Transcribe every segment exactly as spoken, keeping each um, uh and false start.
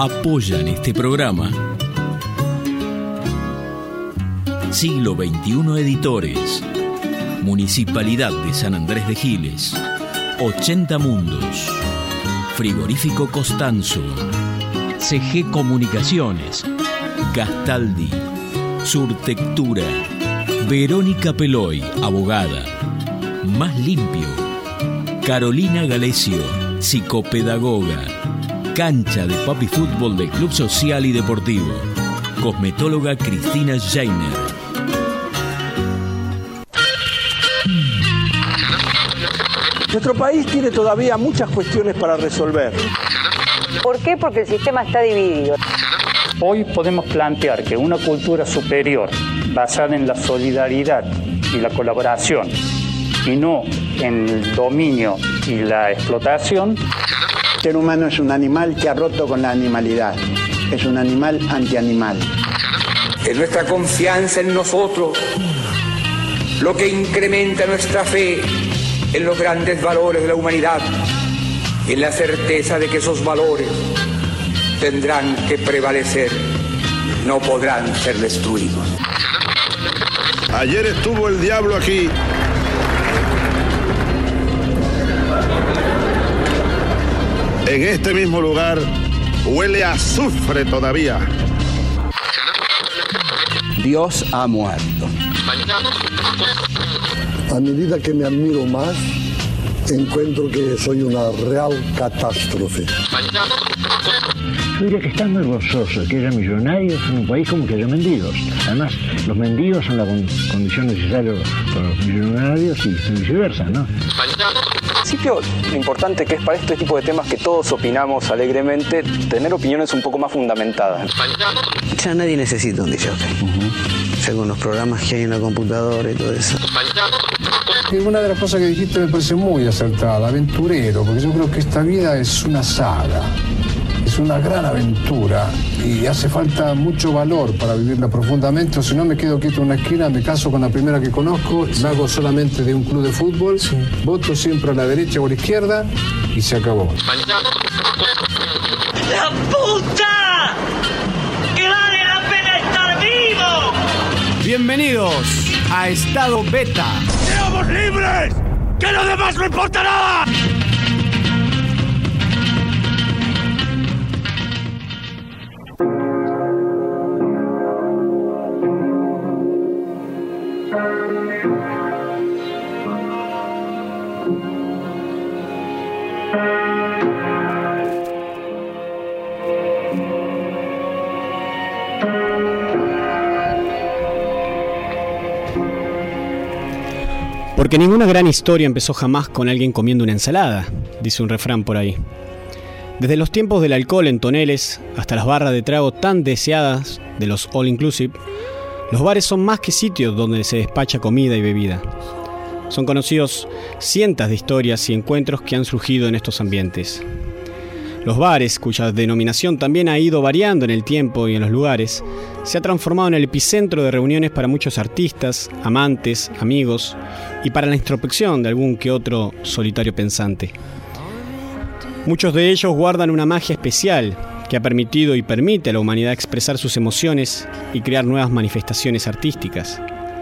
apoyan este programa. Siglo veintiuno Editores, Municipalidad de San Andrés de Giles, ochenta Mundos, Frigorífico Costanzo, C G Comunicaciones, Castaldi, Surtectura, Verónica Peloy, abogada, Más Limpio, Carolina Galesio, psicopedagoga, Cancha de Papi Fútbol del Club Social y Deportivo, cosmetóloga Cristina Jainer. Nuestro país tiene todavía muchas cuestiones para resolver. ¿Por qué? Porque el sistema está dividido. Hoy podemos plantear que una cultura superior, basada en la solidaridad y la colaboración, y no en el dominio y la explotación. El ser humano es un animal que ha roto con la animalidad. Es un animal antianimal. Es nuestra confianza en nosotros lo que incrementa nuestra fe en los grandes valores de la humanidad, en la certeza de que esos valores tendrán que prevalecer, no podrán ser destruidos. Ayer estuvo el diablo aquí. En este mismo lugar huele a azufre todavía. Dios ha muerto. A medida que me admiro más, encuentro que soy una real catástrofe. Yo diría que está muy gozoso que haya millonarios en un país como que haya mendigos. Además, los mendigos son la con- condición necesaria para los millonarios y viceversa, ¿no? En principio, lo importante que es para este tipo de temas que todos opinamos alegremente, tener opiniones un poco más fundamentadas. Ya nadie necesita un D J. Uh-huh. Ya con los programas que hay en la computadora y todo eso. Y una de las cosas que dijiste me parece muy acertada, aventurero, porque yo creo que esta vida es una saga, es una gran aventura y hace falta mucho valor para vivirla profundamente, o si no me quedo quieto en una esquina, me caso con la primera que conozco, me hago solamente de un club de fútbol, sí. Voto siempre a la derecha o a la izquierda y se acabó. ¡La puta! ¡Que vale la pena estar vivo! Bienvenidos a Estado Beta. ¡Seamos libres! ¡Que lo demás no importa nada! Porque ninguna gran historia empezó jamás con alguien comiendo una ensalada, dice un refrán por ahí. Desde los tiempos del alcohol en toneles hasta las barras de trago tan deseadas de los all inclusive, los bares son más que sitios donde se despacha comida y bebida. Son conocidos cientos de historias y encuentros que han surgido en estos ambientes. Los bares, cuya denominación también ha ido variando en el tiempo y en los lugares, se ha transformado en el epicentro de reuniones para muchos artistas, amantes, amigos y para la introspección de algún que otro solitario pensante. Muchos de ellos guardan una magia especial que ha permitido y permite a la humanidad expresar sus emociones y crear nuevas manifestaciones artísticas.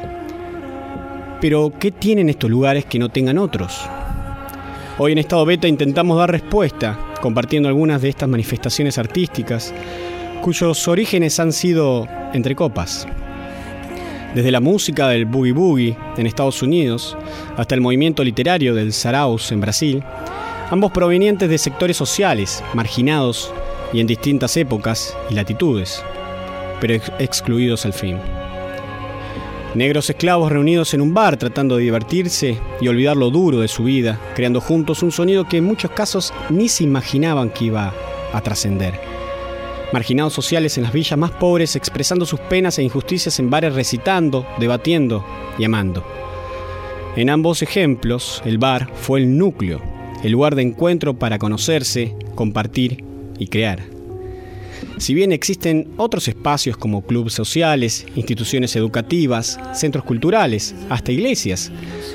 Pero, ¿qué tienen estos lugares que no tengan otros? Hoy en Estado Beta intentamos dar respuesta, compartiendo algunas de estas manifestaciones artísticas, cuyos orígenes han sido entre copas. Desde la música del boogie boogie en Estados Unidos hasta el movimiento literario del Saraus en Brasil, ambos provenientes de sectores sociales, marginados y en distintas épocas y latitudes, pero ex- excluidos al fin. Negros esclavos reunidos en un bar tratando de divertirse y olvidar lo duro de su vida, creando juntos un sonido que en muchos casos ni se imaginaban que iba a trascender. Marginados sociales en las villas más pobres expresando sus penas e injusticias en bares recitando, debatiendo y amando. En ambos ejemplos, el bar fue el núcleo, el lugar de encuentro para conocerse, compartir y crear. Si bien existen otros espacios como clubes sociales, instituciones educativas, centros culturales, hasta iglesias,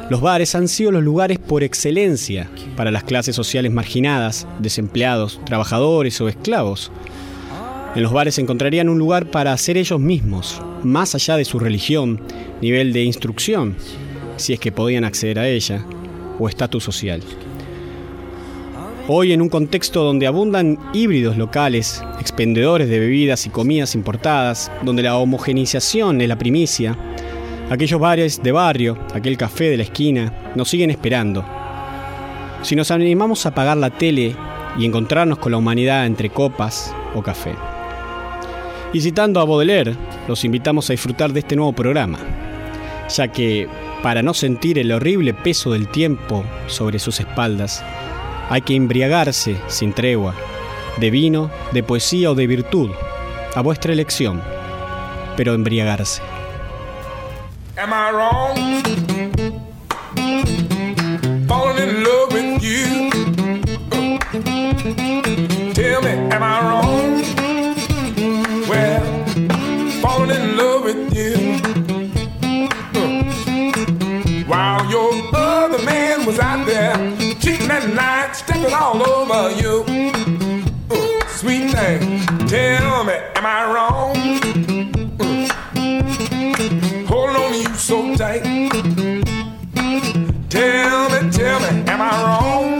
Los bares han sido los lugares por excelencia para las clases sociales marginadas, desempleados, trabajadores o esclavos. En los bares encontrarían un lugar para ser ellos mismos, más allá de su religión, nivel de instrucción, si es que podían acceder a ella, o estatus social. Hoy, en un contexto donde abundan híbridos locales, expendedores de bebidas y comidas importadas, donde la homogeneización es la primicia, aquellos bares de barrio, aquel café de la esquina, nos siguen esperando. Si nos animamos a apagar la tele y encontrarnos con la humanidad entre copas o café. Y citando a Baudelaire, los invitamos a disfrutar de este nuevo programa, ya que, para no sentir el horrible peso del tiempo sobre sus espaldas, hay que embriagarse sin tregua, de vino, de poesía o de virtud, a vuestra elección, pero embriagarse. Am I wrong? Falling in love with you. Tell me, am I wrong? Well, falling in love with you. While your other man was out there cheating at night, stepping all over you. Uh, sweet thing, tell me, am I wrong? Uh, holding on to you so tight. Tell me, tell me, am I wrong?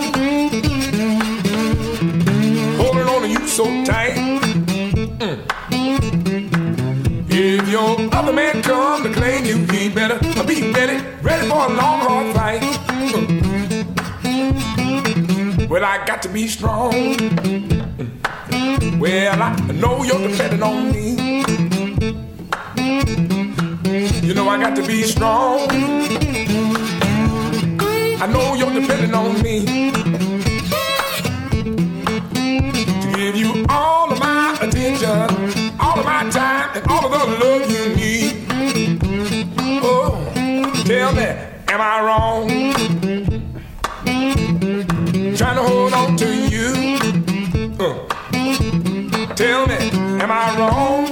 Holding on to you so tight. Mm. If your other man come to claim you, he better be ready, ready for a long, hard fight. Mm. Well, I got to be strong. Well, I know you're depending on me. You know I got to be strong. I know you're depending on me to give you all of my attention, all of my time, and all of the love you need. Oh, tell me, am I wrong? Trying to hold on to you. Uh. Tell me, am I wrong?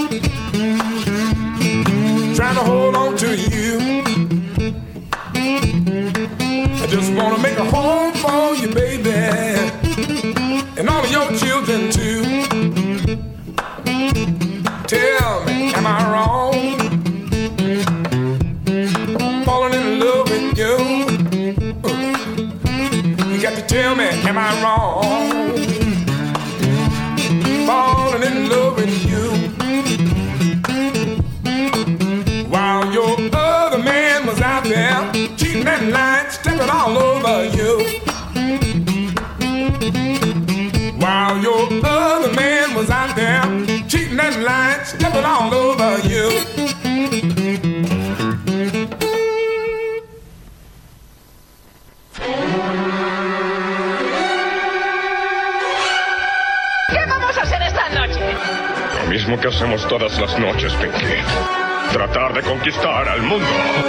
Trying to hold on to you. I just wanna make a home for you, baby, and all of your children too. Tell me, am I wrong? Falling in love with you. You got to tell me, am I wrong? Falling in love with you. While your other man was out there cheating and lying, stepping all over you. While your other man was out there cheating and lying, stepping all over you. Lo mismo que hacemos todas las noches, Pinky. Tratar de conquistar al mundo.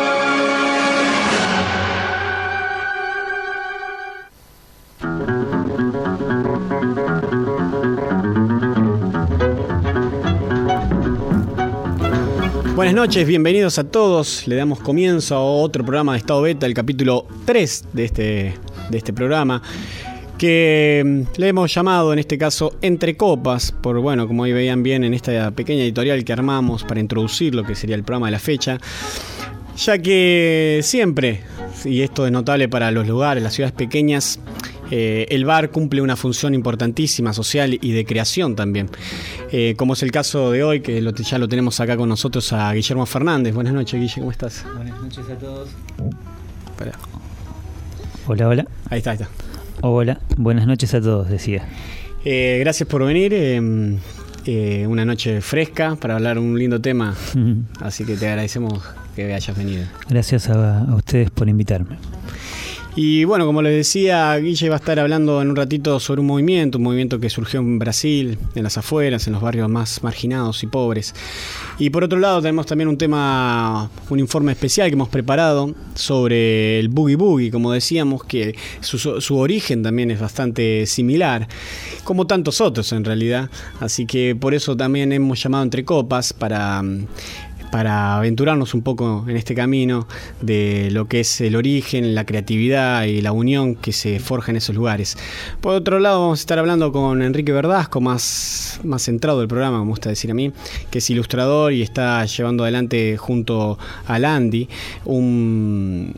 Buenas noches, bienvenidos a todos. Le damos comienzo a otro programa de Estado Beta, el capítulo tres de este, de este programa, que le hemos llamado en este caso Entre Copas, por bueno, como ahí veían bien en esta pequeña editorial que armamos para introducir lo que sería el programa de la fecha, ya que siempre, y esto es notable para los lugares, las ciudades pequeñas, eh, el bar cumple una función importantísima social y de creación también, eh, como es el caso de hoy, que lo, ya lo tenemos acá con nosotros a Guillermo Fernández. Buenas noches, Guille, ¿cómo estás? Buenas noches a todos. Espera. Hola, hola. Ahí está, ahí está. Hola, buenas noches a todos, decía. Eh, gracias por venir. Eh, eh, una noche fresca para hablar un lindo tema. Uh-huh. Así que te agradecemos que hayas venido. Gracias a, a ustedes por invitarme. Y bueno, como les decía, Guille va a estar hablando en un ratito sobre un movimiento, un movimiento que surgió en Brasil, en las afueras, en los barrios más marginados y pobres. Y por otro lado tenemos también un tema, un informe especial que hemos preparado sobre el Boogie Boogie, como decíamos, que su, su origen también es bastante similar, como tantos otros en realidad. Así que por eso también hemos llamado Entre Copas, para para aventurarnos un poco en este camino de lo que es el origen, la creatividad y la unión que se forja en esos lugares. Por otro lado, vamos a estar hablando con Enrique Verdasco, más, más centrado del programa, me gusta decir a mí, que es ilustrador y está llevando adelante junto a Landy un...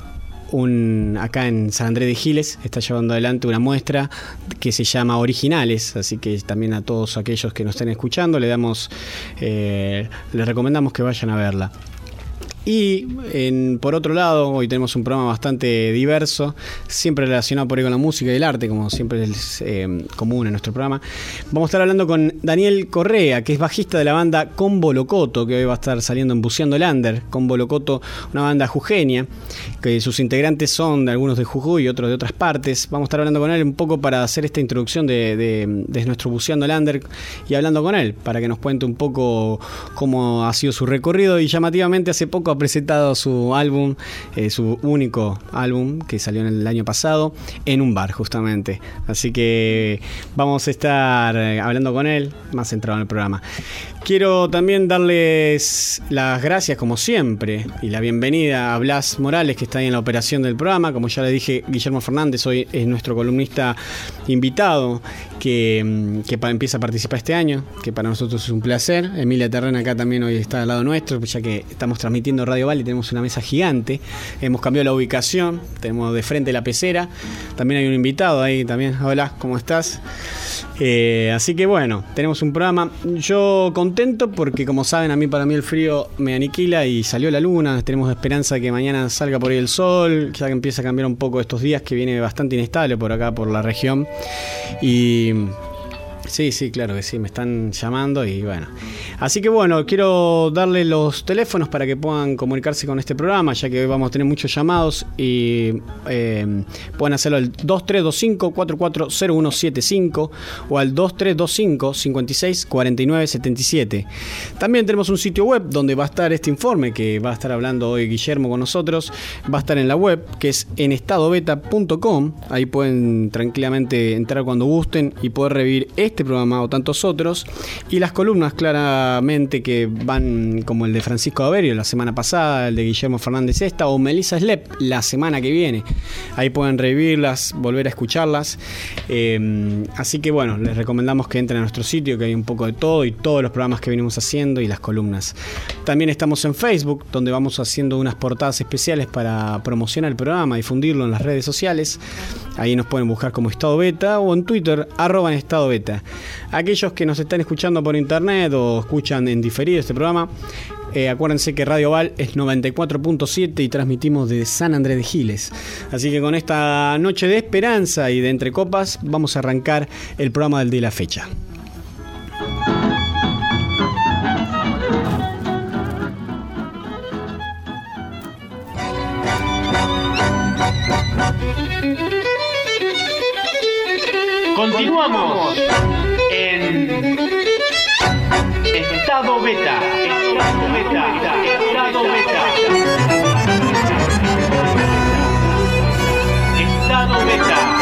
Un, acá en San Andrés de Giles está llevando adelante una muestra que se llama Originales, así que también a todos aquellos que nos estén escuchando le damos eh, les recomendamos que vayan a verla. Y en, por otro lado, hoy tenemos un programa bastante diverso, siempre relacionado por ahí con la música y el arte, como siempre es eh, común en nuestro programa. Vamos a estar hablando con Daniel Correa, que es bajista de la banda Combo Locoto, que hoy va a estar saliendo en Buceando el Under. Combo Locoto, una banda jujeña, que sus integrantes son de algunos de Jujuy y otros de otras partes. Vamos a estar hablando con él un poco para hacer esta introducción de, de, de nuestro Buceando el Under y hablando con él, para que nos cuente un poco cómo ha sido su recorrido. Y llamativamente hace poco ha presentado su álbum, eh, su único álbum que salió en el año pasado, en un bar justamente. Así que vamos a estar hablando con él, más centrado en el programa. Quiero también darles las gracias, como siempre, y la bienvenida a Blas Morales, que está ahí en la operación del programa. Como ya le dije, Guillermo Fernández hoy es nuestro columnista invitado que, que pa- empieza a participar este año, que para nosotros es un placer. Emilia Terrena acá también hoy está al lado nuestro, ya que estamos transmitiendo Radio Val y tenemos una mesa gigante. Hemos cambiado la ubicación, tenemos de frente la pecera. También hay un invitado ahí también. Hola, ¿cómo estás? Eh, así que bueno, tenemos un programa. Yo contento porque, como saben, a mí para mí el frío me aniquila y salió la luna. Tenemos esperanza de que mañana salga por ahí el sol, ya que empieza a cambiar un poco estos días, que viene bastante inestable por acá, por la región. Y sí, sí, claro que sí, me están llamando y bueno. Así que bueno, quiero darle los teléfonos para que puedan comunicarse con este programa, ya que hoy vamos a tener muchos llamados y eh, pueden hacerlo al dos tres dos cinco, cuatro cuatro cero uno siete cinco o al dos tres dos cinco, cinco seis, cuatro nueve siete siete. También tenemos un sitio web donde va a estar este informe que va a estar hablando hoy Guillermo con nosotros. Va a estar en la web, que es en estado beta punto com. Ahí pueden tranquilamente entrar cuando gusten y poder revivir este programa o tantos otros, y las columnas claramente que van, como el de Francisco Averio la semana pasada, el de Guillermo Fernández esta, o Melissa Slep la semana que viene. Ahí pueden revivirlas, volver a escucharlas. Eh, así que bueno, les recomendamos que entren a nuestro sitio, que hay un poco de todo y todos los programas que venimos haciendo y las columnas. También estamos en Facebook, donde vamos haciendo unas portadas especiales para promocionar el programa, difundirlo en las redes sociales. Ahí nos pueden buscar como Estado Beta, o en Twitter, arroba en Estado Beta. Aquellos que nos están escuchando por internet o escuchan en diferido este programa, eh, acuérdense que Radio Val es noventa y cuatro punto siete y transmitimos desde San Andrés de Giles. Así que con esta noche de esperanza y de entre copas vamos a arrancar el programa del día de la fecha. Continuamos en Estado Beta. Estado Beta. Estado Beta. Estado Beta.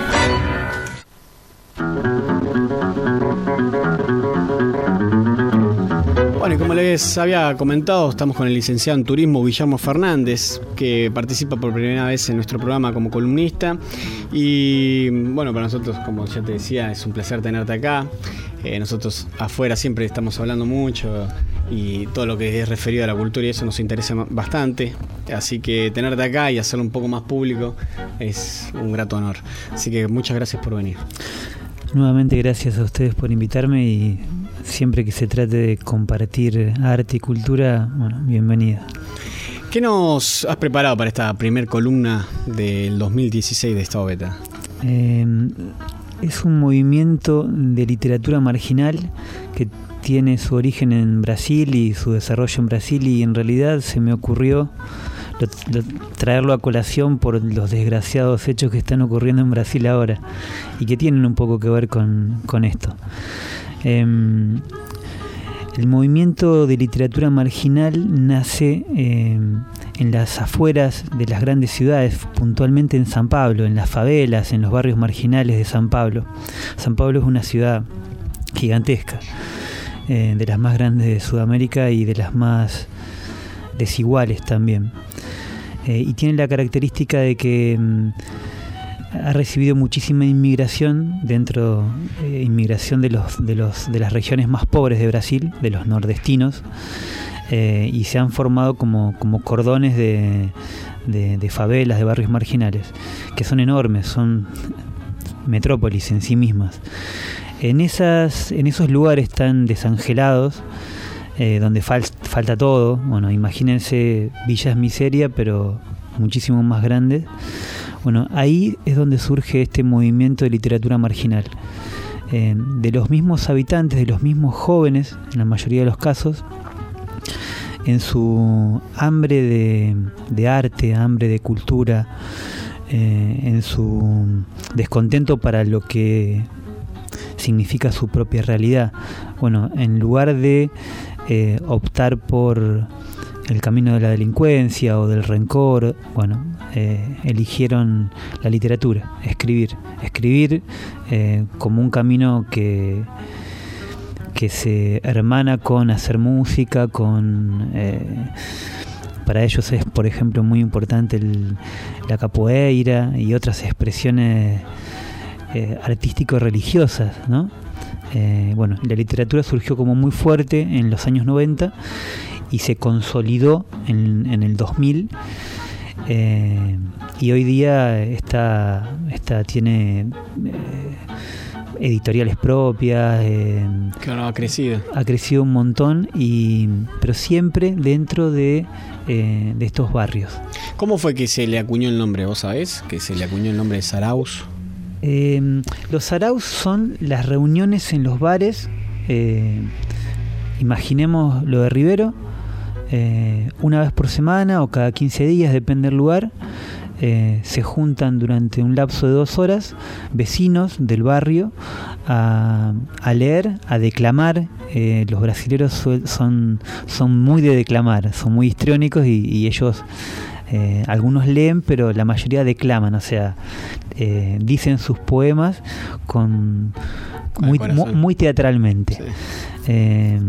Bueno, y como les había comentado, estamos con el licenciado en turismo Guillermo Fernández, que participa por primera vez en nuestro programa como columnista. Y bueno, para nosotros, como ya te decía, es un placer tenerte acá. Eh, nosotros afuera siempre estamos hablando mucho y todo lo que es referido a la cultura y eso nos interesa bastante. Así que tenerte acá y hacerlo un poco más público es un grato honor. Así que muchas gracias por venir. Nuevamente gracias a ustedes por invitarme y siempre que se trate de compartir arte y cultura, bueno, bienvenida. ¿Qué nos has preparado para esta primer columna del dos mil dieciséis de Estado Beta? Eh, es un movimiento de literatura marginal que tiene su origen en Brasil y su desarrollo en Brasil, y en realidad se me ocurrió lo, lo, traerlo a colación por los desgraciados hechos que están ocurriendo en Brasil ahora y que tienen un poco que ver con, con esto. Eh, el movimiento de literatura marginal nace eh, en las afueras de las grandes ciudades, puntualmente en San Pablo, en las favelas, en los barrios marginales de San Pablo. San Pablo es una ciudad gigantesca. eh, de las más grandes de Sudamérica y de las más desiguales también. Eh, y tiene la característica de que mm, ha recibido muchísima inmigración dentro, eh, inmigración de los, de los, de las regiones más pobres de Brasil, de los nordestinos, eh, y se han formado como, como cordones de, de, de favelas, de barrios marginales, que son enormes, son metrópolis en sí mismas. En esas, en esos lugares tan desangelados, eh, donde fal, falta todo, bueno, imagínense Villas Miseria, pero muchísimo más grandes. Bueno, ahí es donde surge este movimiento de literatura marginal, eh, de los mismos habitantes, de los mismos jóvenes, en la mayoría de los casos, en su hambre de, de arte, hambre de cultura, eh, en su descontento para lo que significa su propia realidad. Bueno, en lugar de eh, optar por el camino de la delincuencia o del rencor, bueno, eh, eligieron la literatura, escribir, escribir eh, como un camino que que se hermana con hacer música, con eh, para ellos es, por ejemplo, muy importante el, la capoeira y otras expresiones eh, artístico-religiosas, ¿no? Eh, bueno, la literatura surgió como muy fuerte en los años noventa y se consolidó en, en el dos mil, eh, y hoy día está, está tiene eh, editoriales propias, eh, claro, ha crecido ha crecido un montón, y pero siempre dentro de, eh, de estos barrios. ¿Cómo fue que se le acuñó el nombre? ¿Vos sabés? Que se le acuñó el nombre de Saraus. Eh, los saraus son las reuniones en los bares, eh, imaginemos lo de Rivero, eh, una vez por semana o cada quince días, depende del lugar. Eh, se juntan durante un lapso de dos horas vecinos del barrio a, a leer, a declamar. Eh, los brasileros son, son muy de declamar, son muy histriónicos, y, y ellos, eh, algunos leen, pero la mayoría declaman, o sea, eh, dicen sus poemas con muy, muy, muy teatralmente. Sí. Eh,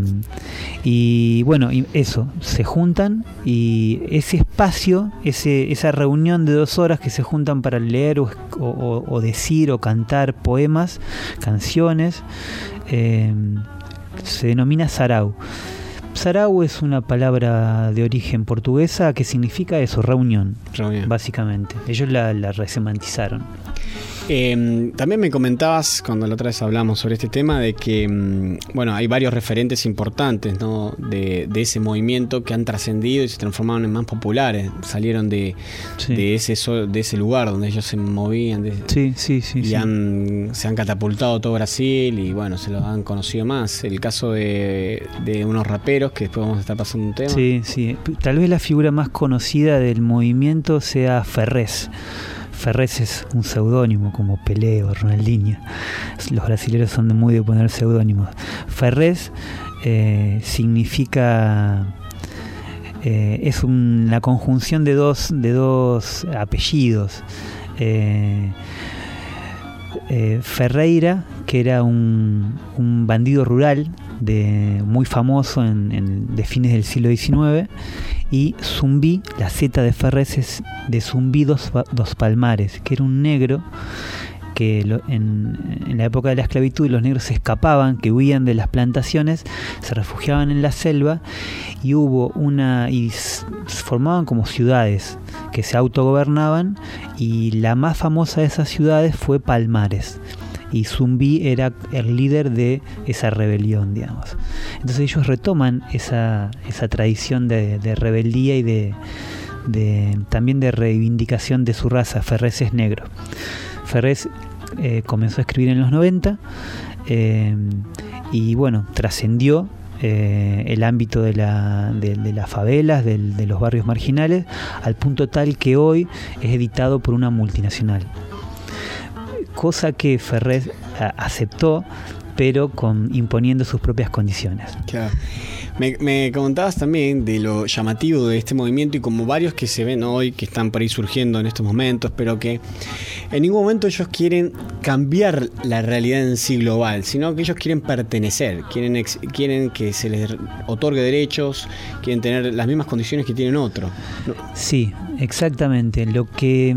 y bueno, y eso, se juntan, y ese espacio, ese, esa reunión de dos horas que se juntan para leer o, o, o decir o cantar poemas, canciones, eh, se denomina sarau. Sarau es una palabra de origen portuguesa que significa eso, reunión, reunión. Básicamente. Ellos la, la resemantizaron. Eh, también me comentabas, cuando la otra vez hablamos sobre este tema, de que bueno, hay varios referentes importantes, ¿no? de, de ese movimiento que han trascendido y se transformaron en más populares, salieron de, sí. de, ese, de ese lugar donde ellos se movían, de, sí, sí, sí, y sí. Han, se han catapultado todo Brasil y bueno, se los han conocido más. El caso de, de unos raperos, que después vamos a estar pasando un tema. Sí, sí. Tal vez la figura más conocida del movimiento sea Ferrez. Ferrez es un seudónimo, como Pelé o Ronaldinho. Los brasileños son de muy de poner seudónimos. Ferrez eh, significa eh, es un, la conjunción de dos de dos apellidos. Eh, eh, Ferreira, que era un, un bandido rural de muy famoso en, en de fines del siglo diecinueve, y Zumbi, la Z de Ferrez es de Zumbi dos, dos Palmares, que era un negro que lo, en, en la época de la esclavitud los negros se escapaban, que huían de las plantaciones, se refugiaban en la selva, y hubo una y se formaban como ciudades que se autogobernaban, y la más famosa de esas ciudades fue Palmares, y Zumbi era el líder de esa rebelión, digamos. Entonces ellos retoman esa, esa tradición de, de rebeldía y de, de también de reivindicación de su raza. Ferrez es negro. Ferrez eh, comenzó a escribir en los noventa, eh, y bueno, trascendió eh, el ámbito de, la, de, de las favelas, de, de los barrios marginales, al punto tal que hoy es editado por una multinacional. cosa que Ferrer a, aceptó, pero con, imponiendo sus propias condiciones. Claro. Me, me comentabas también de lo llamativo de este movimiento y como varios que se ven hoy, que están por ahí surgiendo en estos momentos, pero que en ningún momento ellos quieren cambiar la realidad en sí global, sino que ellos quieren pertenecer, quieren, ex, quieren que se les otorgue derechos, quieren tener las mismas condiciones que tienen otros, ¿no? Sí, exactamente. Lo que,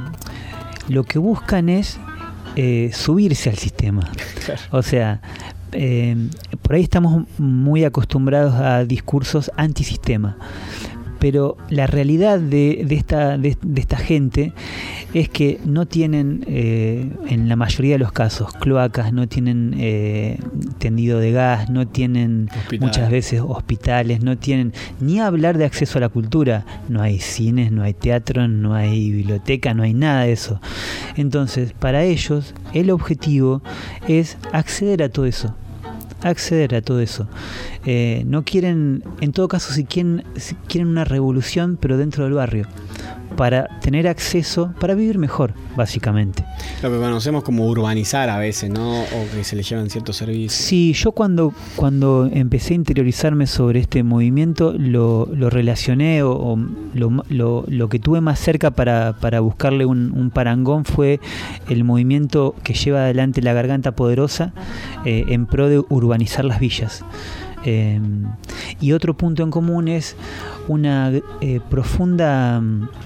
lo que buscan es eh, subirse al sistema. Claro. O sea, Eh, por ahí estamos muy acostumbrados a discursos antisistema, pero la realidad de, de, esta, de, de esta gente es que no tienen, eh, en la mayoría de los casos, cloacas, no tienen eh, tendido de gas, no tienen Hospital. muchas veces hospitales, no tienen ni hablar de acceso a la cultura, no hay cines, no hay teatro, no hay biblioteca, no hay nada de eso. Entonces, para ellos, el objetivo es acceder a todo eso. acceder a todo eso. Eh, no quieren, en todo caso, si quieren, si quieren una revolución, pero dentro del barrio, para tener acceso, para vivir mejor, básicamente. Lo que conocemos como urbanizar a veces, ¿no? O que se le llevan ciertos servicios. Sí, yo cuando, cuando empecé a interiorizarme sobre este movimiento, lo, lo relacioné o, o lo, lo, lo que tuve más cerca para, para buscarle un, un parangón fue el movimiento que lleva adelante La Garganta Poderosa eh, en pro de urbanizar las villas. Eh, y otro punto en común es una eh, profunda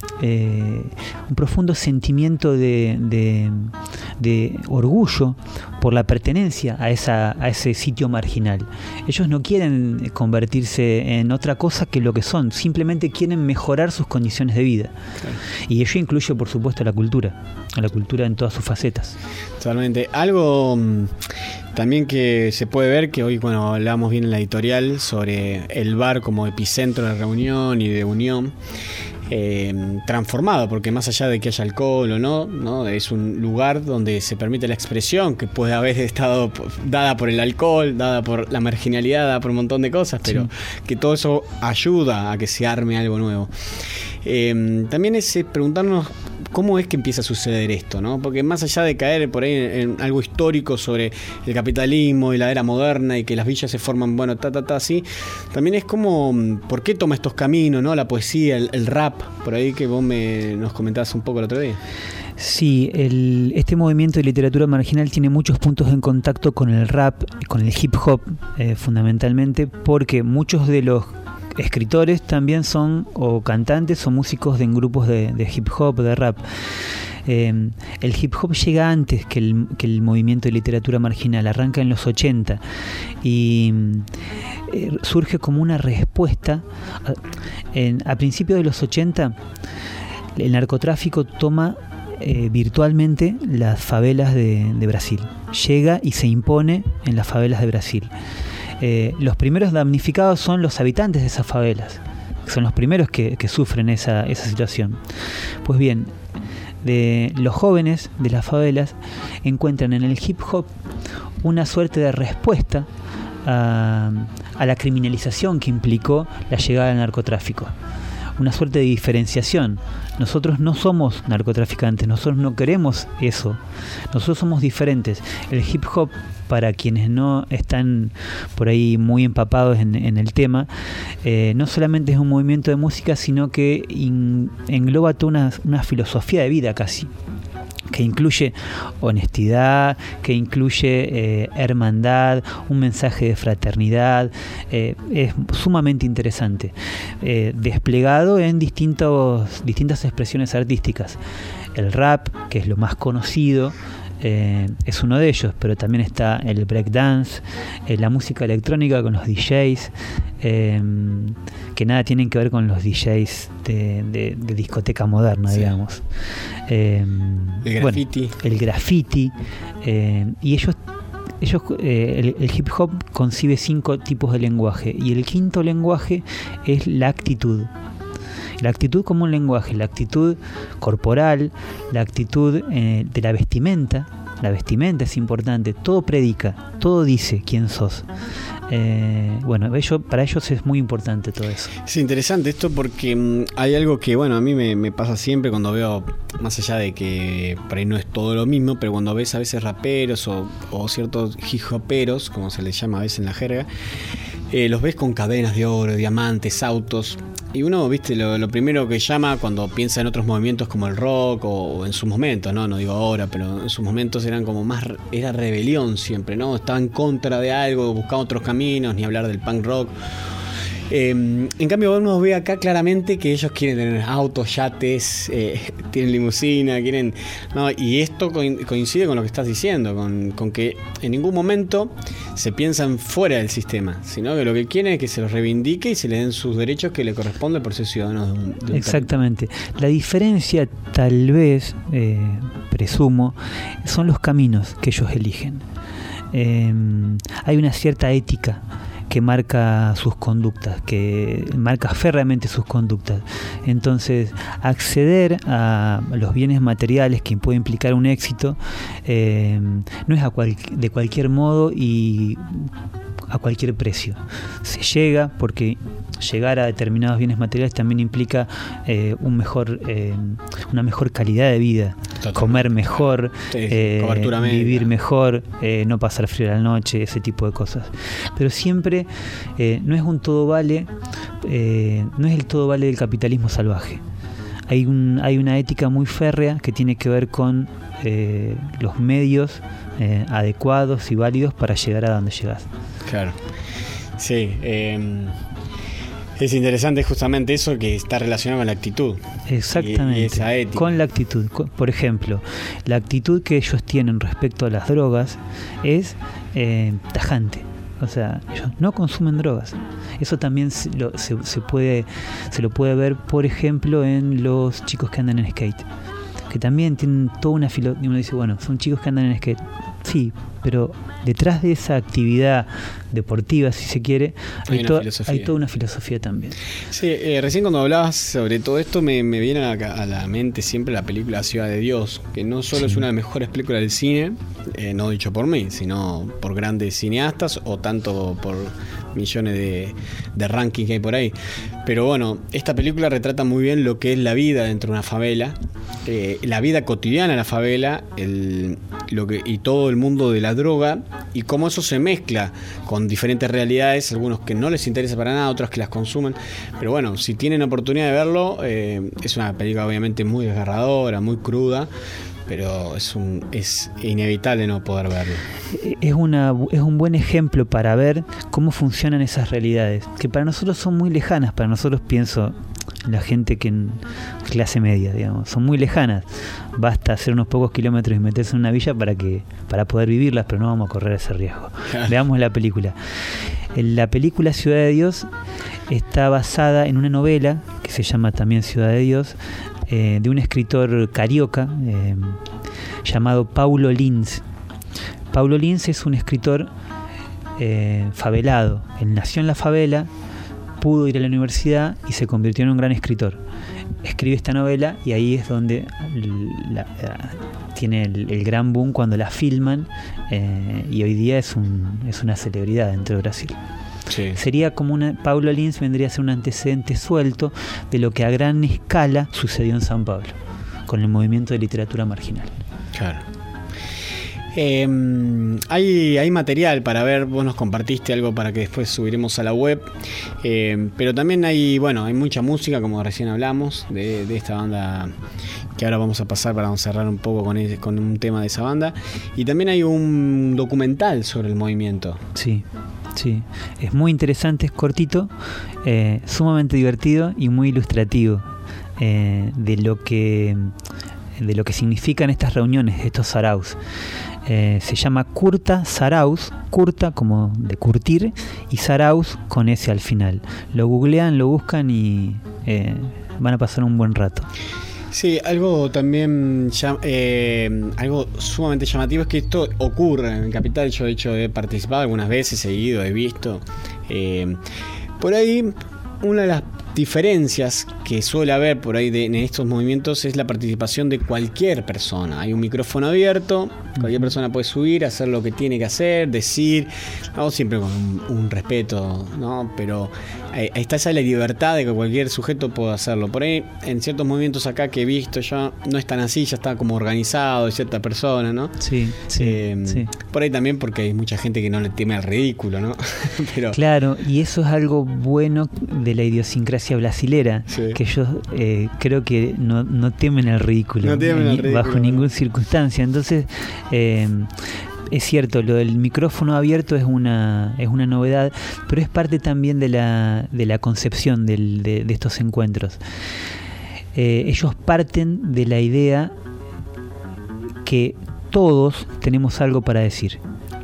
eh, un profundo sentimiento de, de, de orgullo por la pertenencia a esa a ese sitio marginal. Ellos no quieren convertirse en otra cosa que lo que son, simplemente quieren mejorar sus condiciones de vida. Claro. Y ello incluye, por supuesto, la cultura, a la cultura en todas sus facetas. Totalmente. Algo también que se puede ver, que hoy, bueno, hablamos bien en la editorial sobre el bar como epicentro de reunión y de unión, eh, transformado, porque más allá de que haya alcohol o no, no, es un lugar donde se permite la expresión que puede haber estado dada por el alcohol, dada por la marginalidad, dada por un montón de cosas, pero sí, que todo eso ayuda a que se arme algo nuevo. Eh, también es preguntarnos cómo es que empieza a suceder esto, ¿no? Porque más allá de caer por ahí en, en algo histórico sobre el capitalismo y la era moderna y que las villas se forman, bueno, ta, ta, ta, así, también es como, ¿por qué toma estos caminos, ¿no? La poesía, el, el rap, por ahí que vos me, nos comentabas un poco el otro día. Sí, el, este movimiento de literatura marginal tiene muchos puntos en contacto con el rap, con el hip hop, eh, fundamentalmente, porque muchos de los escritores también son o cantantes o músicos de en grupos de, de hip hop, de rap. Eh, el hip hop llega antes que el, que el movimiento de literatura marginal, arranca en los ochenta y eh, surge como una respuesta. A, en, a principios de los ochenta el narcotráfico toma eh, virtualmente las favelas de, de Brasil, llega y se impone en las favelas de Brasil. Eh, los primeros damnificados son los habitantes de esas favelas, son los primeros que, que sufren esa, esa situación. Pues bien, de los jóvenes de las favelas encuentran en el hip hop una suerte de respuesta a, a la criminalización que implicó la llegada del narcotráfico, una suerte de diferenciación. Nosotros no somos narcotraficantes, nosotros no queremos eso, nosotros somos diferentes. El hip hop, para quienes no están por ahí muy empapados en, en el tema, eh, no solamente es un movimiento de música, sino que in, engloba toda una, una filosofía de vida casi, que incluye honestidad, que incluye eh, hermandad, un mensaje de fraternidad. Eh, es sumamente interesante, eh, desplegado en distintos, distintas expresiones artísticas. El rap, que es lo más conocido, eh, es uno de ellos, pero también está el breakdance, eh, la música electrónica con los D Js, eh, que nada tienen que ver con los D Js de, de, de discoteca moderna, sí, digamos. Eh, el graffiti. Bueno, el graffiti. Eh, y ellos, ellos eh, el, el hip hop concibe cinco tipos de lenguaje, y el quinto lenguaje es la actitud. La actitud como un lenguaje, la actitud corporal, la actitud eh, de la vestimenta, la vestimenta es importante, todo predica, todo dice quién sos. Eh, bueno, ellos, para ellos es muy importante todo eso. Es interesante esto porque mmm, hay algo que, bueno, a mí me, me pasa siempre cuando veo, más allá de que por ahí no es todo lo mismo, pero cuando ves a veces raperos o, o ciertos hip hoperos, como se les llama a veces en la jerga, eh, los ves con cadenas de oro, diamantes, autos. Y uno, viste, lo, lo primero que llama cuando piensa en otros movimientos como el rock o, o en sus momentos, no, no digo ahora, pero en sus momentos eran como más, era rebelión siempre, ¿no? Estaba en contra de algo, buscaba otros caminos, ni hablar del punk rock. Eh, en cambio uno ve acá claramente que ellos quieren tener autos, yates, eh, tienen limusina, quieren, ¿no? Y esto coincide con lo que estás diciendo, con, con que en ningún momento se piensan fuera del sistema, sino que lo que quieren es que se los reivindique y se les den sus derechos que le corresponden por ser ciudadanos de un, de un Exactamente. Territorio. La diferencia, tal vez, eh, presumo, son los caminos que ellos eligen. Eh, hay una cierta ética que marca sus conductas, que marca férreamente sus conductas. Entonces, acceder a los bienes materiales que puede implicar un éxito eh, no es a cual, de cualquier modo y a cualquier precio. Se llega porque llegar a determinados bienes materiales también implica eh, un mejor, eh, una mejor calidad de vida. Totalmente. Comer mejor, sí, eh, vivir mejor, eh, no pasar frío a la noche, ese tipo de cosas. Pero siempre eh, no es un todo vale, eh, no es el todo vale del capitalismo salvaje. Hay, un, hay una ética muy férrea que tiene que ver con eh, los medios eh, adecuados y válidos para llegar a donde llegas. Claro. Sí. Eh, es interesante justamente eso, que está relacionado con la actitud. Exactamente. Y, y esa ética. Con la actitud. Por ejemplo, la actitud que ellos tienen respecto a las drogas es eh, tajante. O sea, ellos no consumen drogas. Eso también se lo, se, se puede se lo puede ver, por ejemplo, en los chicos que andan en skate, que también tienen toda una filosofía. Uno dice, bueno, son chicos que andan en skate. Sí, pero detrás de esa actividad deportiva, si se quiere, hay, hay, to- hay toda una filosofía también. Sí, eh, recién cuando hablabas sobre todo esto me, me viene a, a la mente siempre la película Ciudad de Dios, que no solo sí. es una de las mejores películas del cine, eh, no dicho por mí, sino por grandes cineastas o tanto por millones de, de rankings que hay por ahí. Pero bueno, esta película retrata muy bien lo que es la vida dentro de una favela, eh, la vida cotidiana de la favela, el, lo que, y todo el mundo de la droga, y cómo eso se mezcla con diferentes realidades, algunos que no les interesa para nada, otros que las consumen. Pero bueno, si tienen oportunidad de verlo, eh, es una película obviamente muy desgarradora, muy cruda, pero es un es inevitable no poder verlo. Es una es un buen ejemplo para ver cómo funcionan esas realidades, que para nosotros son muy lejanas. Para nosotros, pienso, la gente que en clase media, digamos, son muy lejanas. Basta hacer unos pocos kilómetros y meterse en una villa para que para poder vivirlas, pero no vamos a correr ese riesgo. Veamos la película. La película Ciudad de Dios está basada en una novela que se llama también Ciudad de Dios, eh, de un escritor carioca eh, llamado Paulo Lins. Paulo Lins es un escritor eh, favelado. Él nació en la favela, pudo ir a la universidad y se convirtió en un gran escritor. Escribe esta novela y ahí es donde la, la, tiene el, el gran boom cuando la filman, eh, y hoy día es, un, es una celebridad dentro de Brasil. Sí. Sería como una, Paulo Lins vendría a ser un antecedente suelto de lo que a gran escala sucedió en San Pablo con el movimiento de literatura marginal. Claro. Eh, hay, hay material para ver, vos nos compartiste algo para que después subiremos a la web, eh, pero también hay, bueno, hay mucha música, como recién hablamos, de, de esta banda que ahora vamos a pasar para cerrar un poco con, ese, con un tema de esa banda, y también hay un documental sobre el movimiento. Sí, sí, es muy interesante, es cortito, eh, sumamente divertido y muy ilustrativo eh, de lo que de lo que significan estas reuniones, estos saraos. Eh, se llama Curta Saraos, curta como de curtir, y Saraos con ese al final. Lo googlean, lo buscan y eh, van a pasar un buen rato. Sí, algo también eh, algo sumamente llamativo es que esto ocurre en Capital. Yo de hecho he participado algunas veces, he ido, he visto. Eh, por ahí una de las diferencias que suele haber por ahí de, en estos movimientos es la participación de cualquier persona. Hay un micrófono abierto, cualquier persona puede subir, hacer lo que tiene que hacer, decir, no, siempre con un, un respeto, ¿no? Pero ahí está esa la libertad de que cualquier sujeto pueda hacerlo. Por ahí, en ciertos movimientos acá que he visto yo, no es tan así, ya está como organizado de cierta persona, ¿no? Sí, sí, eh, sí. Por ahí también porque hay mucha gente que no le teme al ridículo, ¿no? Pero claro, y eso es algo bueno de la idiosincrasia brasilera, sí. que ellos eh, creo que no, no temen al ridículo, no temen al ridículo bajo ninguna circunstancia. Entonces, eh, es cierto, lo del micrófono abierto es una es una novedad, pero es parte también de la de la concepción del, de, de estos encuentros. Eh, ellos parten de la idea que todos tenemos algo para decir.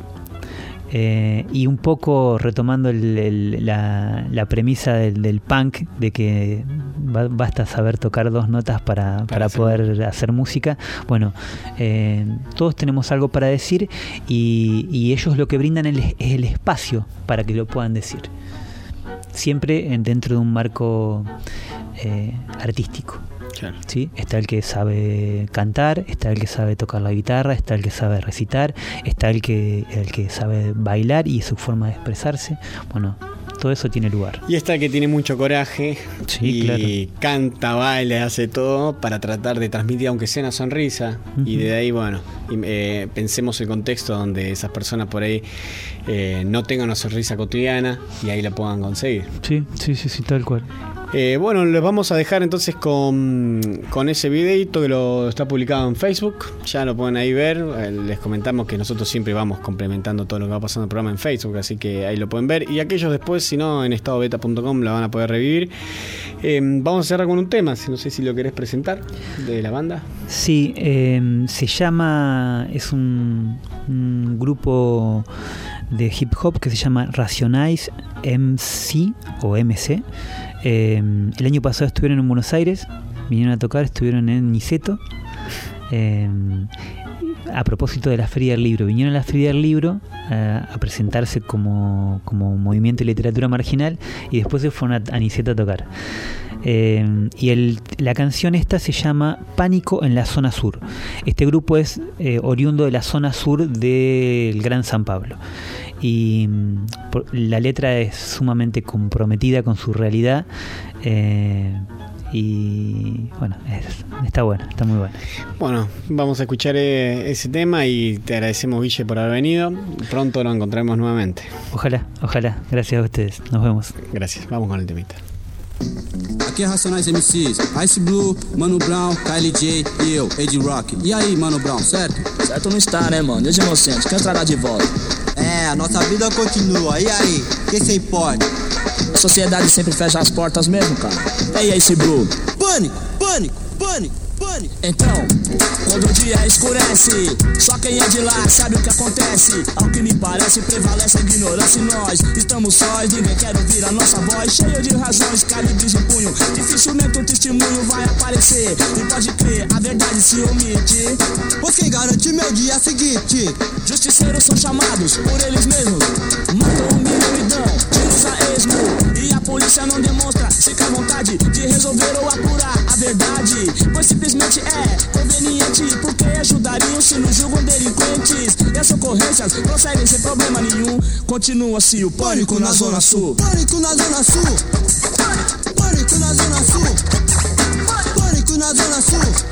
Eh, y un poco retomando el, el, la, la premisa del, del punk, de que ba, basta saber tocar dos notas para, para, para poder hacer, hacer música. Bueno, eh, todos tenemos algo para decir y, y ellos lo que brindan es el, es el espacio para que lo puedan decir. Siempre dentro de un marco eh, artístico. Claro. ¿Sí? Está el que sabe cantar, está el que sabe tocar la guitarra, está el que sabe recitar, está el que, el que sabe bailar y su forma de expresarse. Bueno, todo eso tiene lugar. Y está el que tiene mucho coraje, sí, y claro. canta, baila, hace todo para tratar de transmitir aunque sea una sonrisa. Uh-huh. Y de ahí, bueno, eh, pensemos el contexto donde esas personas por ahí eh, no tengan una sonrisa cotidiana y ahí la puedan conseguir. Sí, sí, sí, sí, tal cual. Eh, bueno, les vamos a dejar entonces con, con ese videito que lo está publicado en Facebook. Ya lo pueden ahí ver. Eh, les comentamos que nosotros siempre vamos complementando todo lo que va pasando en el programa en Facebook, así que ahí lo pueden ver. Y aquellos después, si no, en estado beta punto com la van a poder revivir. Eh, vamos a cerrar con un tema, no sé si lo querés presentar, de la banda. Sí, eh, se llama, es un, un grupo de hip hop que se llama Rationize M C o M C. Eh, el año pasado estuvieron en Buenos Aires, vinieron a tocar, estuvieron en Niceto. Eh, a propósito de la Feria del Libro, vinieron a la Feria del Libro eh, a presentarse como, como movimiento de literatura marginal y después se fueron a, a Niceto a tocar. Eh, y el, la canción esta se llama Pánico en la Zona Sur. Este grupo es eh, oriundo de la zona sur del Gran San Pablo. Y por, la letra es sumamente comprometida con su realidad eh, y bueno, es, está buena, está muy buena. Bueno, vamos a escuchar eh, ese tema y te agradecemos, Guille, por haber venido. Pronto nos encontraremos nuevamente. Ojalá, ojalá, gracias a ustedes, nos vemos. Gracias, vamos con el temita. Aqui é Racionais M Cs, Ice Blue, Mano Brown, Kylie J e eu, Ed Rock. E aí, Mano Brown, certo? Certo não está, né, mano? Desde inocente, quem entrará de volta? É, a nossa vida continua. E aí, quem se importa? A sociedade sempre fecha as portas mesmo, cara. E aí, Ice Blue? Pânico, pânico, pânico, pânico. Então, quando o dia escurece, só quem é de lá sabe o que acontece. Ao que me parece, prevalece a ignorância e nós estamos sós, ninguém quer ouvir a nossa voz. Cheio de razões, calibres em punho, dificilmente um testemunho vai aparecer. E pode crer, a verdade se omite. Pois quem garante meu dia seguinte? Justiceiros são chamados por eles mesmos, matam, humilham e dão tiros a esmo. E a polícia não demonstra sequer vontade de resolver ou apurar a verdade, pois simplesmente é conveniente, porque ajudariam se nos julgam delinquentes. E as ocorrências prosseguem sem problema nenhum. Continua-se o pânico na Zona Sul. Pânico na Zona Sul. Pânico na Zona Sul. Pânico na Zona Sul.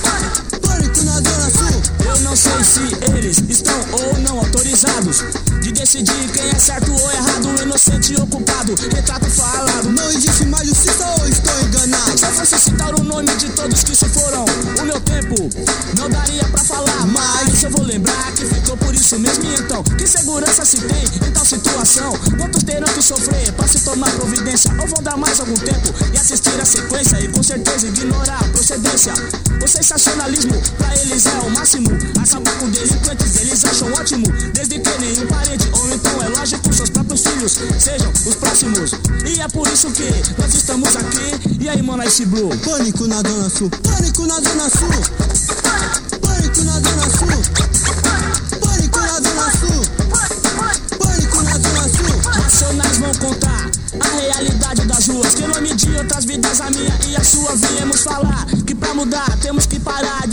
Pânico na Zona Sul. Eu não sei se eles estão ou não autorizados de decidir quem é certo ou errado, inocente ou culpado, retrato falado. Não existe mais justiça ou estou enganado? Se eu fosse citar o nome de todos que se foram, o meu tempo não daria pra falar. Mas eu vou lembrar que ficou por isso mesmo. E então, que segurança se tem em tal situação? Quantos terão que sofrer pra se tomar providência? Ou vão dar mais algum tempo e assistir a sequência e com certeza ignorar a procedência? O sensacionalismo pra eles é o máximo. Acabar com delinquentes eles acham ótimo, desde que nenhum parente ou então é lógico seus próprios filhos sejam os próximos. E é por isso que nós estamos aqui. E aí, mano, Ice Blue? Pânico na Zona Sul. Pânico na Zona Sul. Pânico na Zona Sul. Pânico na Zona Sul. Pânico na Zona Sul. Racionais vão contar a realidade das ruas, que nome de outra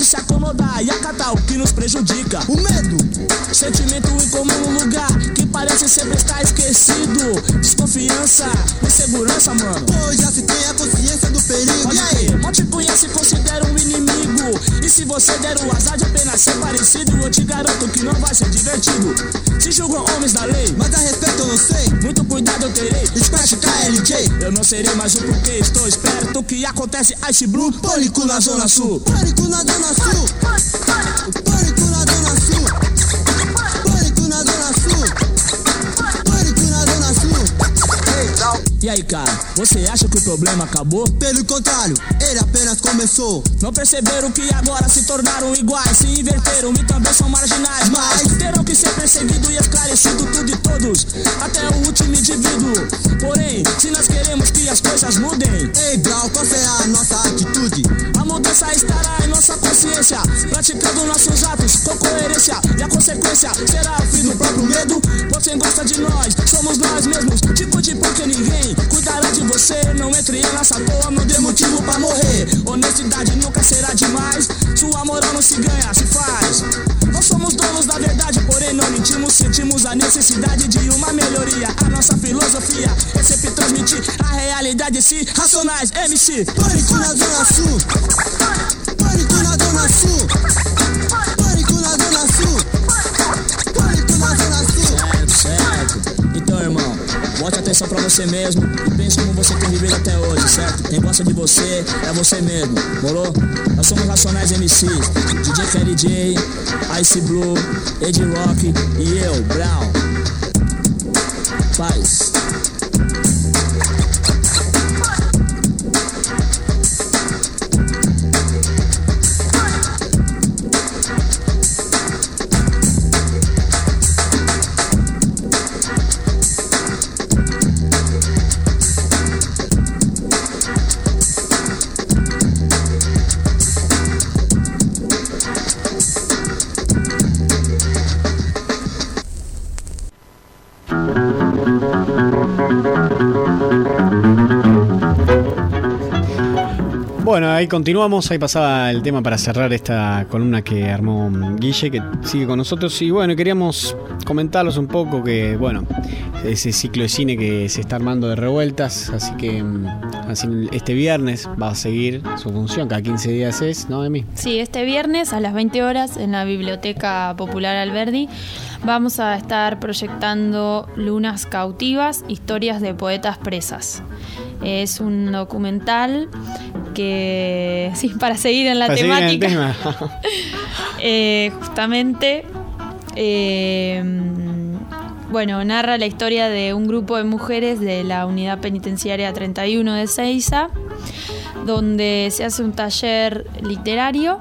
se acomodar e acatar o que nos prejudica. O medo, sentimento incomum num lugar que parece sempre estar esquecido. Desconfiança, insegurança, mano. Hoje já se tem a consciência do perigo. Pode E aí? ter, mal te conhece e considera um inimigo. E se você der o azar de apenas ser parecido, eu te garanto que não vai ser divertido. Se julgam homens da lei, Mas a respeito eu não sei. muito cuidado eu terei. Scratch K L J. Eu não serei mais o porquê, estou esperto. O que acontece Ice Blue, pânico na Zona Sul. Pânico na Zona Sul. Pânico na Zona Sul. Pânico na Zona Sul. Pânico na Zona Sul. E aí, cara, você acha que o problema acabou? Pelo contrário, ele apenas começou. Não perceberam que agora se tornaram iguais, se inverteram e também são marginais, mas terão que ser perseguido e esclarecido tudo e todos, até o último indivíduo. Porém, se nós queremos que as coisas mudem, Ei, Brau, qual será a nossa atitude? a mudança estará em nossa consciência, praticando nossos atos com coerência, e a consequência será o fim do próprio medo. Por quem gosta de nós, somos nós mesmos, te cuide porque ninguém cuidará de você. Não entre em laça à toa, não dê motivo pra morrer. Honestidade nunca será demais, sua moral não se ganha, se faz. Nós somos donos da verdade, porém não mentimos. Sentimos a necessidade de uma melhoria. A nossa filosofia é sempre transmitir a realidade, se Racionais M C. Pânico na Zona Sul. Pânico na Zona Sul. Pânico na Zona Sul. Pânico na Zona Sul. Certo, certo. Então, irmão, bote atenção pra você mesmo e pense como você tem vivido até hoje, certo? Quem gosta de você é você mesmo, morou? Nós somos Racionais M Cs, D J K L J, Ice Blue, Ed Rock e eu, Brown. Paz. Bueno, ahí continuamos, ahí pasaba el tema para cerrar esta columna que armó Guille, que sigue con nosotros. Y bueno, queríamos comentarlos un poco que, bueno, ese ciclo de cine que se está armando de Revueltas, así que así este viernes va a seguir su función, cada quince días es, ¿no, Emi? Sí, este viernes a las veinte horas en la Biblioteca Popular Alberdi vamos a estar proyectando Lunas Cautivas, historias de poetas presas. Es un documental que, sí, para seguir en la para temática, seguir en el tema. eh, justamente, eh, bueno, narra la historia de un grupo de mujeres de la Unidad Penitenciaria treinta y uno de Seiza, donde se hace un taller literario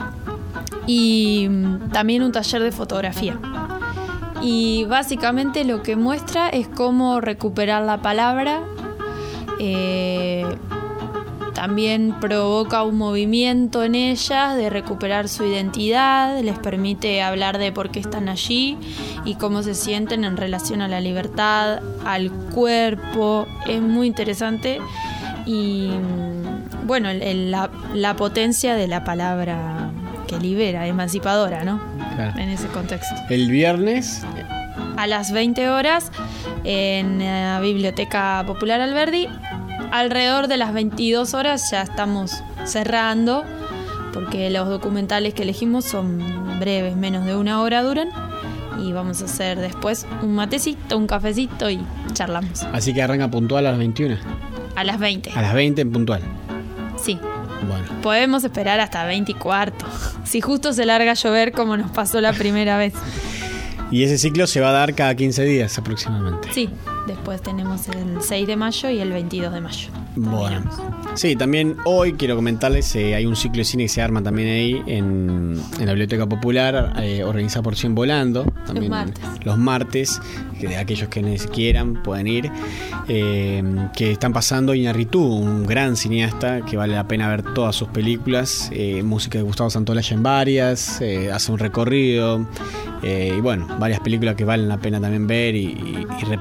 y también un taller de fotografía. Y básicamente lo que muestra es cómo recuperar la palabra. Eh, también provoca un movimiento en ellas de recuperar su identidad, les permite hablar de por qué están allí y cómo se sienten en relación a la libertad, al cuerpo. Es muy interesante y bueno, el, el, la, la potencia de la palabra que libera, emancipadora, ¿no? Claro. En ese contexto. El viernes a las veinte horas en la Biblioteca Popular Alberdi. Alrededor de las veintidós horas ya estamos cerrando, porque los documentales que elegimos son breves, menos de una hora duran, y vamos a hacer después un matecito, un cafecito y charlamos. Así que arranca puntual a las veintiuna. A las veinte. A las veinte en puntual. Sí. Bueno. Podemos esperar hasta veinte y cuarto, si justo se larga a llover como nos pasó la primera vez. Y ese ciclo se va a dar cada quince días aproximadamente. Sí, después tenemos el seis de mayo y el veintidós de mayo. Bueno, sí, también hoy quiero comentarles, eh, hay un ciclo de cine que se arma también ahí en, en la Biblioteca Popular, eh, organizada por Cien Volando. También los martes. Los martes, que de aquellos que quieran pueden ir, eh, que están pasando Iñárritu, un gran cineasta que vale la pena ver todas sus películas, eh, música de Gustavo Santaolalla en varias, eh, hace un recorrido, eh, y bueno, varias películas que valen la pena también ver y, y, y repensar.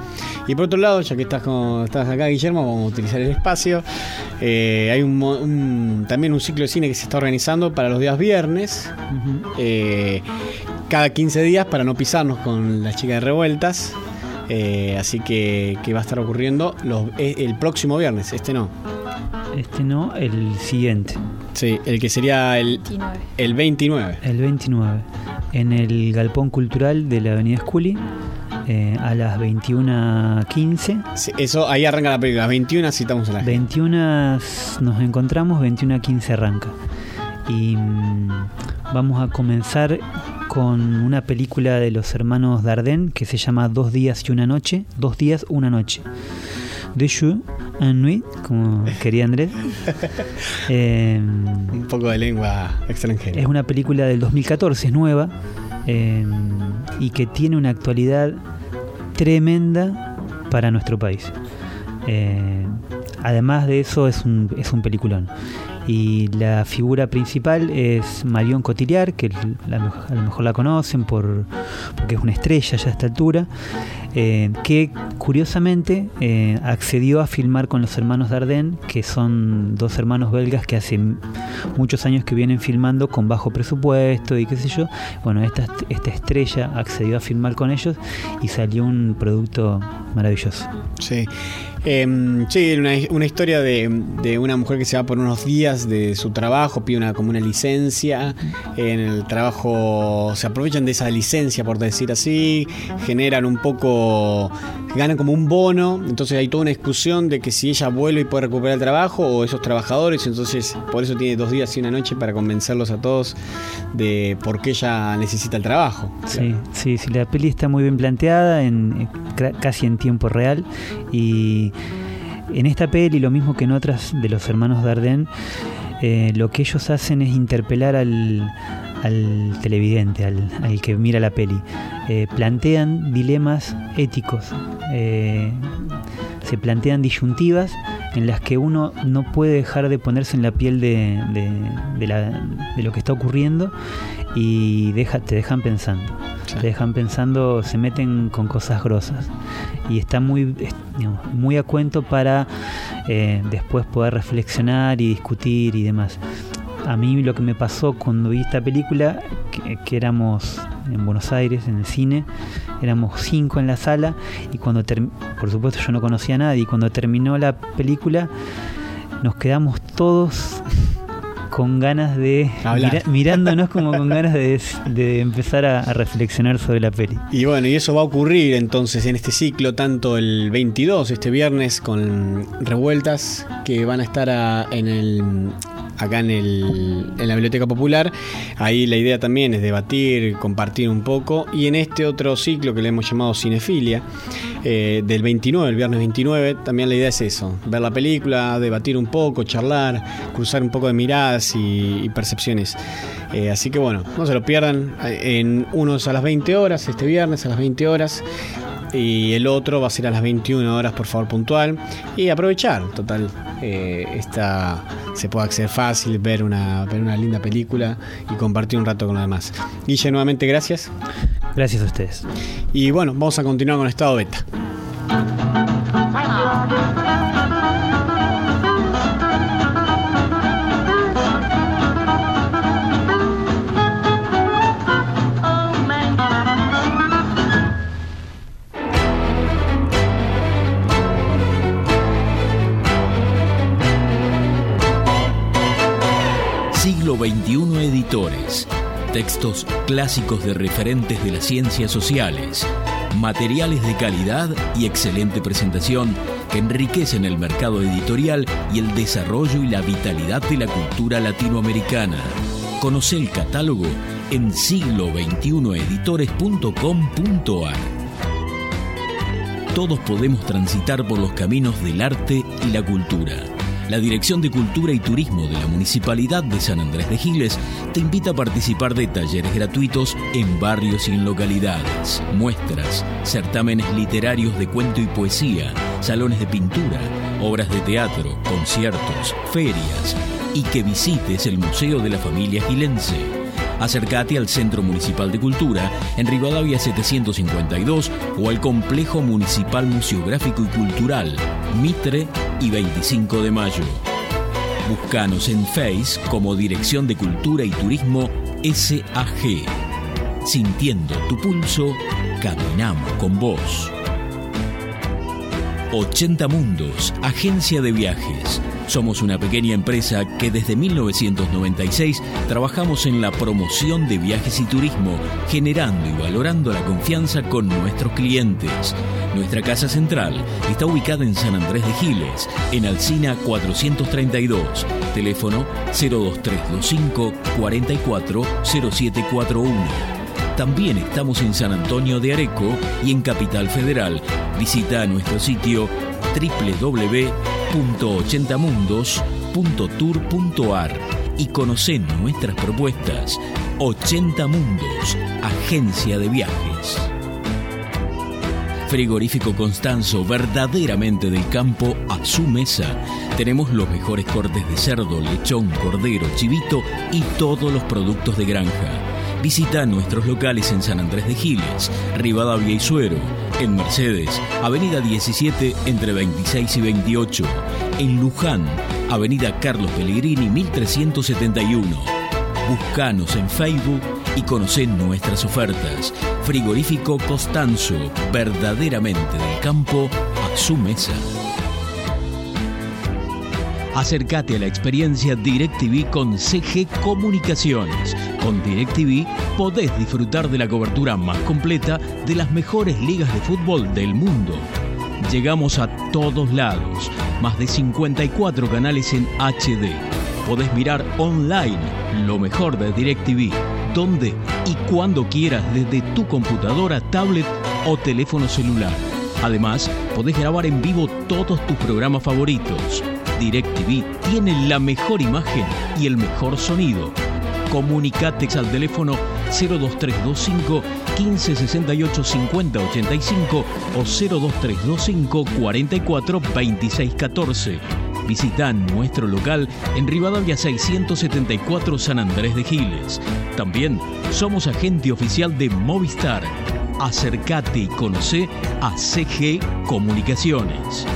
Y por otro lado, ya que estás, con, estás acá, Guillermo, vamos a utilizar el espacio. Eh, hay un, un, también un ciclo de cine que se está organizando para los días viernes, uh-huh. eh, cada quince días, para no pisarnos con las chicas de Revueltas. Eh, así que, que va a estar ocurriendo los, el próximo viernes, este no. Este no, el siguiente. Sí, el que sería el veintinueve. El veintinueve. El veintinueve. En el Galpón Cultural de la Avenida Scully, eh, a las veintiuna quince. Sí, eso, ahí arranca la película. A las veintiuna citamos a la gente. veintiuna nos encontramos, veintiuna quince arranca. Y mmm, vamos a comenzar con una película de los hermanos Dardenne que se llama Dos días y una noche. Dos días, una noche. Deux jours, une nuit, como quería Andrés. Eh, Un poco de lengua extranjera. Es una película del dos mil catorce, es nueva, eh, y que tiene una actualidad tremenda para nuestro país. Eh, además de eso, es un, es un peliculón. Y la figura principal es Marion Cotillard, que la, a lo mejor la conocen por, porque es una estrella ya a esta altura, eh, que curiosamente eh, accedió a filmar con los hermanos Dardenne, que son dos hermanos belgas que hace muchos años que vienen filmando con bajo presupuesto y qué sé yo. Bueno, esta, esta estrella accedió a filmar con ellos y salió un producto maravilloso. Sí. Eh, sí, una, una historia de, de una mujer que se va por unos días de su trabajo, pide una, como una licencia. En el trabajo se aprovechan de esa licencia, por decir así, generan un poco, ganan como un bono. Entonces hay toda una discusión de que si ella vuelve y puede recuperar el trabajo o esos trabajadores. Entonces por eso tiene dos días y una noche para convencerlos a todos de por qué ella necesita el trabajo. Sí, claro. sí, sí, la peli está muy bien planteada, en, casi en tiempo real. Y en esta peli, lo mismo que en otras de los hermanos Dardenne, eh, lo que ellos hacen es interpelar al, al televidente, al, al que mira la peli. Eh, plantean dilemas éticos, eh, se plantean disyuntivas en las que uno no puede dejar de ponerse en la piel de, de, de, la, de lo que está ocurriendo, y deja, te dejan pensando. Sí. Te dejan pensando, se meten con cosas grosas. Y está muy, digamos, muy a cuento para eh, después poder reflexionar y discutir y demás. A mí lo que me pasó cuando vi esta película, que, que éramos en Buenos Aires, en el cine, éramos cinco en la sala, y cuando ter- por supuesto yo no conocía a nadie, y cuando terminó la película nos quedamos todos con ganas de mira, mirándonos como con ganas de, de empezar a, a reflexionar sobre la peli. Y bueno, y eso va a ocurrir entonces en este ciclo, tanto el veintidós, este viernes, con Revueltas, que van a estar a, en el acá en, el, en la Biblioteca Popular. Ahí la idea también es debatir, compartir un poco. Y en este otro ciclo que le hemos llamado Cinefilia, eh, del veintinueve, el viernes veintinueve, también la idea es eso: ver la película, debatir un poco, charlar, cruzar un poco de miradas y, y percepciones. Eh, así que bueno, no se lo pierdan. En uno es a las veinte horas, este viernes a las veinte horas. Y el otro va a ser a las veintiuna horas, por favor, puntual. Y aprovechar, total, eh, esta, se puede acceder fácil, ver una, ver una linda película y compartir un rato con los demás. Guille, nuevamente gracias. Gracias a ustedes. Y bueno, vamos a continuar con Estado Beta. Siglo veintiuno Editores. Textos clásicos de referentes de las ciencias sociales. Materiales de calidad y excelente presentación que enriquecen el mercado editorial y el desarrollo y la vitalidad de la cultura latinoamericana. Conoce el catálogo en siglo veintiuno editores punto com punto a r. Todos podemos transitar por los caminos del arte y la cultura. La Dirección de Cultura y Turismo de la Municipalidad de San Andrés de Giles te invita a participar de talleres gratuitos en barrios y en localidades, muestras, certámenes literarios de cuento y poesía, salones de pintura, obras de teatro, conciertos, ferias, y que visites el Museo de la Familia Gilense. Acércate al Centro Municipal de Cultura en Rivadavia setecientos cincuenta y dos o al Complejo Municipal Museográfico y Cultural Mitre y veinticinco de mayo. Búscanos en Face como Dirección de Cultura y Turismo S A G. Sintiendo tu pulso, caminamos con vos. ochenta Mundos, agencia de viajes. Somos una pequeña empresa que desde mil novecientos noventa y seis trabajamos en la promoción de viajes y turismo, generando y valorando la confianza con nuestros clientes. Nuestra casa central está ubicada en San Andrés de Giles, en Alsina cuatrocientos treinta y dos, teléfono cero dos tres dos cinco, cuatro cuatro cero siete cuatro uno. También estamos en San Antonio de Areco y en Capital Federal. Visita nuestro sitio doble u doble u doble u punto ochenta mundos punto tour punto a r y conocé nuestras propuestas. ochenta Mundos, agencia de viajes. Frigorífico Constanzo, verdaderamente del campo a su mesa. Tenemos los mejores cortes de cerdo, lechón, cordero, chivito y todos los productos de granja. Visita nuestros locales en San Andrés de Giles, Rivadavia y Suero, en Mercedes, Avenida diecisiete entre veintiséis y veintiocho, en Luján, Avenida Carlos Pellegrini mil trescientos setenta y uno. Buscanos en Facebook y conocé nuestras ofertas. Frigorífico Constanzo, verdaderamente del campo a su mesa. Acércate a la experiencia DirecTV con C G Comunicaciones. Con DirecTV podés disfrutar de la cobertura más completa de las mejores ligas de fútbol del mundo. Llegamos a todos lados, más de cincuenta y cuatro canales en H D. Podés mirar online lo mejor de DirecTV, donde y cuando quieras desde tu computadora, tablet o teléfono celular. Además, podés grabar en vivo todos tus programas favoritos. DirecTV tiene la mejor imagen y el mejor sonido. Comunicate al teléfono cero dos tres dos cinco, quince sesenta y ocho, cincuenta ochenta y cinco o cero dos tres dos cinco, cuarenta y cuatro, veintiséis catorce. Visita nuestro local en Rivadavia seiscientos setenta y cuatro, San Andrés de Giles. También somos agente oficial de Movistar. Acércate y conocé a C G Comunicaciones.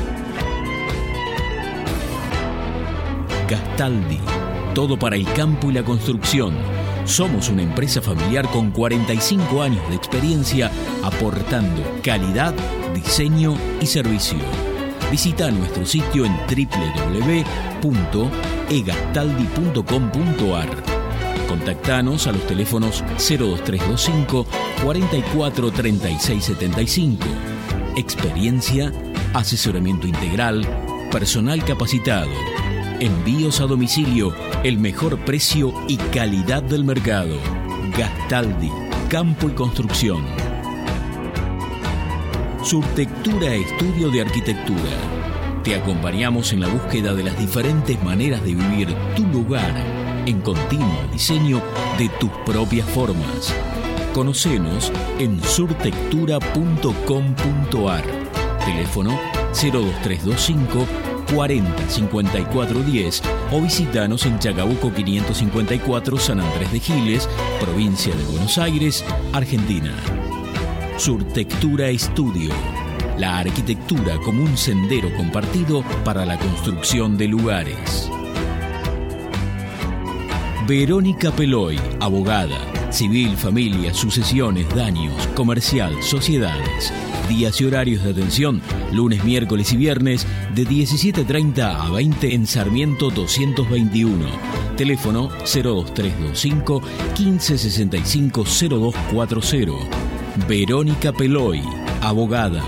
Gastaldi, todo para el campo y la construcción. Somos una empresa familiar con cuarenta y cinco años de experiencia aportando calidad, diseño y servicio. Visita nuestro sitio en doble u doble u doble u punto e gastaldi punto com punto a r. Contactanos a los teléfonos cero dos tres dos cinco, cuarenta y cuatro, treinta y seis setenta y cinco. Experiencia, asesoramiento integral, personal capacitado. Envíos a domicilio, el mejor precio y calidad del mercado. Gastaldi, campo y construcción. Surtectura Estudio de Arquitectura. Te acompañamos en la búsqueda de las diferentes maneras de vivir tu lugar en continuo diseño de tus propias formas. Conocenos en surtectura punto com punto a r. Teléfono cero dos tres dos cinco, cuarenta, cincuenta y cuatro diez o visítanos en Chacabuco quinientos cincuenta y cuatro, San Andrés de Giles, provincia de Buenos Aires, Argentina. Surtectura Estudio. La arquitectura como un sendero compartido para la construcción de lugares. Verónica Peloy, abogada. Civil, familia, sucesiones, daños, comercial, sociedades. Días y horarios de atención, lunes, miércoles y viernes, de diecisiete treinta a veinte en Sarmiento doscientos veintiuno. Teléfono cero dos tres dos cinco, quince sesenta y cinco, cero dos cuatro cero. Verónica Peloy, abogada.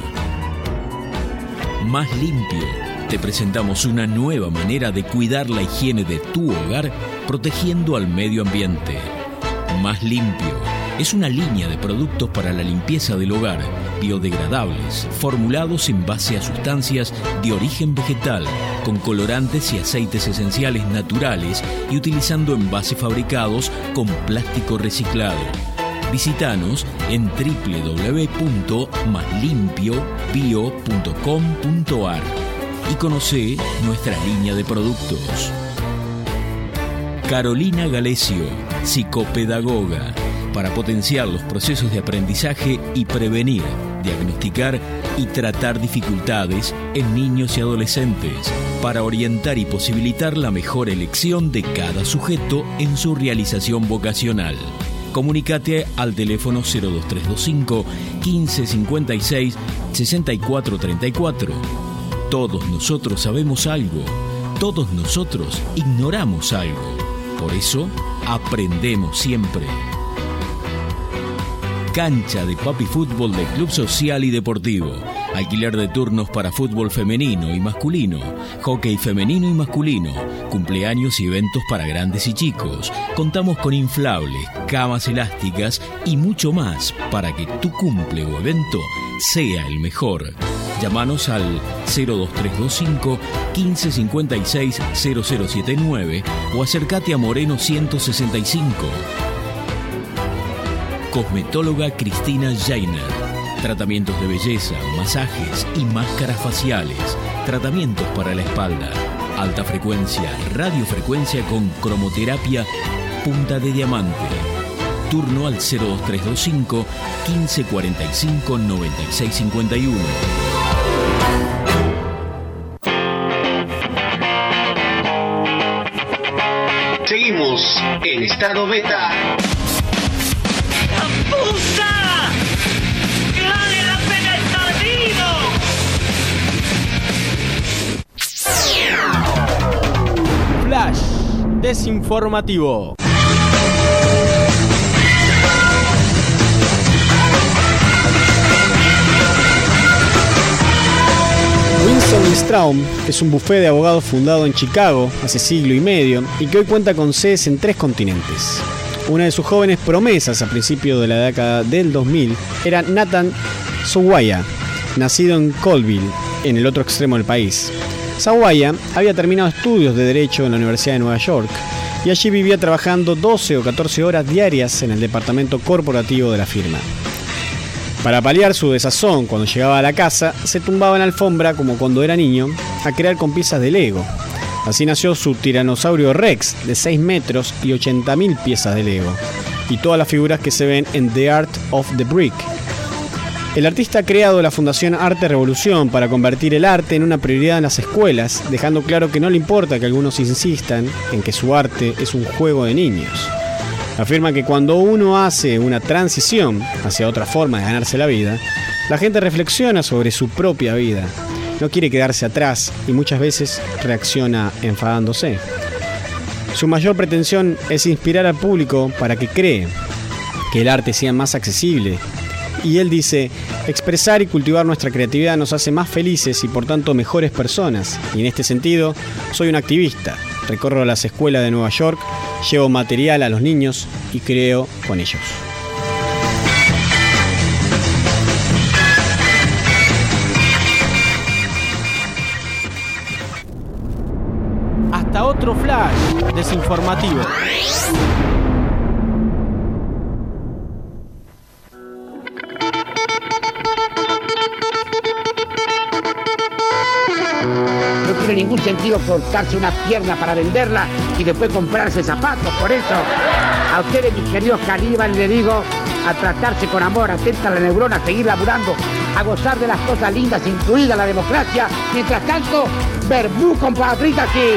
Más Limpio. Te presentamos una nueva manera de cuidar la higiene de tu hogar, protegiendo al medio ambiente. Más Limpio es una línea de productos para la limpieza del hogar, biodegradables, formulados en base a sustancias de origen vegetal, con colorantes y aceites esenciales naturales y utilizando envases fabricados con plástico reciclado. Visítanos en doble u doble u doble u punto más limpio bio punto com punto a r y conocé nuestra línea de productos. Carolina Galecio, psicopedagoga, para potenciar los procesos de aprendizaje y prevenir, diagnosticar y tratar dificultades en niños y adolescentes, para orientar y posibilitar la mejor elección de cada sujeto en su realización vocacional. Comunícate al teléfono cero dos tres dos cinco, quince cincuenta y seis, sesenta y cuatro treinta y cuatro. Todos nosotros sabemos algo, todos nosotros ignoramos algo. Por eso, aprendemos siempre. Cancha de Papi Fútbol de Club Social y Deportivo. Alquiler de turnos para fútbol femenino y masculino, hockey femenino y masculino, cumpleaños y eventos para grandes y chicos. Contamos con inflables, camas elásticas y mucho más para que tu cumple o evento sea el mejor. Llámanos al cero dos tres dos cinco, quince cincuenta y seis, cero cero siete nueve o acércate a Moreno ciento sesenta y cinco. Cosmetóloga Cristina Jainer. Tratamientos de belleza, masajes y máscaras faciales. Tratamientos para la espalda. Alta frecuencia, radiofrecuencia con cromoterapia punta de diamante. Turno al cero dos tres dos cinco, quince cuarenta y cinco, noventa y seis cincuenta y uno. Seguimos en estado beta. ¡Abusa! ¡Que vale la pena estar vivo! Flash desinformativo. Winston y Strawn es un bufete de abogados fundado en Chicago hace siglo y medio y que hoy cuenta con sedes en tres continentes. Una de sus jóvenes promesas a principios de la década del dos mil era Nathan Sawaya, nacido en Colville, en el otro extremo del país. Sawaya había terminado estudios de Derecho en la Universidad de Nueva York y allí vivía trabajando doce o catorce horas diarias en el departamento corporativo de la firma. Para paliar su desazón cuando llegaba a la casa, se tumbaba en la alfombra como cuando era niño a crear con piezas de Lego. Así nació su tiranosaurio Rex de seis metros y ochenta mil piezas de Lego, y todas las figuras que se ven en The Art of the Brick. El artista ha creado la Fundación Arte Revolución para convertir el arte en una prioridad en las escuelas, dejando claro que no le importa que algunos insistan en que su arte es un juego de niños. Afirma que cuando uno hace una transición hacia otra forma de ganarse la vida, la gente reflexiona sobre su propia vida. No quiere quedarse atrás y muchas veces reacciona enfadándose. Su mayor pretensión es inspirar al público para que cree que el arte sea más accesible. Y él dice, expresar y cultivar nuestra creatividad nos hace más felices y por tanto mejores personas. Y en este sentido, soy un activista. Recorro las escuelas de Nueva York, llevo material a los niños y creo con ellos. Hasta otro flash desinformativo. No tiene ningún sentido cortarse una pierna para venderla y después comprarse zapatos. Por eso, a ustedes, mis queridos caníbales, les digo, a tratarse con amor, atenta a la neurona, a seguir laburando, a gozar de las cosas lindas, incluida la democracia. Mientras tanto, verbú, compatriotas, y...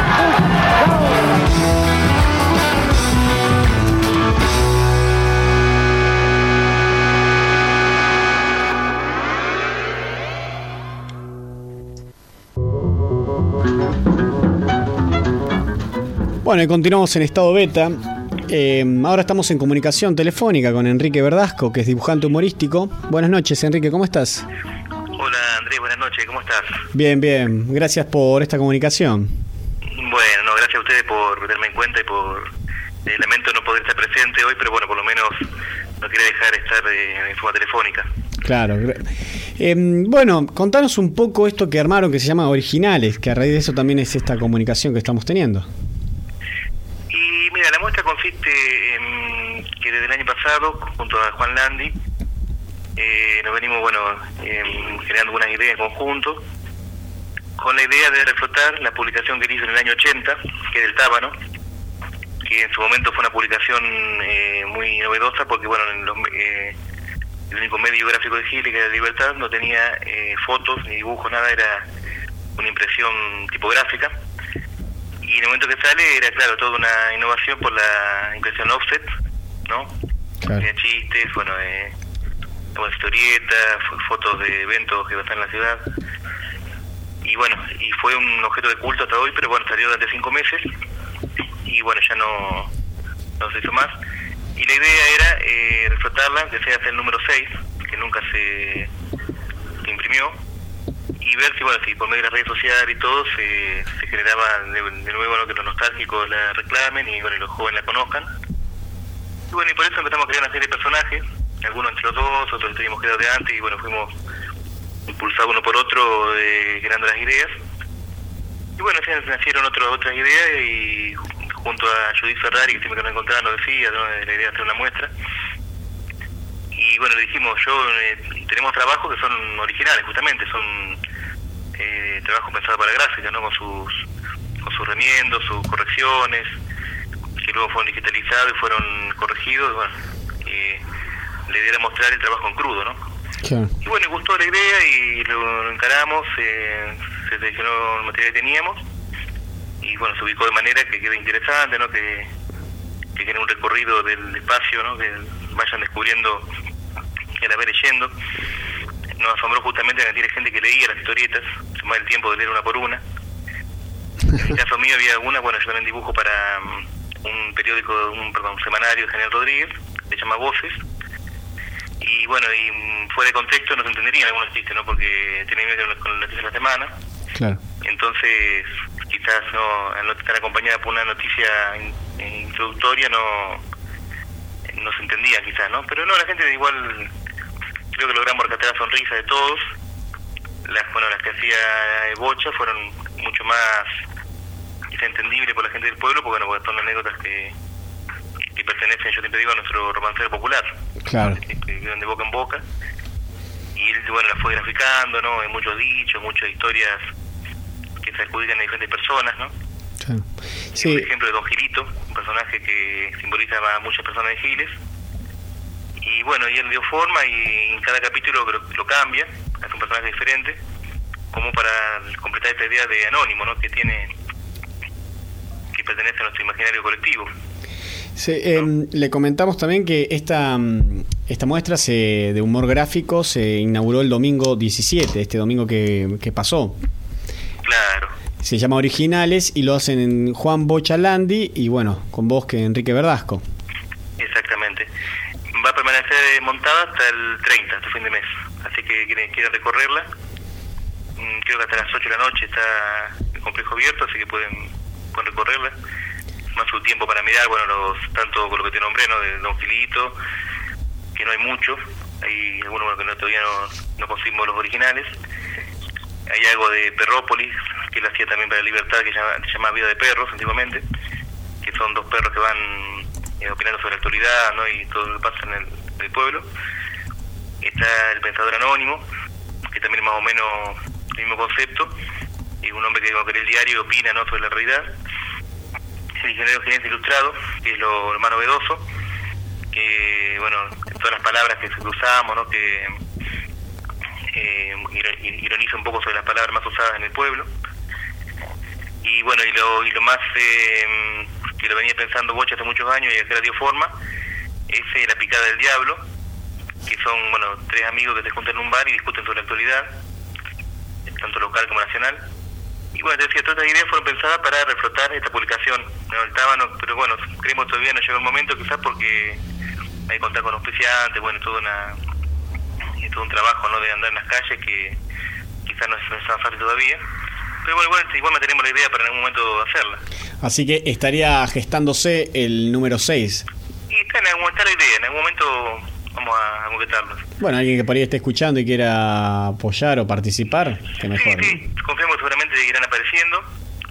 Bueno, y continuamos en estado beta. Eh, ahora estamos en comunicación telefónica con Enrique Verdasco, que es dibujante humorístico. Buenas noches, Enrique, ¿cómo estás? Hola, Andrés, buenas noches, ¿cómo estás? Bien, bien. Gracias por esta comunicación. Bueno, no, gracias a ustedes por tenerme en cuenta y por... Eh, lamento no poder estar presente hoy, pero bueno, por lo menos no quería dejar de estar eh, en forma telefónica. Claro. Eh, bueno, contanos un poco esto que armaron, que se llama Originales, que a raíz de eso también es esta comunicación que estamos teniendo. Y mira, la muestra consiste en que desde el año pasado, junto a Juan Landi, eh, nos venimos, bueno, eh, generando unas ideas en conjunto, con la idea de reflotar la publicación que él hizo en el año ochenta, que es del Tábano, que en su momento fue una publicación eh, muy novedosa porque, bueno, en los, eh, el único medio gráfico de Giles, que era Libertad, no tenía eh, fotos ni dibujos, nada, era una impresión tipográfica. Y en el momento que sale era, claro, toda una innovación por la impresión offset, ¿no? Claro. Tenía chistes, bueno, eh, historietas, fotos de eventos que están en la ciudad. Y bueno, y fue un objeto de culto hasta hoy, pero bueno, salió durante cinco meses y bueno, ya no, no se hizo más. Y la idea era eh, reflotarla, que sea hasta el número seis, que nunca se, se imprimió, y ver si, bueno, si por medio de las redes sociales y todo se, se generaba de, de nuevo, ¿no?, que los nostálgicos la reclamen y, bueno, y los jóvenes la conozcan. Y bueno, y por eso empezamos a crear una serie de personajes, algunos entre los dos, otros teníamos creado de antes, y bueno, fuimos impulsados uno por otro, eh, creando las ideas. Y bueno, así nacieron otro, otras ideas, y junto a Judith Ferrari, que siempre que nos encontraba nos decía, ¿no?, la idea de hacer una muestra. Y bueno, le dijimos, yo eh, tenemos trabajos que son originales, justamente, son eh, trabajos pensados para gráfica, ¿no?, con sus con sus remiendos, sus correcciones, que luego fueron digitalizados y fueron corregidos. Y bueno, eh, la idea era mostrar el trabajo en crudo, ¿no? Claro. Y bueno, gustó la idea y lo encaramos, eh, se seleccionó el material que teníamos y bueno, se ubicó de manera que quede interesante, ¿no?, que, que quede un recorrido del espacio, ¿no?, que vayan descubriendo y a la vez leyendo. Nos asombró justamente que tiene gente que leía las historietas, se tomaba el tiempo de leer una por una. En el caso mío había algunas, bueno, yo también dibujo para um, un periódico, un, perdón, un semanario de General Rodríguez, se llama Voces. Y bueno, y fuera de contexto no se entenderían algunos chistes, ¿no?, porque tiene que ver con la noticia de la semana. Claro. Entonces, quizás no, al no estar acompañada por una noticia in, in, introductoria, no no se entendía quizás, ¿no? Pero no, la gente igual, creo que logramos rescatar la sonrisa de todos. Las, bueno, las que hacía Bocha fueron mucho más quizás entendibles por la gente del pueblo, porque bueno, porque son anécdotas que que pertenecen, yo siempre digo, a nuestro romancero popular. Claro. Que, que viven de boca en boca. Y él, bueno, la fue graficando, ¿no? Hay muchos dichos, muchas historias que se adjudican a diferentes personas, ¿no? Claro. Sí. Por ejemplo, de Don Gilito, un personaje que simboliza a muchas personas de Giles. Y bueno, y él dio forma y en cada capítulo lo, lo cambia, hace un personaje diferente, como para completar esta idea de anónimo, ¿no?, que tiene, que pertenece a nuestro imaginario colectivo. Sí, eh, le comentamos también que esta, esta muestra se, de humor gráfico se inauguró el domingo diecisiete, este domingo que, que pasó. Claro. Se llama Originales y lo hacen en Juan Bocha Landi y bueno, con vos que Enrique Verdasco. Exactamente. Va a permanecer montada hasta el treinta, este fin de mes. Así que quienes quieran recorrerla, creo que hasta las ocho de la noche está el complejo abierto, así que pueden, pueden recorrerla. Más su tiempo para mirar, bueno, los tanto con lo que te nombré, ¿no?, de Don Gilito, que no hay mucho, hay algunos, bueno, que no, todavía no, no conseguimos los originales. Hay algo de Perrópolis, que él hacía también para Libertad, que se llama, se llama Vida de Perros, antiguamente, que son dos perros que van eh, opinando sobre la actualidad, ¿no?, y todo lo que pasa en el, en el pueblo. Está El Pensador Anónimo, que también es más o menos el mismo concepto, y un hombre que con el diario opina, ¿no?, sobre la realidad. El Diccionario Jienense Ilustrado, que es lo, lo más novedoso, que, bueno, todas las palabras que cruzamos, ¿no?, que eh, ironiza un poco sobre las palabras más usadas en el pueblo. Y bueno, y lo, y lo más eh, que lo venía pensando Bocha hace muchos años y a que le dio forma, es eh, La Picada del Diablo, que son, bueno, tres amigos que se juntan en un bar y discuten sobre la actualidad, tanto local como nacional. Y bueno, te decía, todas estas ideas fueron pensadas para reflotar esta publicación, ¿no?, el Tábano, pero bueno, creemos que todavía no llegó el momento, quizás porque hay que contar con auspiciantes, bueno, todo una es todo un trabajo, ¿no?, de andar en las calles que quizás no es, no es tan fácil todavía, pero bueno, igual, igual mantenemos la idea para en algún momento hacerla. Así que estaría gestándose el número seis. Y está, en algún, está la idea, en algún momento vamos a concretarlo. Bueno, alguien que por ahí esté escuchando y quiera apoyar o participar, que mejor. Sí, sí, confiamos que seguramente irán apareciendo.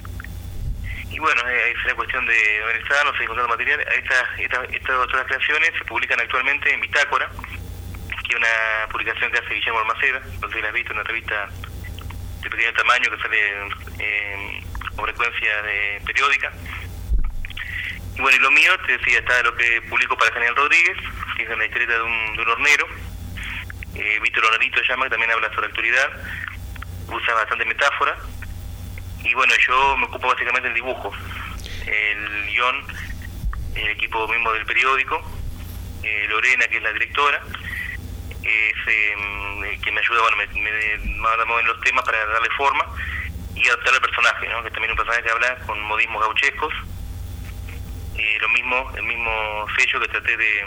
Y bueno, ahí será cuestión de organizarnos y encontrar material. Estas esta, esta otras creaciones se publican actualmente en Bitácora, que es una publicación que hace Guillermo Almaceda, no sé si la has visto, una revista de pequeño tamaño que sale eh, con frecuencia de periódica. Y bueno, y lo mío, te decía, está lo que publico para General Rodríguez, que es una historieta de un, de un hornero, eh, Víctor Hornerito se llama, que también habla sobre actualidad, usa bastante metáfora, y bueno, yo me ocupo básicamente del dibujo, el guión, el equipo mismo del periódico, eh, Lorena, que es la directora, es eh, quien me ayuda, bueno, me, me manda a mover los temas para darle forma y adaptar al personaje, ¿no? Que también es un personaje que habla con modismos gauchescos. Eh, lo mismo, el mismo sello que traté de,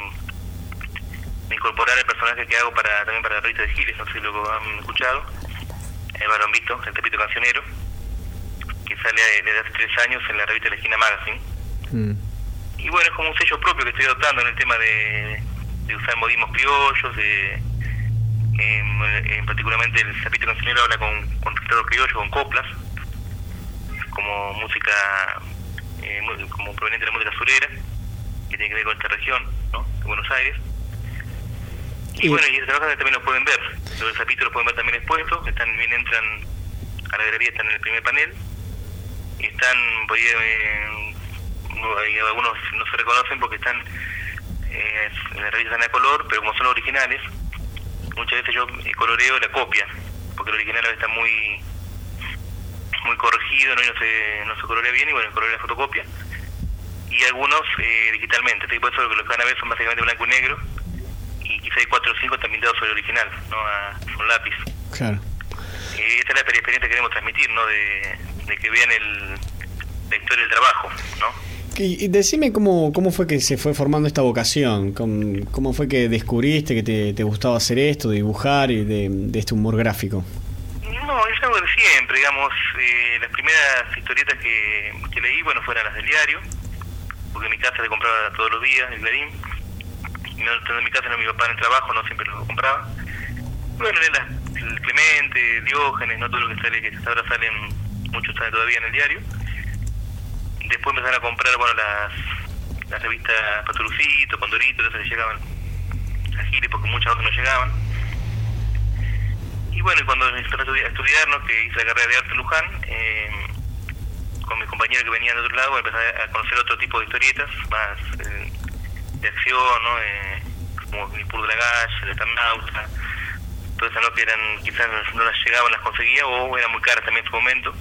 de incorporar el personaje que hago para también para la revista de Giles, no sé si lo han escuchado, el Barón Visto, el Tepito Cancionero, que sale desde hace tres años en la revista La Esquina Magazine. Mm. Y bueno, es como un sello propio que estoy adoptando en el tema de, de usar modismos criollos, de, eh, en particularmente el Tepito Cancionero habla con, con Ricardo Criollo, con coplas, como música eh, como proveniente de la música surera, que tiene que ver con esta región, ¿no? De Buenos Aires. Y, y bueno, y ese trabajo también lo pueden ver, los capítulos los pueden ver también expuestos, están bien, entran a la galería, están en el primer panel, y están, por ahí, eh, algunos no se reconocen porque están eh, en la revista están a color, pero como son los originales, muchas veces yo coloreo la copia, porque el original está muy muy corregido, ¿no? Y no se, no se colorea bien, y bueno, coloreo la fotocopia, y algunos eh, digitalmente, ¿sí? Por eso lo que los que van a ver son básicamente blanco y negro, y quizá hay cuatro o cinco están pintados sobre el original, ¿no? A, con lápiz. Claro. Eh, esta es la experiencia que queremos transmitir, ¿no? De, de que vean el, la historia del trabajo, ¿no? Y, y decime cómo, cómo fue que se fue formando esta vocación, cómo, cómo fue que descubriste que te, te gustaba hacer esto, de dibujar y de, de este humor gráfico. No, es algo de siempre, digamos, eh, las primeras historietas que, que leí, bueno, fueron las del diario, porque en mi casa le compraba todos los días, el Clarín, y no estando en mi casa, no mi papá en el trabajo, no siempre lo compraba. Bueno, leí las, el Clemente, Diógenes, no todo lo que sale, que hasta ahora salen, muchos salen todavía en el diario. Después empezaron a comprar, bueno, las, las revistas Paturucito, Condorito, esas que llegaban a Giles, porque muchas otras no llegaban. Y bueno, y cuando empecé a estudiar, ¿no? Que hice la carrera de arte en Luján, eh, con mis compañeros que venían de otro lado, empecé a conocer otro tipo de historietas, más eh, de acción, ¿no? Eh, como Nipur de la Galle, el Eternauta, todas esas, ¿no? Que eran, quizás no las llegaban, las conseguía, o eran muy caras también en su momento,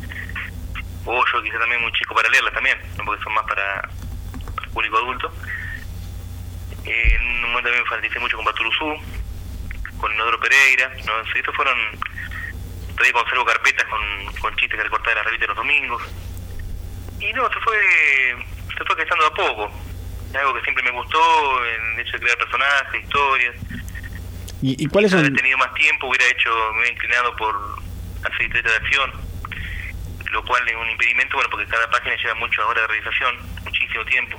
o yo quizás también muy chico para leerlas también, ¿no? Porque son más para, para el público adulto. Eh, en un momento también me fanticé mucho con Baturuzú, con Inodoro Pereira, ¿no? Estos fueron, todavía conservo carpetas con, con chistes que recortaba en la revista los domingos, y no, se fue se fue gestando a poco, es algo que siempre me gustó, el hecho de crear personajes, historias. ¿Y, y cuáles son? Si hubiera tenido más tiempo, hubiera hecho, me hubiera inclinado por hacer historietas de acción, lo cual es un impedimento, bueno, porque cada página lleva muchas horas de realización, muchísimo tiempo.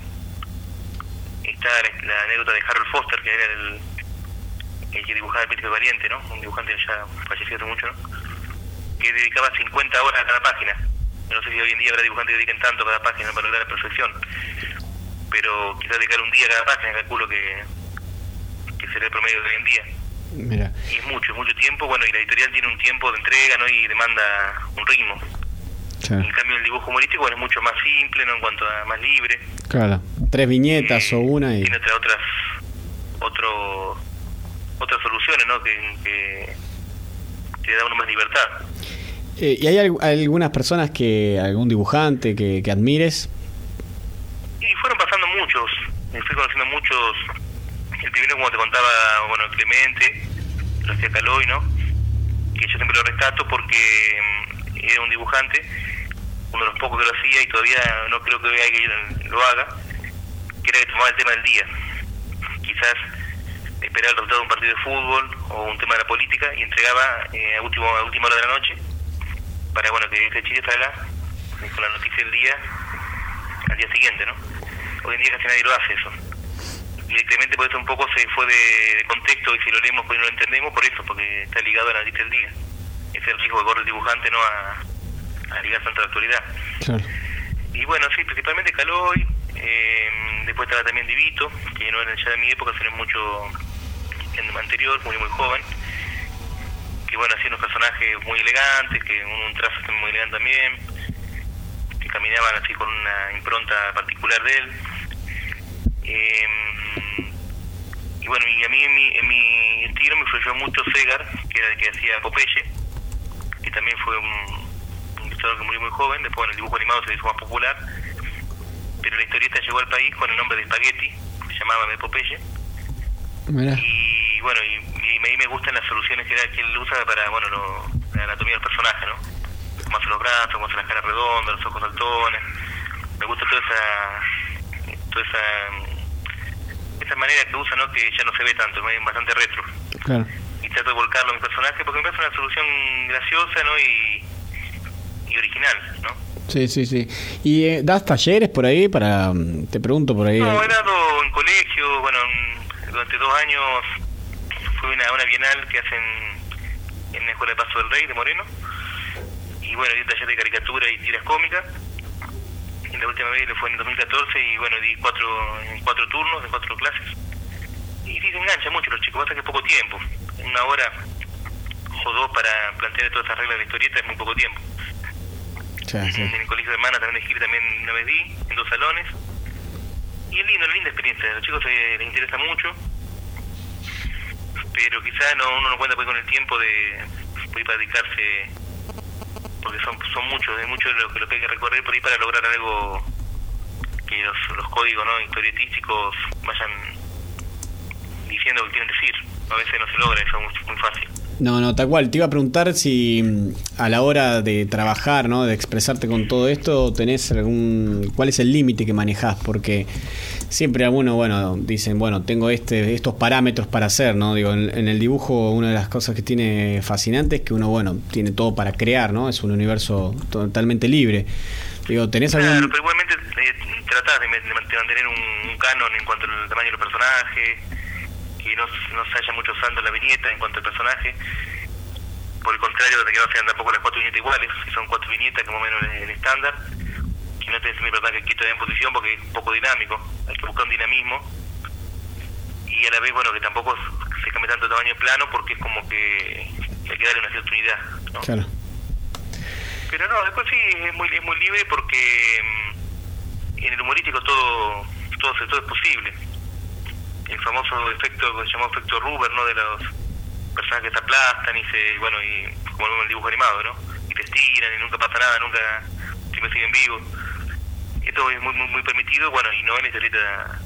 Está la, la anécdota de Harold Foster, que era el el que dibujaba El Príncipe Valiente, ¿no? Un dibujante ya fallecido hace mucho, ¿no? Que dedicaba cincuenta horas a cada página. No sé si hoy en día habrá dibujantes que dediquen tanto a cada página para lograr la perfección, pero quizás dedicar un día a cada página, calculo que, que sería el promedio de hoy en día. Mira. Y es mucho, es mucho tiempo, bueno, y la editorial tiene un tiempo de entrega, ¿no? Y demanda un ritmo. Claro. En cambio el dibujo humorístico, bueno, es mucho más simple, ¿no? En cuanto a más libre. Claro, tres viñetas eh, o una y... Tiene otras, otras, otro... otras soluciones, ¿no? Que, que, que le da uno más libertad. Eh, ¿Y hay al- algunas personas que, algún dibujante que, que admires? Y fueron pasando muchos, me fui conociendo muchos. El primero, como te contaba, bueno, Clemente, lo hacía Caloy, ¿no? Que yo siempre lo rescato porque era un dibujante, uno de los pocos que lo hacía, y todavía no creo que alguien lo haga, que era que tomaba el tema del día. Quizás esperaba el resultado de un partido de fútbol o un tema de la política y entregaba eh, a, último, a última hora de la noche para, bueno, que ese chiste salga con la noticia del día al día siguiente, ¿no? Hoy en día casi nadie lo hace eso. Y Clemente por eso un poco se fue de, de contexto, y si lo leemos pues no lo entendemos por eso, porque está ligado a la noticia del día. Ese es el riesgo que corre el dibujante, ¿no? A, a ligarse ante la actualidad. Claro. Y bueno, sí, principalmente Caloy, eh, después estaba también Divito, que no era ya de mi época, sino mucho en anterior, muy muy joven, que bueno, hacía unos personajes muy elegantes, que un, un trazo muy elegante también, que caminaban así con una impronta particular de él. Eh, y bueno, y a mí en mi, en mi estilo me influyó mucho Segar, que era el que hacía Popeye, que también fue un, un ilustrador que murió muy joven. Después en el dibujo animado se hizo más popular, pero la historieta llegó al país con el nombre de Spaghetti, se llamaba de Popeye. Mirá. Y bueno, y, y ahí me gustan las soluciones que, era, que él usa para, bueno, lo, la anatomía del personaje, ¿no? Cómo hace los brazos, cómo hace las caras redondas, los ojos saltones. Me gusta toda esa toda esa esa manera que usa, ¿no? Que ya no se ve tanto, es bastante retro. Claro. Y trato de volcarlo a mi personaje porque me parece una solución graciosa, ¿no? Y, y original, ¿no? Sí, sí, sí. ¿Y eh, das talleres por ahí? para Te pregunto por ahí. No, he dado en colegio, bueno, durante dos años fui a una, una bienal que hacen en la Escuela de Paso del Rey de Moreno. Y bueno, di un taller de caricatura y tiras cómicas. Y la última vez fue en dos mil catorce y bueno, di cuatro en cuatro turnos, de cuatro clases. Y sí, se engancha mucho los chicos, pasa que es poco tiempo. Una hora o dos para plantear todas esas reglas de historieta es muy poco tiempo. Sí, sí. En el colegio de hermanas también de Gil también una vez di, en dos salones. Y es lindo, es linda experiencia, a los chicos eh, les interesa mucho. Pero quizás no, uno no cuenta pues con el tiempo de, de para dedicarse, porque son son muchos, es mucho lo que, lo que hay que recorrer por ahí para lograr algo que los, los códigos, ¿no?, historietísticos vayan diciendo lo que quieren decir. A veces no se logra eso muy, muy fácil. No, no, tal cual. Te iba a preguntar si a la hora de trabajar, ¿no?, de expresarte con todo esto, tenés algún... ¿Cuál es el límite que manejás? Porque siempre algunos, bueno, dicen, bueno, tengo este estos parámetros para hacer, ¿no? Digo, en, en el dibujo una de las cosas que tiene fascinante es que uno, bueno, tiene todo para crear, ¿no? Es un universo totalmente libre. Digo, ¿tenés algún...? Claro, pero igualmente eh, tratás de, de mantener un, un canon en cuanto al tamaño de los personajes, que no, no se haya mucho salto en la viñeta en cuanto al personaje. Por el contrario, de que no sean tampoco las cuatro viñetas iguales, si son cuatro viñetas, que más o menos es el estándar, que no tenés mi personaje quieto en posición porque es poco dinámico, hay que buscar un dinamismo, y a la vez, bueno, que tampoco se cambie tanto el tamaño de plano porque es como que hay que darle una cierta unidad, ¿no? Claro. Pero no, después sí, es muy, es muy libre porque en el humorístico todo, todo, todo es posible. El famoso efecto que se llamó efecto Ruber, ¿no?, de los personajes que se aplastan y se, bueno, y como en el dibujo animado, ¿no?, y te estiran y nunca pasa nada, nunca siempre siguen vivos. Esto es muy muy muy permitido, bueno, y no en la historieta,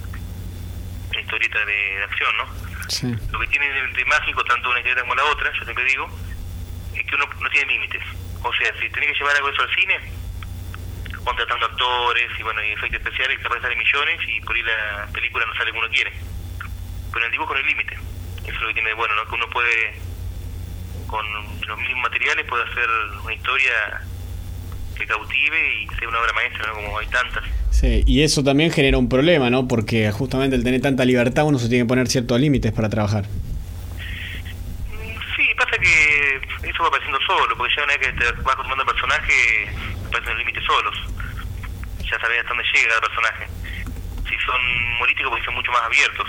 la historieta de, de acción, ¿no? Sí. Lo que tiene de, de mágico tanto una historieta como la otra, yo siempre digo, es que uno no tiene límites. O sea, si tenés que llevar algo de eso al cine, contratando actores y bueno, y efectos especiales, capaz sale millones y por ahí la película no sale como uno quiere. Pero en el dibujo no hay límite. Eso es lo que tiene de bueno, ¿no?, que uno puede, con los mismos materiales, puede hacer una historia que cautive y sea una obra maestra, ¿no?, como hay tantas. Sí, y eso también genera un problema, ¿no?, porque justamente al tener tanta libertad uno se tiene que poner ciertos límites para trabajar. Sí, pasa que eso va apareciendo solo, porque ya una vez que te vas formando el personaje, aparecen los límites solos. Ya sabes hasta dónde llega el personaje. Si son humorísticos, pues son mucho más abiertos.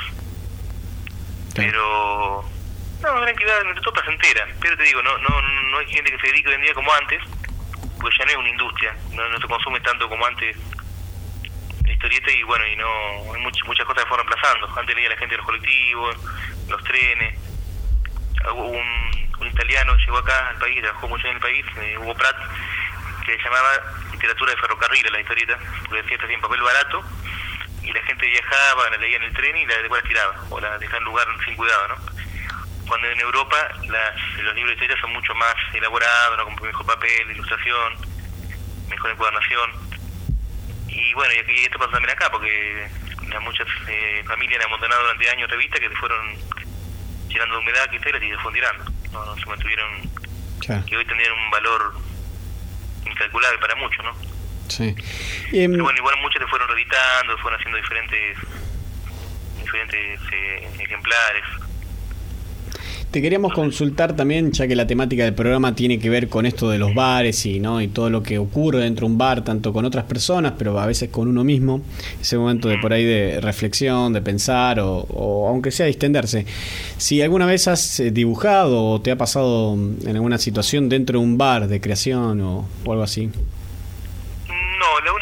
Pero no, una actividad entre todo placentera, pero te digo, no no no hay gente que se dedique hoy en día como antes, porque ya no es una industria, no, no se consume tanto como antes la historieta y bueno, y no hay muchas muchas cosas que fueron reemplazando. Antes leía la gente de los colectivos, los trenes. Hubo un, un italiano que llegó acá al país, trabajó mucho en el país, eh, Hugo Pratt, que se llamaba literatura de ferrocarril a la historieta, porque decía que en papel barato y la gente viajaba, la leía en el tren y la después la tiraba, o la dejaba en lugar sin cuidado, ¿no? Cuando en Europa las, los libros de historia son mucho más elaborados, ¿no?, con mejor papel, ilustración, mejor encuadernación. Y bueno, y, aquí, y esto pasa también acá, porque las muchas eh, familias han amontonado durante años revistas que se fueron llenando de humedad, quizás, y se fueron tirando. No, no se mantuvieron, claro, que hoy tendrían un valor incalculable para muchos, ¿no? Sí. Y, Pero bueno, igual muchos se fueron reeditando, fueron haciendo diferentes diferentes eh, ejemplares. Te queríamos consultar también, ya que la temática del programa tiene que ver con esto de los bares y no y todo lo que ocurre dentro de un bar, tanto con otras personas, pero a veces con uno mismo, ese momento de por ahí de reflexión, de pensar o, o aunque sea distenderse. Si alguna vez has dibujado o te ha pasado en alguna situación dentro de un bar de creación o, o algo así. No, la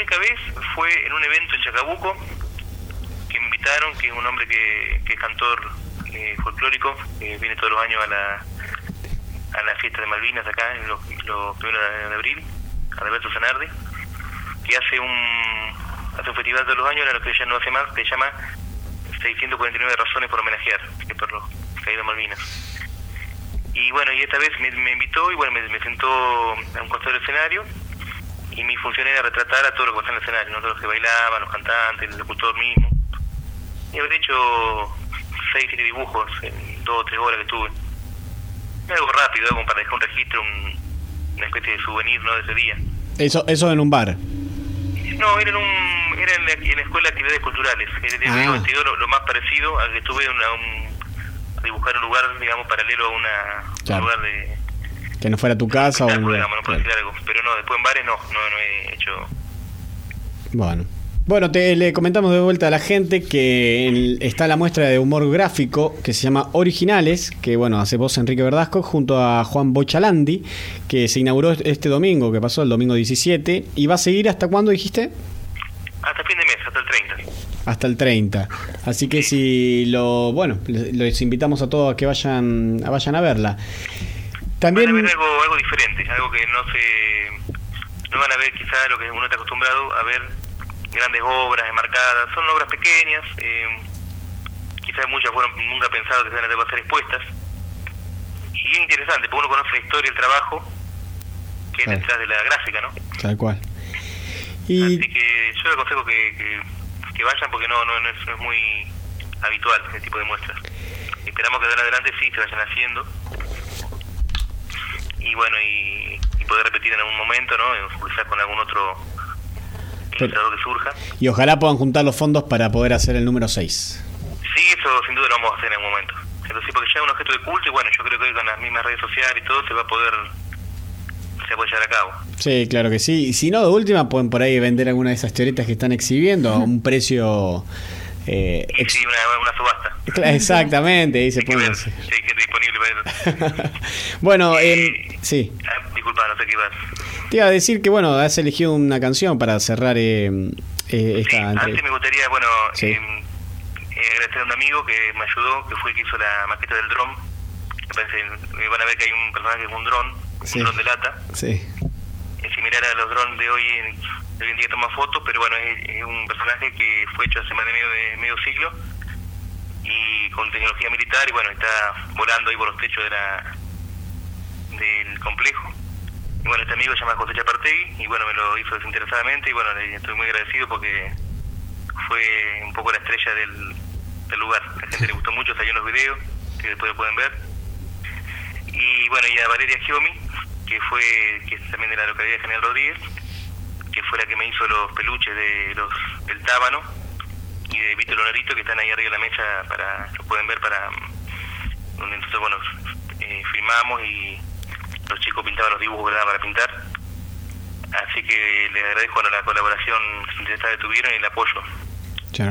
única vez fue en un evento en Chacabuco, que me invitaron, que es un hombre que, que es cantor eh, folclórico, que viene todos los años a la a la fiesta de Malvinas acá, en los, los primeros de abril, Alberto Zanardi, que hace un hace un festival todos los años, ahora lo que ya no hace más, que se llama seiscientas cuarenta y nueve razones por homenajear, que es por los caídos de Malvinas. Y bueno, y esta vez me, me invitó y bueno, me, me sentó a un costado del escenario y mi función era retratar a todos los que están en el escenario, ¿no? Todos los que bailaban, los cantantes, el locutor mismo. Y haber hecho seis, siete dibujos en dos o tres horas que estuve. Algo rápido, como para dejar un registro, un, una especie de souvenir, ¿no? De ese día. Eso eso en un bar. No, era en, un, era en, la, en la Escuela de Actividades Culturales. Era Ah. lo, lo más parecido al que estuve en una, un, a dibujar un lugar, digamos, paralelo a una, Claro. un lugar de... Que no fuera tu casa o un lugar. digamos, no puedo decir algo. Pero no, después en bares no, no, no he hecho... Bueno. Bueno, te, le comentamos de vuelta a la gente que el- está la muestra de humor gráfico que se llama Originales, que bueno, hace vos Enrique Verdasco junto a Juan Bochalandi, que se inauguró este domingo, que pasó el domingo diecisiete, y va a seguir hasta cuándo dijiste? Hasta fin de mes, hasta el treinta. Hasta el treinta. Así que si lo, bueno, les, les invitamos a todos a que vayan a vayan a verla. También Van a ver algo, algo diferente, algo que no se... No van a ver quizás lo que uno está acostumbrado a ver, grandes obras enmarcadas. Son obras pequeñas, eh, quizás muchas fueron nunca pensado que se van a ser expuestas. Y es interesante, porque uno conoce la historia, el trabajo que hay Claro. detrás de la gráfica, ¿no? tal cual. Y Así que yo les aconsejo que, que, que vayan porque no, no, no, es, no es muy habitual ese tipo de muestras. Esperamos que de ahora en adelante sí se vayan haciendo. Y bueno, y, y poder repetir en algún momento, ¿no? Quizás con algún otro ilustrador que surja. y ojalá puedan juntar los fondos para poder hacer el número seis. Sí, eso sin duda lo vamos a hacer en algún momento. Entonces, porque ya es un objeto de culto y bueno, yo creo que hoy con las mismas redes sociales y todo se va a poder, se puede llevar a cabo. Sí, claro que sí. Y si no, de última pueden por ahí vender alguna de esas teoretas que están exhibiendo a un precio eh, Y sí, una, una subasta. Cla- Exactamente, ahí se pueden hacer. Sí, hay gente disponible para eso. Bueno, eh, sí. Ah, disculpa, no sé qué ibas. Te iba a decir que, bueno, has elegido una canción para cerrar eh, eh, esta Antes entrevista. me gustaría, bueno, Sí. eh, eh, agradecer a un amigo que me ayudó, que fue el que hizo la maqueta del dron. Me parece, eh, van a ver que hay un personaje que es un dron, Sí. un dron de lata. Sí. Es similar a los drones de hoy en, de hoy en día que toman fotos, pero bueno, es, es un personaje que fue hecho hace más de medio, de medio siglo y con tecnología militar y bueno, está volando ahí por los techos de la del complejo. Y bueno, este amigo se llama José Chapartegui y bueno, me lo hizo desinteresadamente y bueno, le estoy muy agradecido porque fue un poco la estrella del, del lugar. A la gente le gustó mucho, salió en los videos, que después pueden ver. Y bueno, y a Valeria Giomi, que fue, que es también de la localidad de General Rodríguez, que fue la que me hizo los peluches de los del Tábano y de Vito Lonerito, que están ahí arriba de la mesa, para lo pueden ver, para donde nosotros, bueno, eh, filmamos y los chicos pintaban los dibujos, ¿verdad?, para pintar. Así que les agradezco, bueno, la colaboración interesada que tuvieron y el apoyo. Claro.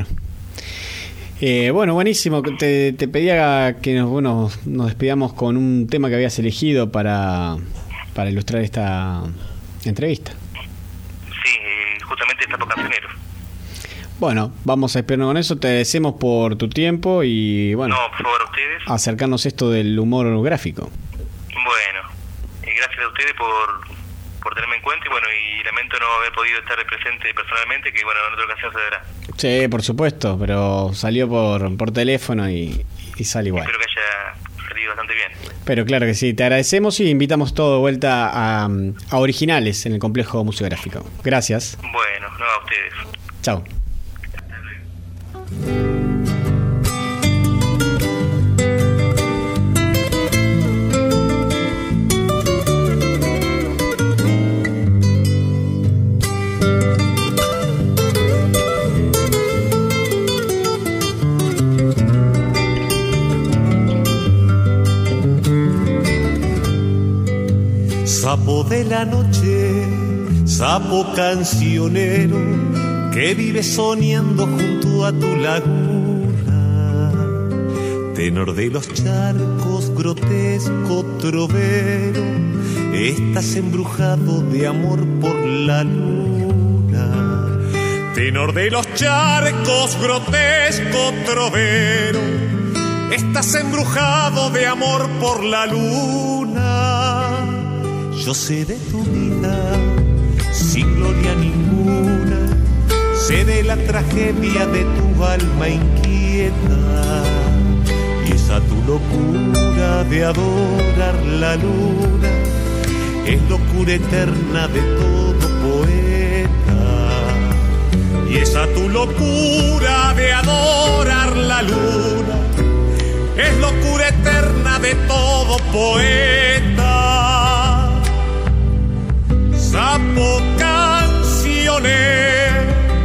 Eh, bueno, buenísimo. Te, te pedía que nos, bueno, nos despidamos con un tema que habías elegido para, para ilustrar esta entrevista. Sí, eh, justamente está por Cancionero. Bueno, vamos a despedirnos con eso. Te agradecemos por tu tiempo y, bueno, No, por favor, a ustedes. acercarnos esto del humor gráfico. Bueno, eh, gracias a ustedes por, por tenerme en cuenta y bueno, y lamento no haber podido estar presente personalmente, que bueno, en otra ocasión se dará. Sí, por supuesto, pero salió por, por teléfono y, y sale igual. Espero que haya salido bastante bien. Pero claro que sí, te agradecemos y invitamos todo de vuelta a, a Originales en el Complejo Museográfico. Gracias. Bueno, no a ustedes. Chao. Sapo de la noche, sapo cancionero, que vive soñando junto a tu laguna. Tenor de los charcos, grotesco trovero, estás embrujado de amor por la luna. tenor de los charcos, grotesco trovero, estás embrujado de amor por la luna. Yo sé de tu vida sin gloria ninguna, sé de la tragedia de tu alma inquieta, y esa tu locura de adorar la luna es locura eterna de todo poeta. Y esa tu locura de adorar la luna es locura eterna de todo poeta. Sapo canciones,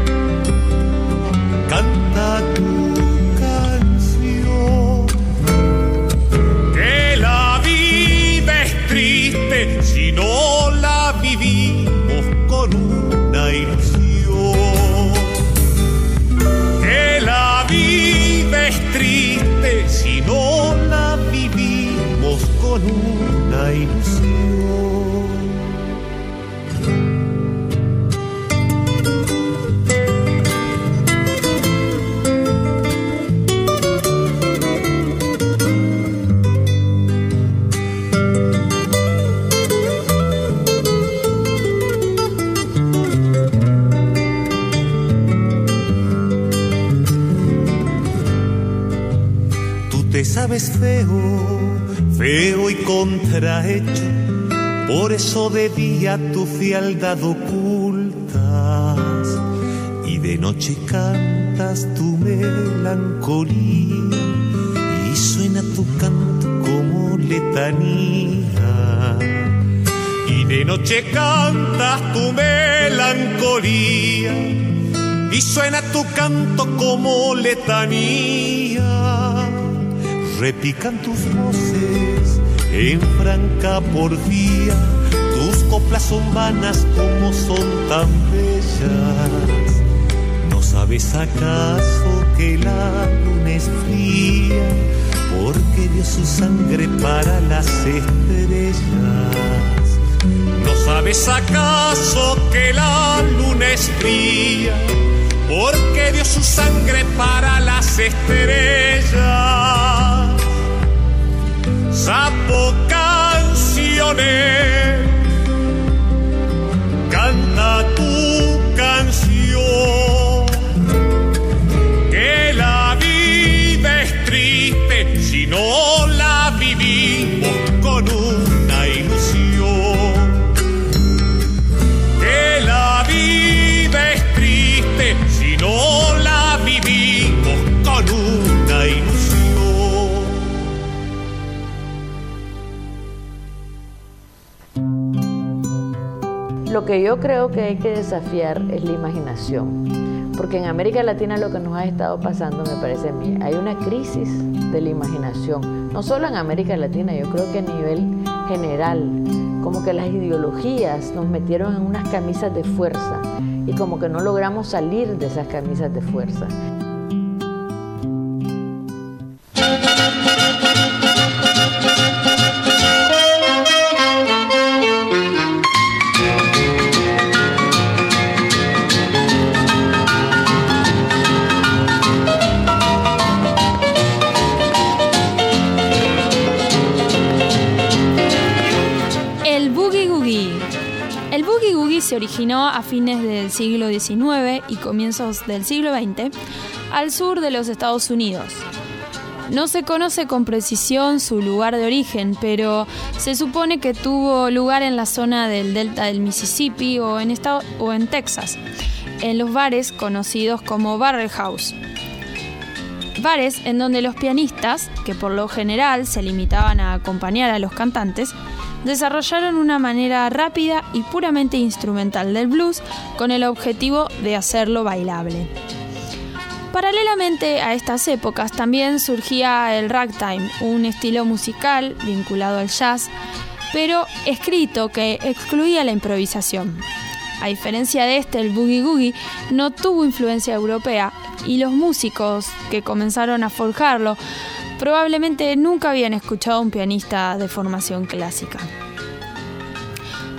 canta tu canción, que la vida es triste si no la vivimos con una ilusión, que la vida es triste si no la vivimos con una ilusión. Sabes feo, feo y contrahecho, por eso de día tu fealdad ocultas y de noche cantas tu melancolía y suena tu canto como letanía. Y de noche cantas tu melancolía y suena tu canto como letanía. Repican tus voces en franca porfía, tus coplas son vanas como son tan bellas. ¿No sabes acaso que la luna es fría porque dio su sangre para las estrellas? ¿No sabes acaso que la luna es fría porque dio su sangre para las estrellas? Sapo canciones, canta tu canción, que la vida es triste si no la vivimos con una ilusión, que la vida es triste si no la vivimos con una ilusión. Lo que yo creo que hay que desafiar es la imaginación, porque en América Latina lo que nos ha estado pasando, me parece a mí, hay una crisis de la imaginación, no solo en América Latina, yo creo que a nivel general, como que las ideologías nos metieron en unas camisas de fuerza y como que no logramos salir de esas camisas de fuerza. Se originó a fines del siglo diecinueve y comienzos del siglo veinte al sur de los Estados Unidos. No se conoce con precisión su lugar de origen, pero se supone que tuvo lugar en la zona del delta del Mississippi o en, estado, o en Texas, en los bares conocidos como Barrel House. Bares en donde los pianistas, que por lo general se limitaban a acompañar a los cantantes, desarrollaron una manera rápida y puramente instrumental del blues con el objetivo de hacerlo bailable. Paralelamente a estas épocas también surgía el ragtime, un estilo musical vinculado al jazz, pero escrito que excluía la improvisación. A diferencia de este, el boogie woogie no tuvo influencia europea y los músicos que comenzaron a forjarlo probablemente nunca habían escuchado a un pianista de formación clásica.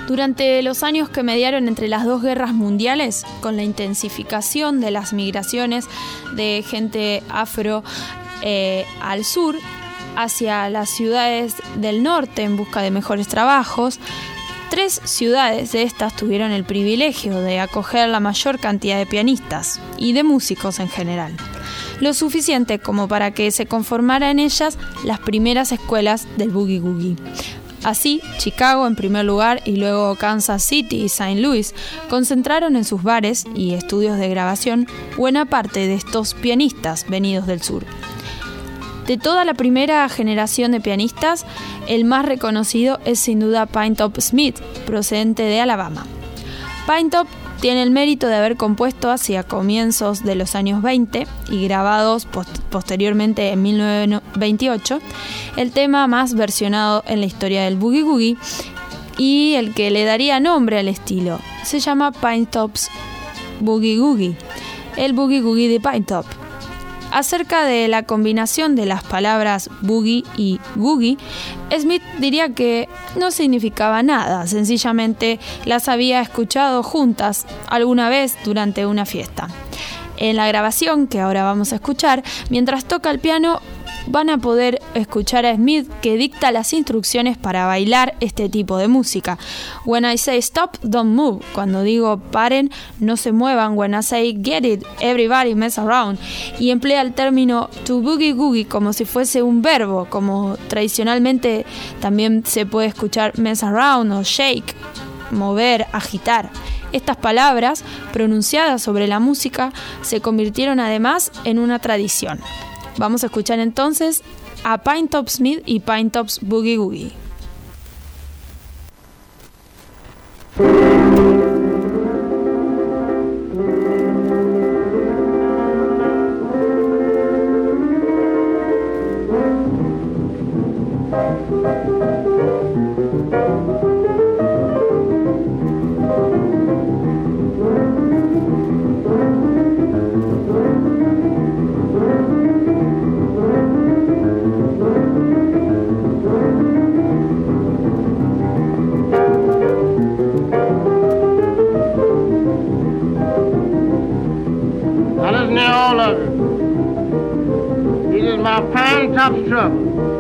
Durante los años que mediaron entre las dos guerras mundiales, con la intensificación de las migraciones de gente afro eh, al sur, hacia las ciudades del norte en busca de mejores trabajos, tres ciudades de estas tuvieron el privilegio de acoger la mayor cantidad de pianistas y de músicos en general, lo suficiente como para que se conformaran en ellas las primeras escuelas del boogie woogie. Así, Chicago en primer lugar y luego Kansas City y Saint Louis concentraron en sus bares y estudios de grabación buena parte de estos pianistas venidos del sur. De toda la primera generación de pianistas, el más reconocido es sin duda Pinetop Smith, procedente de Alabama. Pinetop tiene el mérito de haber compuesto hacia comienzos de los años veinte y grabados post- posteriormente en mil novecientos veintiocho el tema más versionado en la historia del boogie woogie y el que le daría nombre al estilo. Se llama Pinetop's Boogie Woogie, el boogie woogie de Pinetop. Acerca de la combinación de las palabras boogie y googie, Smith diría que no significaba nada, sencillamente las había escuchado juntas alguna vez durante una fiesta. En la grabación que ahora vamos a escuchar, mientras toca el piano, van a poder escuchar a Smith que dicta las instrucciones para bailar este tipo de música. When I say stop, don't move. Cuando digo paren, no se muevan. When I say get it, everybody mess around. Y emplea el término to boogie woogie como si fuese un verbo, como tradicionalmente también se puede escuchar mess around o shake, mover, agitar. Estas palabras, pronunciadas sobre la música, se convirtieron además en una tradición. Vamos a escuchar entonces a Pinetop Smith y Pinetop's Boogie Woogie. Pinetop's trouble.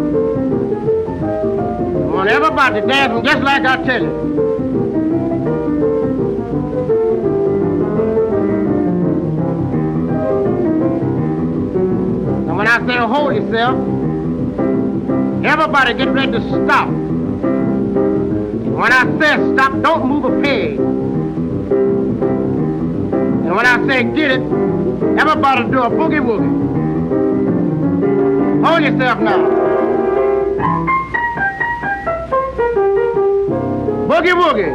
I want everybody dancing just like I tell you. And when I say hold yourself, everybody get ready to stop. And when I say stop, don't move a peg. And when I say get it, everybody do a boogie woogie. Hold yourself now. Boogie woogie.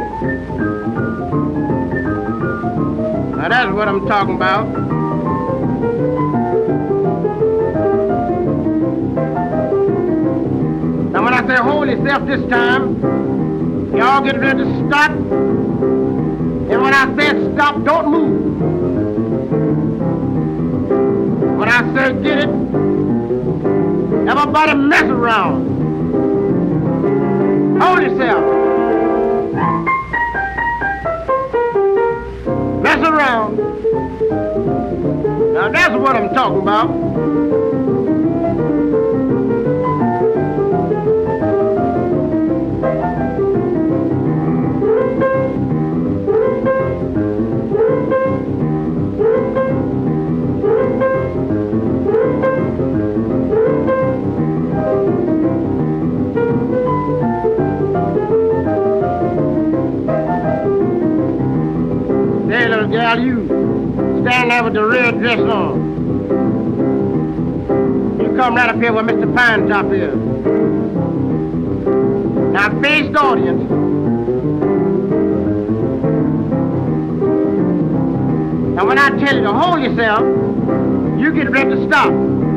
Now that's what I'm talking about. Now when I say hold yourself this time, y'all get ready to stop. And when I say stop, don't move. When I say get it, everybody mess around. Hold yourself. Mess around. Now that's what I'm talking about. Gal, you stand there with the red dress on. You come right up here where Mister Pinetop is. Now face the audience. Now when I tell you to hold yourself, you get ready to stop.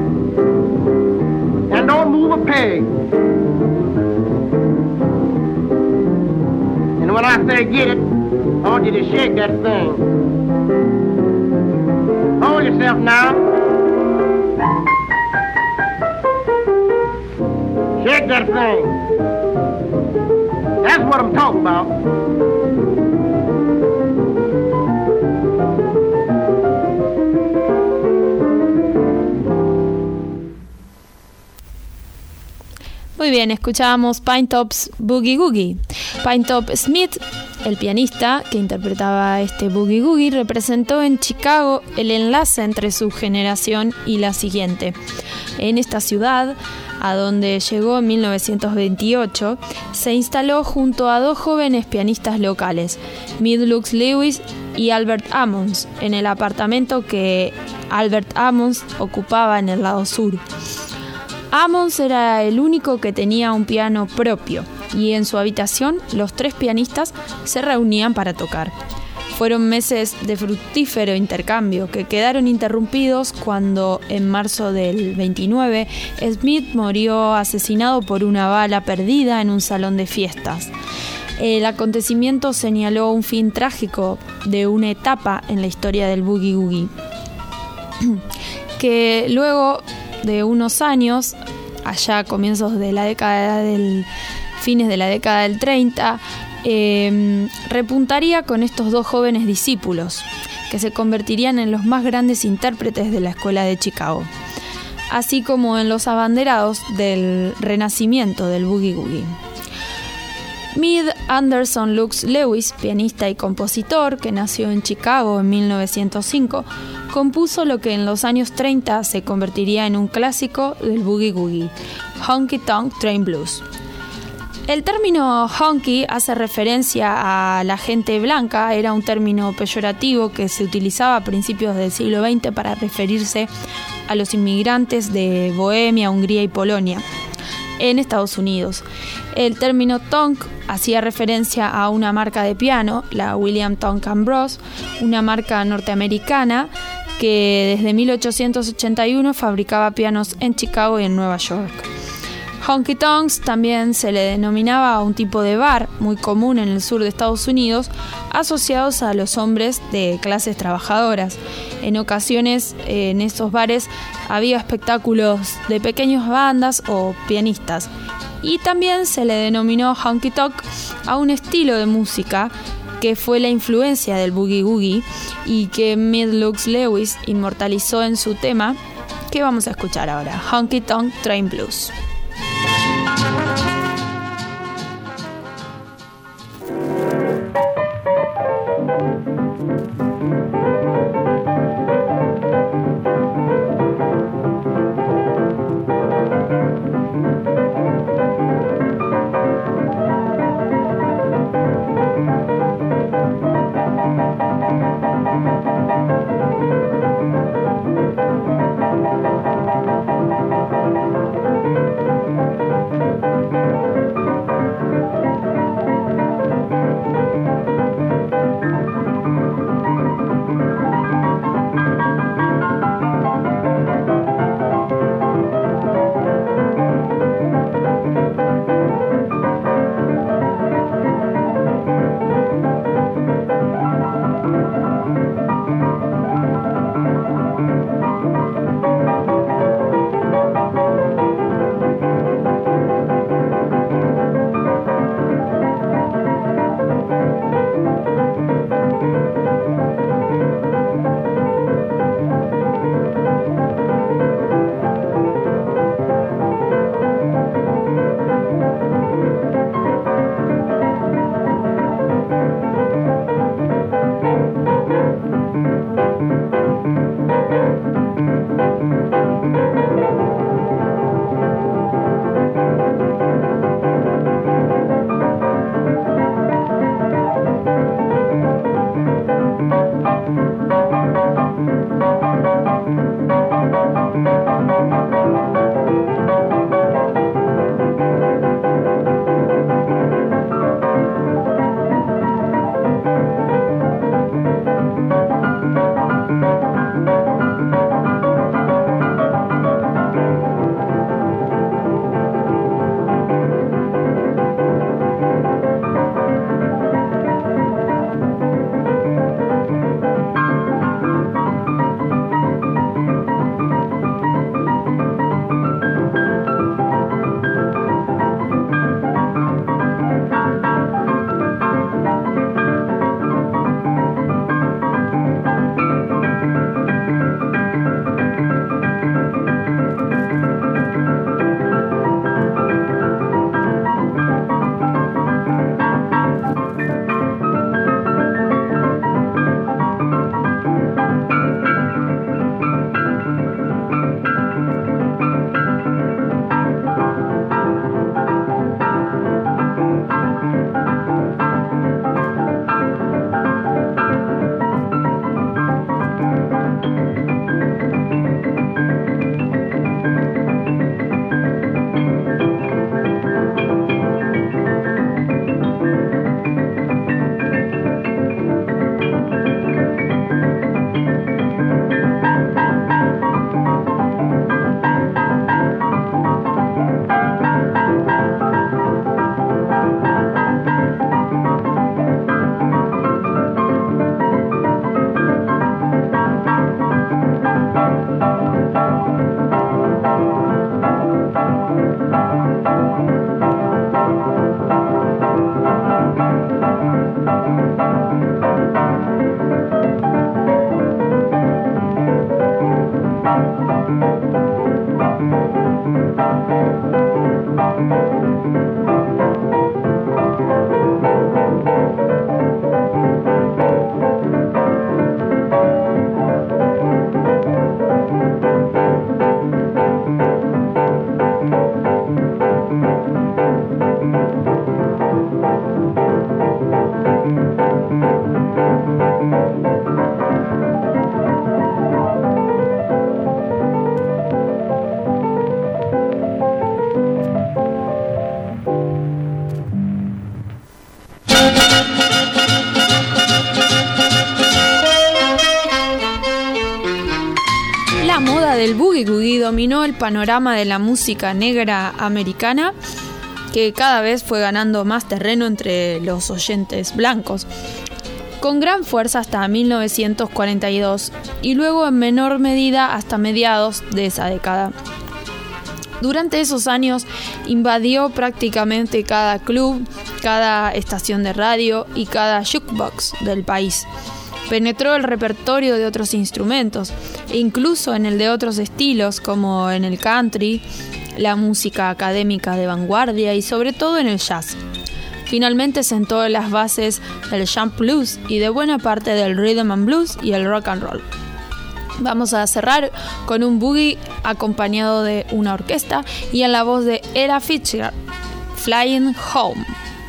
And don't move a peg. And when I say get it, I want you to shake that thing. Hold yourself now. Shake that thing. That's what I'm talking about. Muy bien, escuchábamos Pinetop's Boogie Googie. Pinetop Smith, el pianista que interpretaba este Boogie Googie, representó en Chicago el enlace entre su generación y la siguiente. En esta ciudad, a donde llegó en mil novecientos veintiocho, se instaló junto a dos jóvenes pianistas locales, Mid Lux Lewis y Albert Ammons, en el apartamento que Albert Ammons ocupaba en el lado sur. Ammons era el único que tenía un piano propio y en su habitación los tres pianistas se reunían para tocar. Fueron meses de fructífero intercambio que quedaron interrumpidos cuando en marzo del veintinueve Smith murió asesinado por una bala perdida en un salón de fiestas. El acontecimiento señaló un fin trágico de una etapa en la historia del Boogie Woogie, que luego de unos años, allá a comienzos de la década del fines de la década del treinta, eh, repuntaría con estos dos jóvenes discípulos, que se convertirían en los más grandes intérpretes de la escuela de Chicago, así como en los abanderados del renacimiento del Boogie Woogie. Mid Anderson Lux Lewis, pianista y compositor que nació en Chicago en mil novecientos cinco, compuso lo que en los años treinta se convertiría en un clásico del Boogie Woogie, Honky Tonk Train Blues. El término honky hace referencia a la gente blanca, era un término peyorativo que se utilizaba a principios del siglo veinte para referirse a los inmigrantes de Bohemia, Hungría y Polonia en Estados Unidos. El término tonk hacía referencia a una marca de piano, la William Tonk and Bros, una marca norteamericana que desde mil ochocientos ochenta y uno fabricaba pianos en Chicago y en Nueva York. Honky tonks también se le denominaba a un tipo de bar muy común en el sur de Estados Unidos, asociados a los hombres de clases trabajadoras. En ocasiones en esos bares había espectáculos de pequeñas bandas o pianistas. Y también se le denominó honky tonk a un estilo de música que fue la influencia del Boogie Woogie y que Mid Lux Lewis inmortalizó en su tema, que vamos a escuchar ahora, Honky Tonk Train Blues. Thank you. El boogie woogie dominó el panorama de la música negra americana, que cada vez fue ganando más terreno entre los oyentes blancos, con gran fuerza hasta mil novecientos cuarenta y dos y luego en menor medida hasta mediados de esa década. Durante esos años invadió prácticamente cada club, cada estación de radio y cada jukebox del país. Penetró el repertorio de otros instrumentos e incluso en el de otros estilos como en el country, la música académica de vanguardia y sobre todo en el jazz. Finalmente sentó las bases del jump blues y de buena parte del rhythm and blues y el rock and roll. Vamos a cerrar con un boogie acompañado de una orquesta y en la voz de Ella Fitzgerald, Flying Home.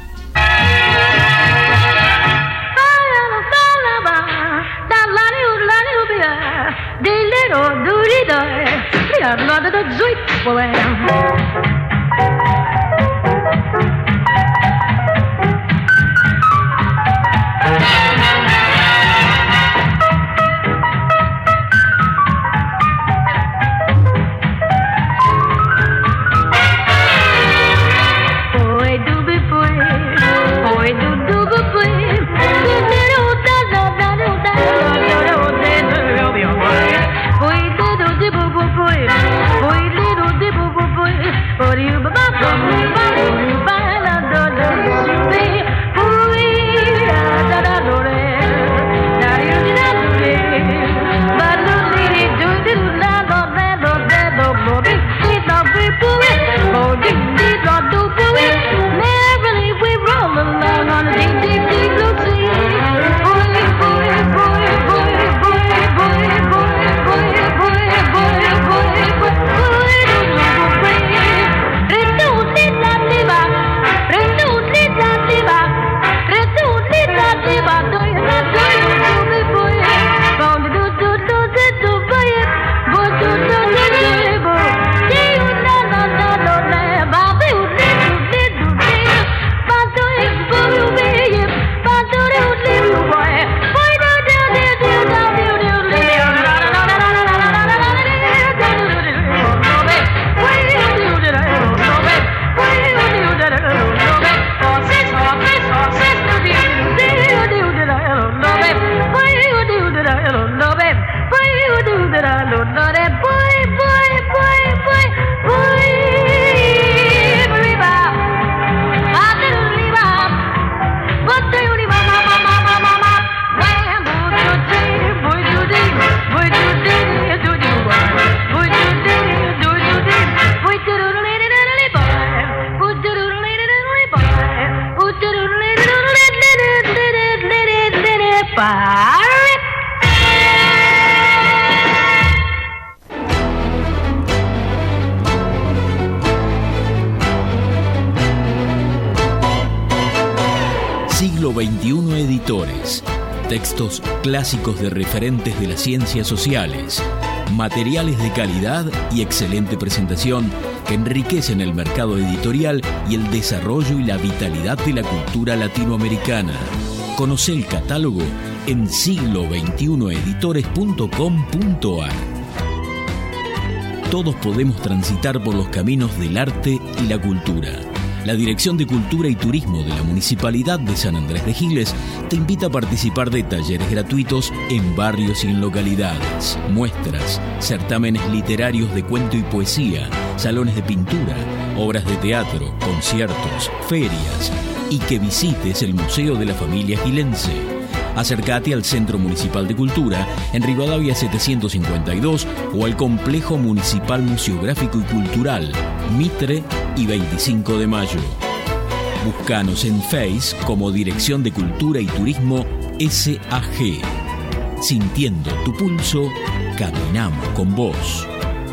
Siglo veintiuno Editores. Textos clásicos de referentes de las ciencias sociales, materiales de calidad y excelente presentación que enriquecen el mercado editorial y el desarrollo y la vitalidad de la cultura latinoamericana. Conoce el catálogo en siglo veintiuno editores punto com punto a r. Todos podemos transitar por los caminos del arte y la cultura. La Dirección de Cultura y Turismo de la Municipalidad de San Andrés de Giles te invita a participar de talleres gratuitos en barrios y en localidades, muestras, certámenes literarios de cuento y poesía, salones de pintura, obras de teatro, conciertos, ferias y que visites el Museo de la Familia Gilense. Acércate al Centro Municipal de Cultura en Rivadavia setecientos cincuenta y dos o al Complejo Municipal Museográfico y Cultural Mitre y veinticinco de mayo. Búscanos en Face como Dirección de Cultura y Turismo S A G. Sintiendo tu pulso, caminamos con vos.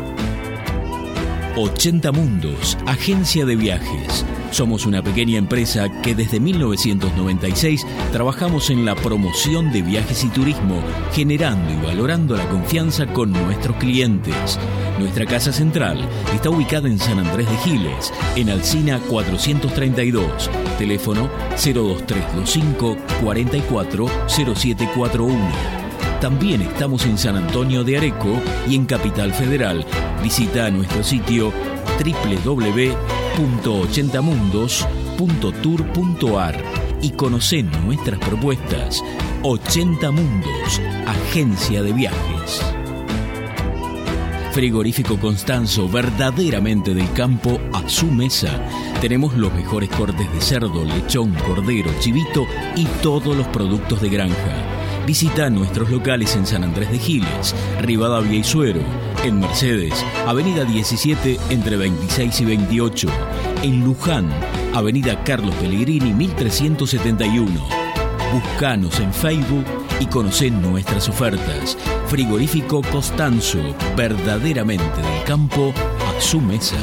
ochenta Mundos, agencia de viajes. Somos una pequeña empresa que desde mil novecientos noventa y seis trabajamos en la promoción de viajes y turismo, generando y valorando la confianza con nuestros clientes. Nuestra casa central está ubicada en San Andrés de Giles, en Alsina cuatrocientos treinta y dos, teléfono cero dos tres dos cinco, cuatro cuatro cero siete cuatro uno. También estamos en San Antonio de Areco y en Capital Federal. Visita nuestro sitio doble u doble u doble u punto ochenta mundos punto tour punto a r y conocé nuestras propuestas. ochenta Mundos, agencia de viajes. Frigorífico Constanzo, verdaderamente del campo a su mesa. Tenemos los mejores cortes de cerdo, lechón, cordero, chivito y todos los productos de granja. Visita nuestros locales en San Andrés de Giles, Rivadavia y Suero, en Mercedes, Avenida diecisiete entre veintiséis y veintiocho, en Luján, Avenida Carlos Pellegrini mil trescientos setenta y uno. Buscanos en Facebook y conocé nuestras ofertas. Frigorífico Constanzo, verdaderamente del campo a su mesa.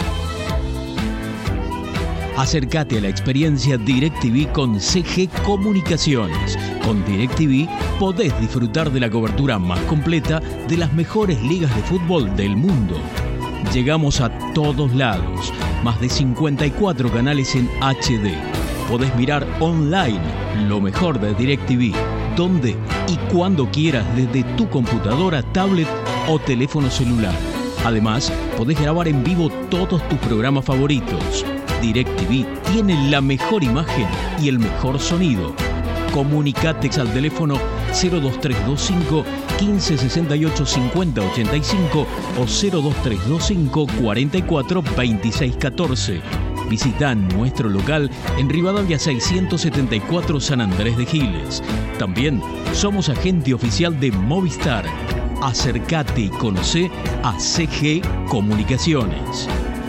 Acércate a la experiencia DirecTV con C G Comunicaciones. Con DirecTV podés disfrutar de la cobertura más completa de las mejores ligas de fútbol del mundo. Llegamos a todos lados, más de cincuenta y cuatro canales en H D. Podés mirar online lo mejor de DirecTV, donde y cuando quieras desde tu computadora, tablet o teléfono celular. Además, podés grabar en vivo todos tus programas favoritos. DirecTV tiene la mejor imagen y el mejor sonido. Comunicate al teléfono cero dos tres dos cinco, quince sesenta y ocho, cincuenta ochenta y cinco o cero dos tres dos cinco, cuarenta y cuatro, veintiséis catorce. Visita nuestro local en Rivadavia seiscientos setenta y cuatro, San Andrés de Giles. También somos agente oficial de Movistar. Acércate y conocé a C G Comunicaciones.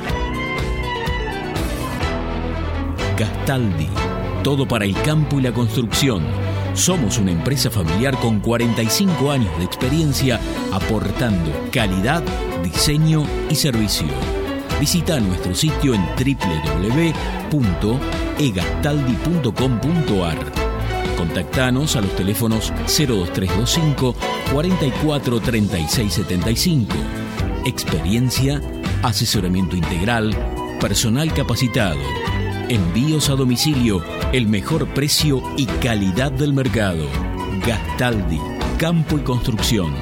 Gastaldi, todo para el campo y la construcción. Somos una empresa familiar con cuarenta y cinco años de experiencia aportando calidad, diseño y servicio. Visita nuestro sitio en doble u doble u doble u punto e gastaldi punto com punto a r. Contactanos a los teléfonos cero dos tres dos cinco, cuarenta y cuatro, treinta y seis setenta y cinco. Experiencia, asesoramiento integral, personal capacitado. Envíos a domicilio, el mejor precio y calidad del mercado. Gastaldi, campo y construcción.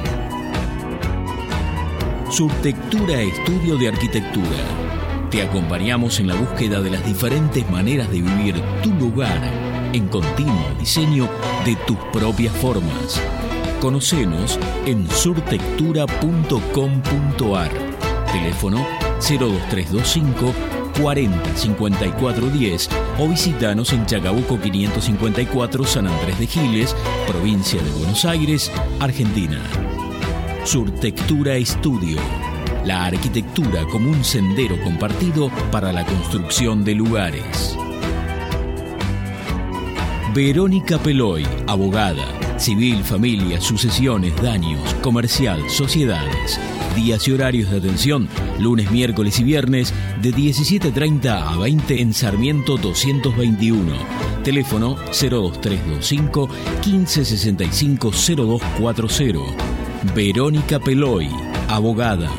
Surtectura Estudio de Arquitectura. Te acompañamos en la búsqueda de las diferentes maneras de vivir tu lugar en continuo diseño de tus propias formas. Conocenos en surtectura punto com punto a r. Teléfono cero dos tres dos cinco, cuarenta, cincuenta y cuatro diez o visitanos en Chacabuco quinientos cincuenta y cuatro, San Andrés de Giles, provincia de Buenos Aires, Argentina. Surtectura Estudio. La arquitectura como un sendero compartido para la construcción de lugares. Verónica Peloy, abogada. Civil, familia, sucesiones, daños, comercial, sociedades. Días y horarios de atención, lunes, miércoles y viernes, de diecisiete treinta a veinte en Sarmiento doscientos veintiuno. Teléfono cero dos tres dos cinco, quince sesenta y cinco, cero dos cuatro cero. Verónica Peloy, abogada.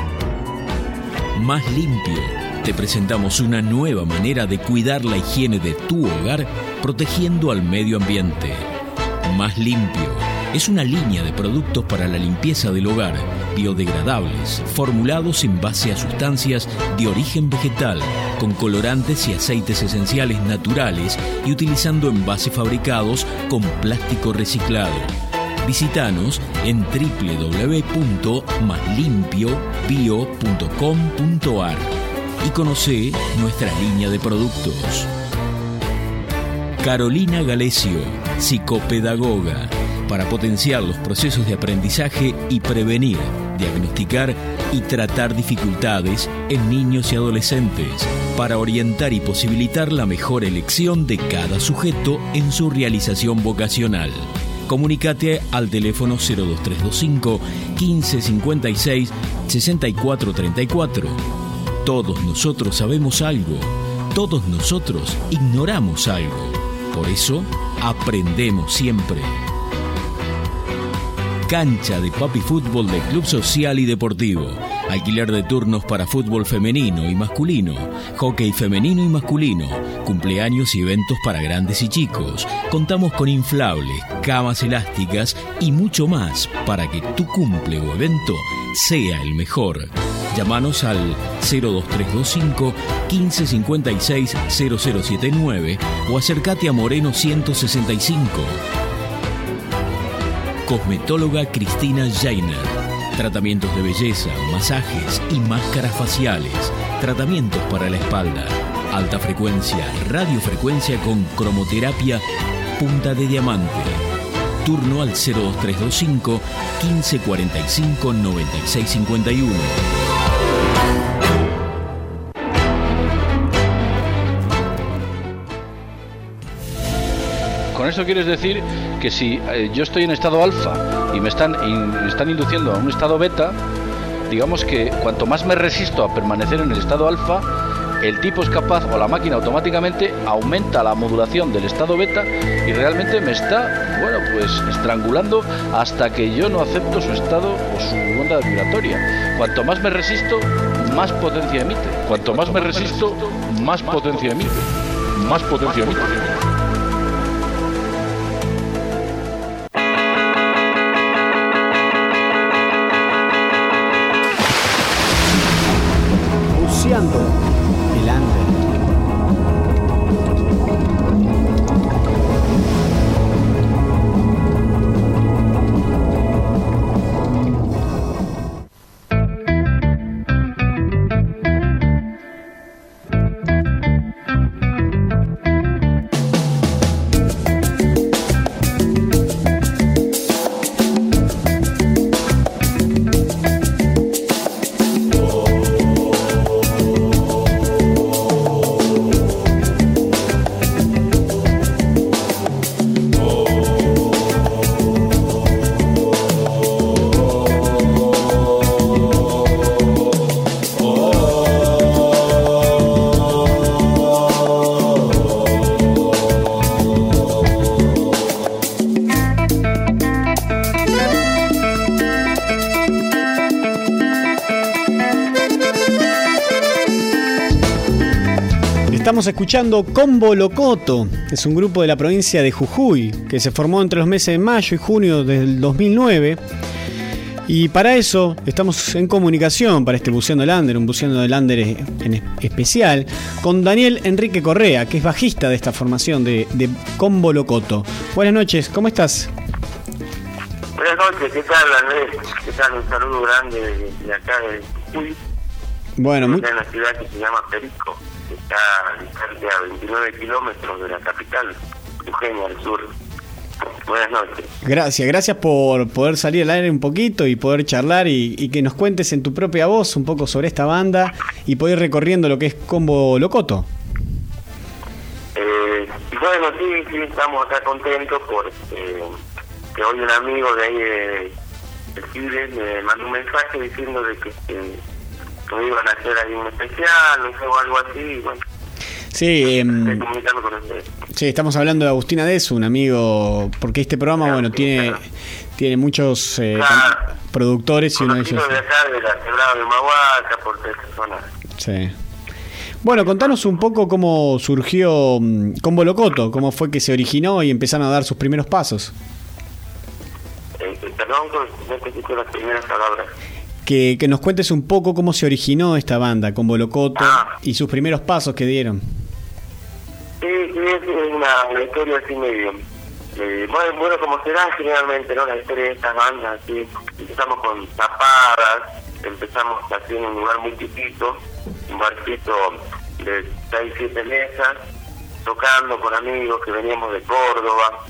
Más Limpio. Te presentamos una nueva manera de cuidar la higiene de tu hogar, protegiendo al medio ambiente. Más Limpio es una línea de productos para la limpieza del hogar, biodegradables, formulados en base a sustancias de origen vegetal, con colorantes y aceites esenciales naturales y utilizando envases fabricados con plástico reciclado. Visítanos en doble u doble u doble u punto más limpio bio punto com punto a r y conocé nuestra línea de productos. Carolina Galesio, psicopedagoga, para potenciar los procesos de aprendizaje y prevenir, diagnosticar y tratar dificultades en niños y adolescentes, para orientar y posibilitar la mejor elección de cada sujeto en su realización vocacional. Comunícate al teléfono cero dos tres dos cinco, quince cincuenta y seis, sesenta y cuatro treinta y cuatro. Todos nosotros sabemos algo, todos nosotros ignoramos algo. Por eso, aprendemos siempre. Cancha de Papi Fútbol de Club Social y Deportivo. Alquiler de turnos para fútbol femenino y masculino, hockey femenino y masculino, cumpleaños y eventos para grandes y chicos. Contamos con inflables, camas elásticas y mucho más para que tu cumple o evento sea el mejor. Llámanos al cero dos tres dos cinco, quince cincuenta y seis, cero cero siete nueve o acércate a Moreno ciento sesenta y cinco. Cosmetóloga Cristina Jainer. Tratamientos de belleza, masajes y máscaras faciales. Tratamientos para la espalda. Alta frecuencia, radiofrecuencia con cromoterapia punta de diamante. Turno al cero dos tres dos cinco, quince cuarenta y cinco, noventa y seis cincuenta y uno. Con eso quieres decir que si eh, yo estoy en estado alfa y me están, in, me están induciendo a un estado beta, digamos que cuanto más me resisto a permanecer en el estado alfa, el tipo es capaz, o la máquina automáticamente aumenta la modulación del estado beta y realmente me está, bueno, pues estrangulando hasta que yo no acepto su estado o su onda vibratoria. Cuanto más me resisto, más potencia emite. Cuanto más me resisto, más potencia emite. Más potencia emite. Buceando el under. Estamos escuchando Combo Locoto, es un grupo de la provincia de Jujuy que se formó entre los meses de mayo y junio del dos mil nueve. Y para eso estamos en comunicación para este Buceando el Under, un Buceando el Under en especial, con Daniel Enrique Correa, que es bajista de esta formación de, de Combo Locoto. Buenas noches, ¿cómo estás? Buenas noches, ¿qué tal, Andrés? ¿Qué tal? Un saludo grande de, de acá de Jujuy. Bueno, muy... en una ciudad que se llama Perico, que está distante a veintinueve kilómetros de la capital, Jujeña, al sur. Buenas noches. Gracias, gracias por poder salir al aire un poquito y poder charlar y, y que nos cuentes en tu propia voz un poco sobre esta banda y poder ir recorriendo lo que es Combo Locoto. Eh, bueno, sí, sí, estamos acá contentos porque eh, que hoy un amigo de ahí de, de Chile me mandó un mensaje diciendo de que eh, que iban a hacer ahí un especial, no sé, o algo así, y bueno. Sí, eh, comunicando con ustedes. Sí, estamos hablando de Agustín Adesu, un amigo, porque este programa, claro, bueno, sí, tiene claro. tiene muchos eh, claro. productores y uno de ellos... de acá, de la Quebrada de Humahuaca, por toda esa zona. Sí. Bueno, contanos un poco cómo surgió um, Combo Locoto, cómo fue que se originó y empezaron a dar sus primeros pasos. Eh, perdón, no te escuché las primeras palabras. Que, que nos cuentes un poco cómo se originó esta banda, Combo Locoto, ah. y sus primeros pasos que dieron. Sí, sí, es una, una historia así medio... Eh, bueno, bueno, como será generalmente, ¿no? La historia de estas bandas, así. Empezamos con tapadas, empezamos así en un lugar muy chiquito, un barcito de seis, siete mesas, tocando con amigos que veníamos de Córdoba.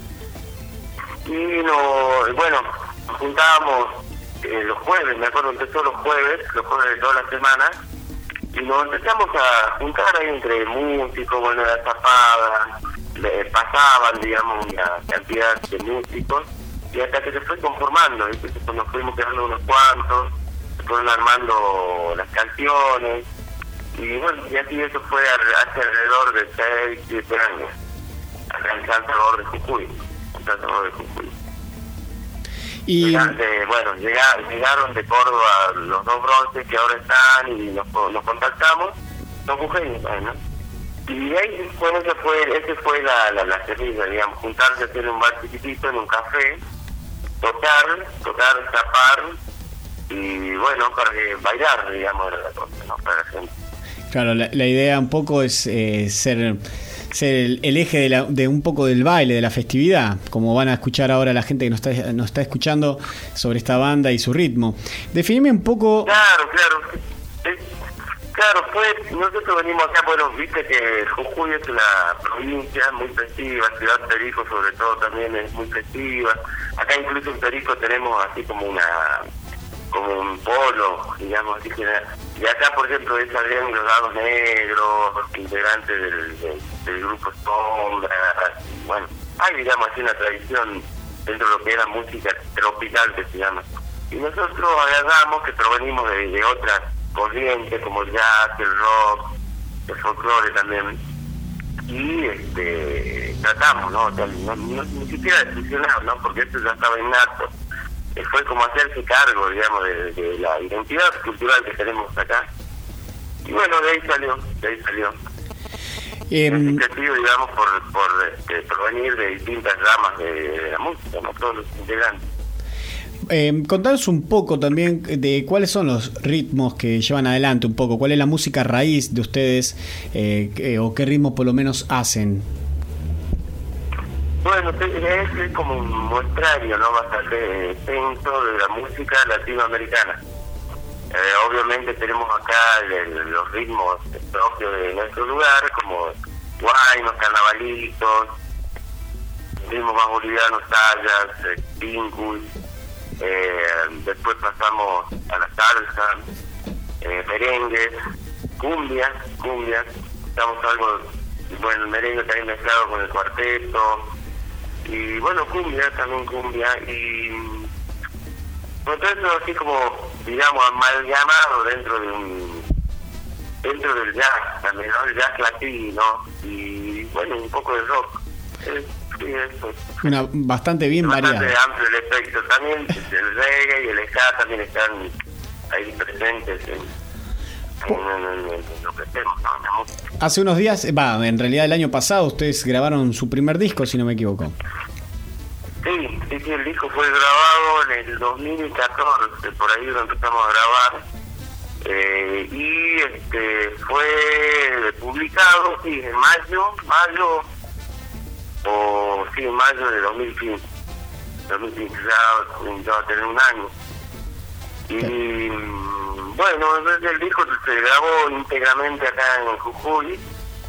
Y no, bueno, nos juntábamos eh, los jueves, me acuerdo, empezó los jueves, los jueves de toda la semana, y nos empezamos a juntar ahí entre músicos, bueno, la tapada, le pasaban, digamos, una cantidad de músicos, y hasta que se fue conformando, ¿viste? Pues nos fuimos quedando unos cuantos, se fueron armando las canciones, y bueno, y así eso fue hace alrededor de seis, siete años, acá en San Salvador de Jujuy, en San Salvador de Jujuy. Y Llegaron de, bueno, llegaron, llegaron de Córdoba los dos bronces que ahora están y nos, nos contactamos, son mujeres, ¿no? Y ahí, bueno, ese fue, ese fue la, la, la semilla, digamos, juntarse, hacer un bar chiquitito en un café, tocar, tocar, zapar, y bueno, para que bailar, digamos, era la cosa, ¿no? Para la gente. Claro, la, la idea un poco es eh, ser, ser el, el eje de, la, de un poco del baile, de la festividad, como van a escuchar ahora la gente que nos está, nos está escuchando sobre esta banda y su ritmo. Definime un poco... Claro, claro. Es, claro, pues nosotros venimos acá, bueno, viste que Jujuy es una provincia muy festiva, Ciudad Perico sobre todo también es muy festiva. Acá incluso en Perico tenemos así como una... como un polo, digamos así que... Y acá, por ejemplo, es salieron los Dados Negros, los integrantes del, del, del grupo Sombra, bueno, hay, digamos, así una tradición dentro de lo que era música tropical, que se llama. Y nosotros agarramos que provenimos de, de otras corrientes, como el jazz, el rock, el folclore también, y este tratamos, ¿no? O sea, no, no ni siquiera de fusionar, ¿no? Porque esto ya estaba innato. Fue como hacerse cargo, digamos, de, de la identidad cultural que tenemos acá. Y bueno, de ahí salió, de ahí salió. Eh, significativo, digamos, por, por este, provenir de distintas ramas de, de la música, ¿no? Todos los integrantes. Eh, contanos un poco también de cuáles son los ritmos que llevan adelante un poco, cuál es la música raíz de ustedes, eh, que, o qué ritmos por lo menos hacen. Bueno, es como un muestrario, ¿no? Bastante extenso de la música latinoamericana. Eh, obviamente tenemos acá el, los ritmos propios de nuestro lugar, como guaynos, carnavalitos, ritmos más bolivianos, tallas, eh, tincus, eh, después pasamos a la salsa, eh, merengues, cumbias, cumbias, estamos algo, bueno, el merengue también mezclado con el cuarteto, y bueno, cumbia, también cumbia, y bueno, todo eso así como, digamos, amalgamado dentro de un, dentro del jazz también, ¿no? El jazz latino, y bueno, un poco de rock. Es, sí, eso. Una, bastante bien bastante variada. Bastante amplio el espectro. También el reggae y el ska también están ahí presentes en, en, en, en lo que hacemos, ¿no? En la música. Hace unos días, va, en realidad el año pasado ustedes grabaron su primer disco, si no me equivoco. Sí, sí, sí, el disco fue grabado en el dos mil catorce, por ahí lo empezamos a grabar, eh, y este fue publicado, sí, en mayo, mayo, o sí, en mayo de dos mil quince, dos mil quince ya, ya va a tener un año. Y sí. Bueno, entonces el disco se grabó íntegramente acá en Jujuy,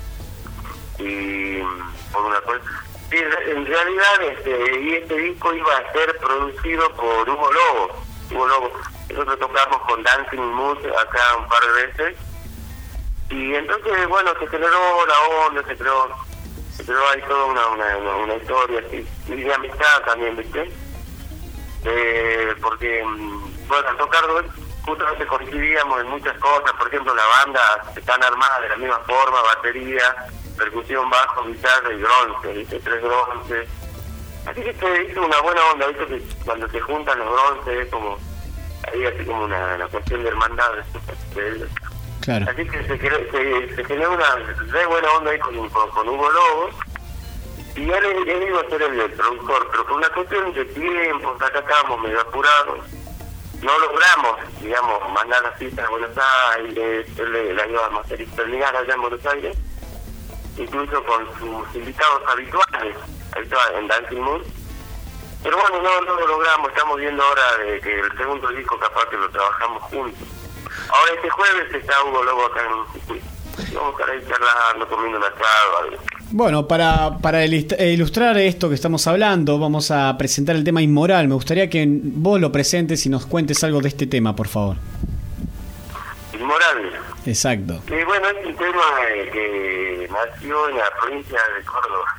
y por una cosa... Sí, en realidad, este, y este disco iba a ser producido por Hugo Lobo. Hugo Lobo. Nosotros tocamos con Dancing Mood acá un par de veces. Y entonces, bueno, se generó la onda, se creó, se creó ahí toda una, una, una, una historia así. Y de amistad también, ¿viste? Eh, porque, bueno, al tocar justamente coincidíamos en muchas cosas. Por ejemplo, la banda están armadas de la misma forma, batería, percusión, bajo, guitarra y bronce, ¿viste? Tres bronces. Así que se hizo una buena onda, ¿viste? Que cuando se juntan los bronces es como, ahí así como una, una cuestión de hermandad. Claro. Así que se, se, se generó una re buena onda ahí con, con, con Hugo Lobo. Y él, él iba a ser el, el productor, pero por una cuestión de tiempo, acá estábamos medio apurados. No logramos, digamos, mandar la cita a Buenos Aires, él la iba a masterizar allá en Buenos Aires, incluso con sus invitados habituales, habituales en Dancing Mood. Pero bueno, no, no lo logramos, estamos viendo ahora de que el segundo disco capaz que lo trabajamos juntos. Ahora este jueves está Hugo Lobo acá en Jujuy. Vamos a estar ahí charlando, comiendo un asado, algo. Bueno, para, para ilustrar esto que estamos hablando, vamos a presentar el tema inmoral. Me gustaría que vos lo presentes y nos cuentes algo de este tema, por favor. Inmoral. Exacto. Y bueno, es un tema eh, que nació en la provincia de Córdoba.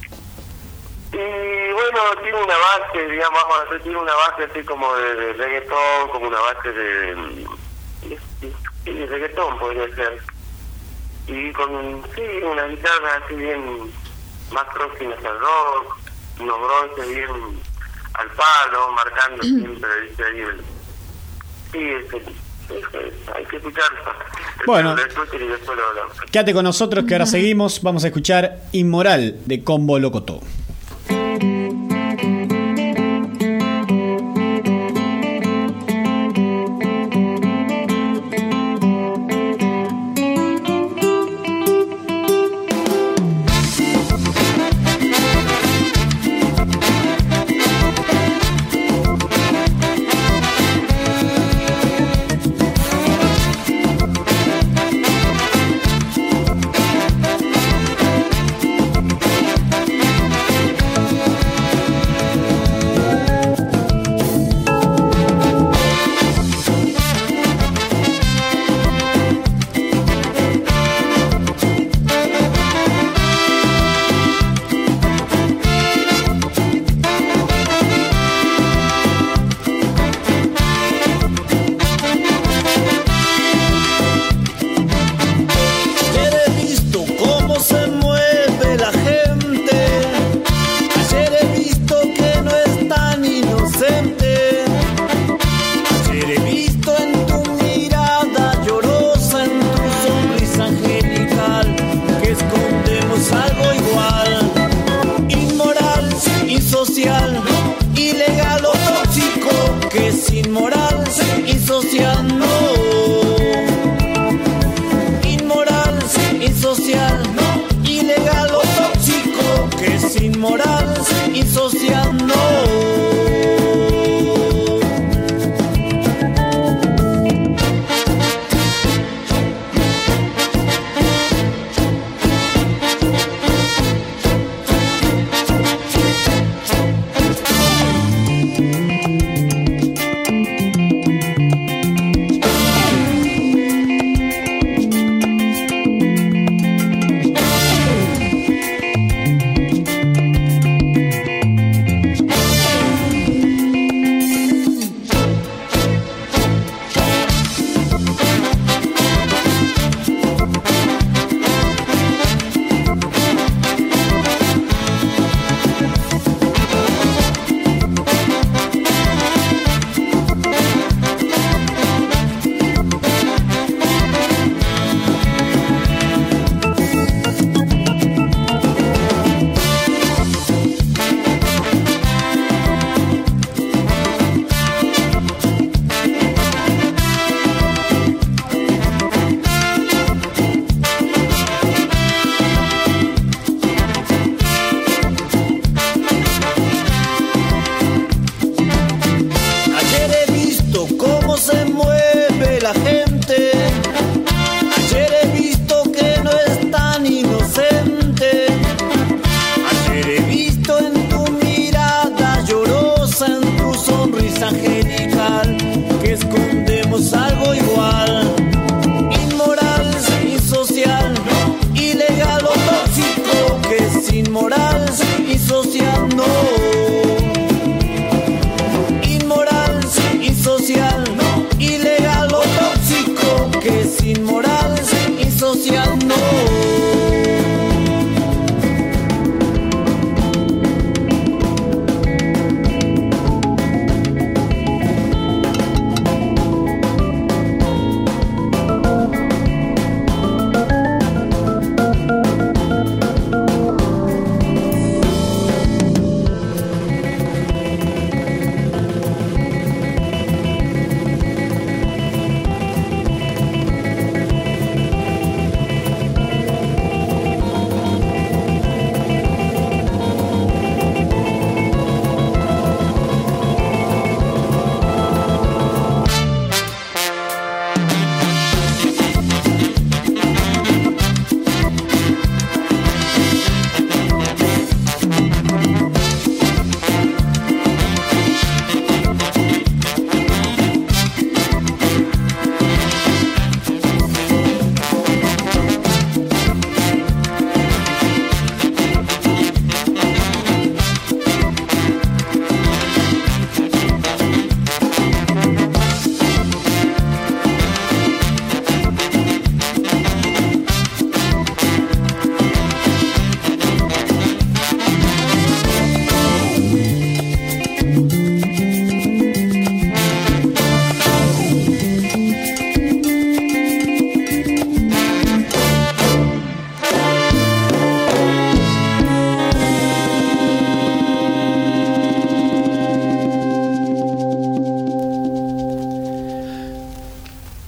Y bueno, tiene una base, digamos, vamos a decir, tiene una base así como de, de reggaetón, como una base de, de, de, de reggaetón podría ser. Y con, sí, una guitarra así bien más próximas al rock, unos bronces bien al palo, marcando siempre, dice ahí el... Sí, es, es, es, hay que escucharlo. Bueno, y después lo hablamos. Quédate con nosotros que ahora seguimos, vamos a escuchar Inmoral de Combo Locotó.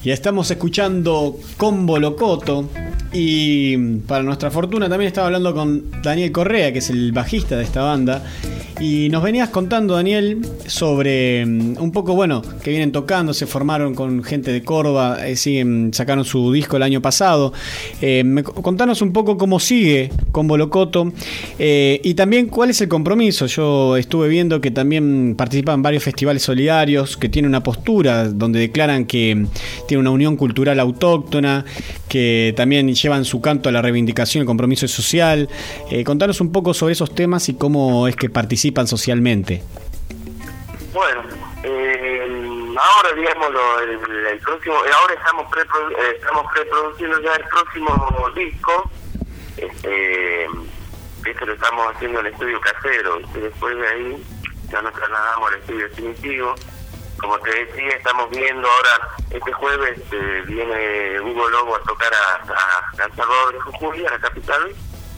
Y estamos escuchando Combo Locoto. Y para nuestra fortuna también estaba hablando con Daniel Correa, que es el bajista de esta banda. Y nos venías contando, Daniel, sobre um, un poco, bueno, que vienen tocando, se formaron con gente de Córdoba, eh, siguen, sacaron su disco el año pasado. Eh, me, contanos un poco cómo sigue Combo Locoto eh, y también cuál es el compromiso. Yo estuve viendo que también participan en varios festivales solidarios, que tienen una postura donde declaran que tiene una unión cultural autóctona, que también llevan su canto a la reivindicación, el compromiso social. Eh, contanos un poco sobre esos temas y cómo es que participan socialmente. Bueno, eh, ahora digamos lo, el, el próximo, ahora estamos preprodu, eh, estamos preproduciendo ya el próximo disco. Este, este lo estamos haciendo en el estudio casero y después de ahí ya nos trasladamos al estudio definitivo. Como te decía, estamos viendo ahora, este jueves eh, viene Hugo Lobo a tocar a, a San Salvador de Jujuy, a la capital,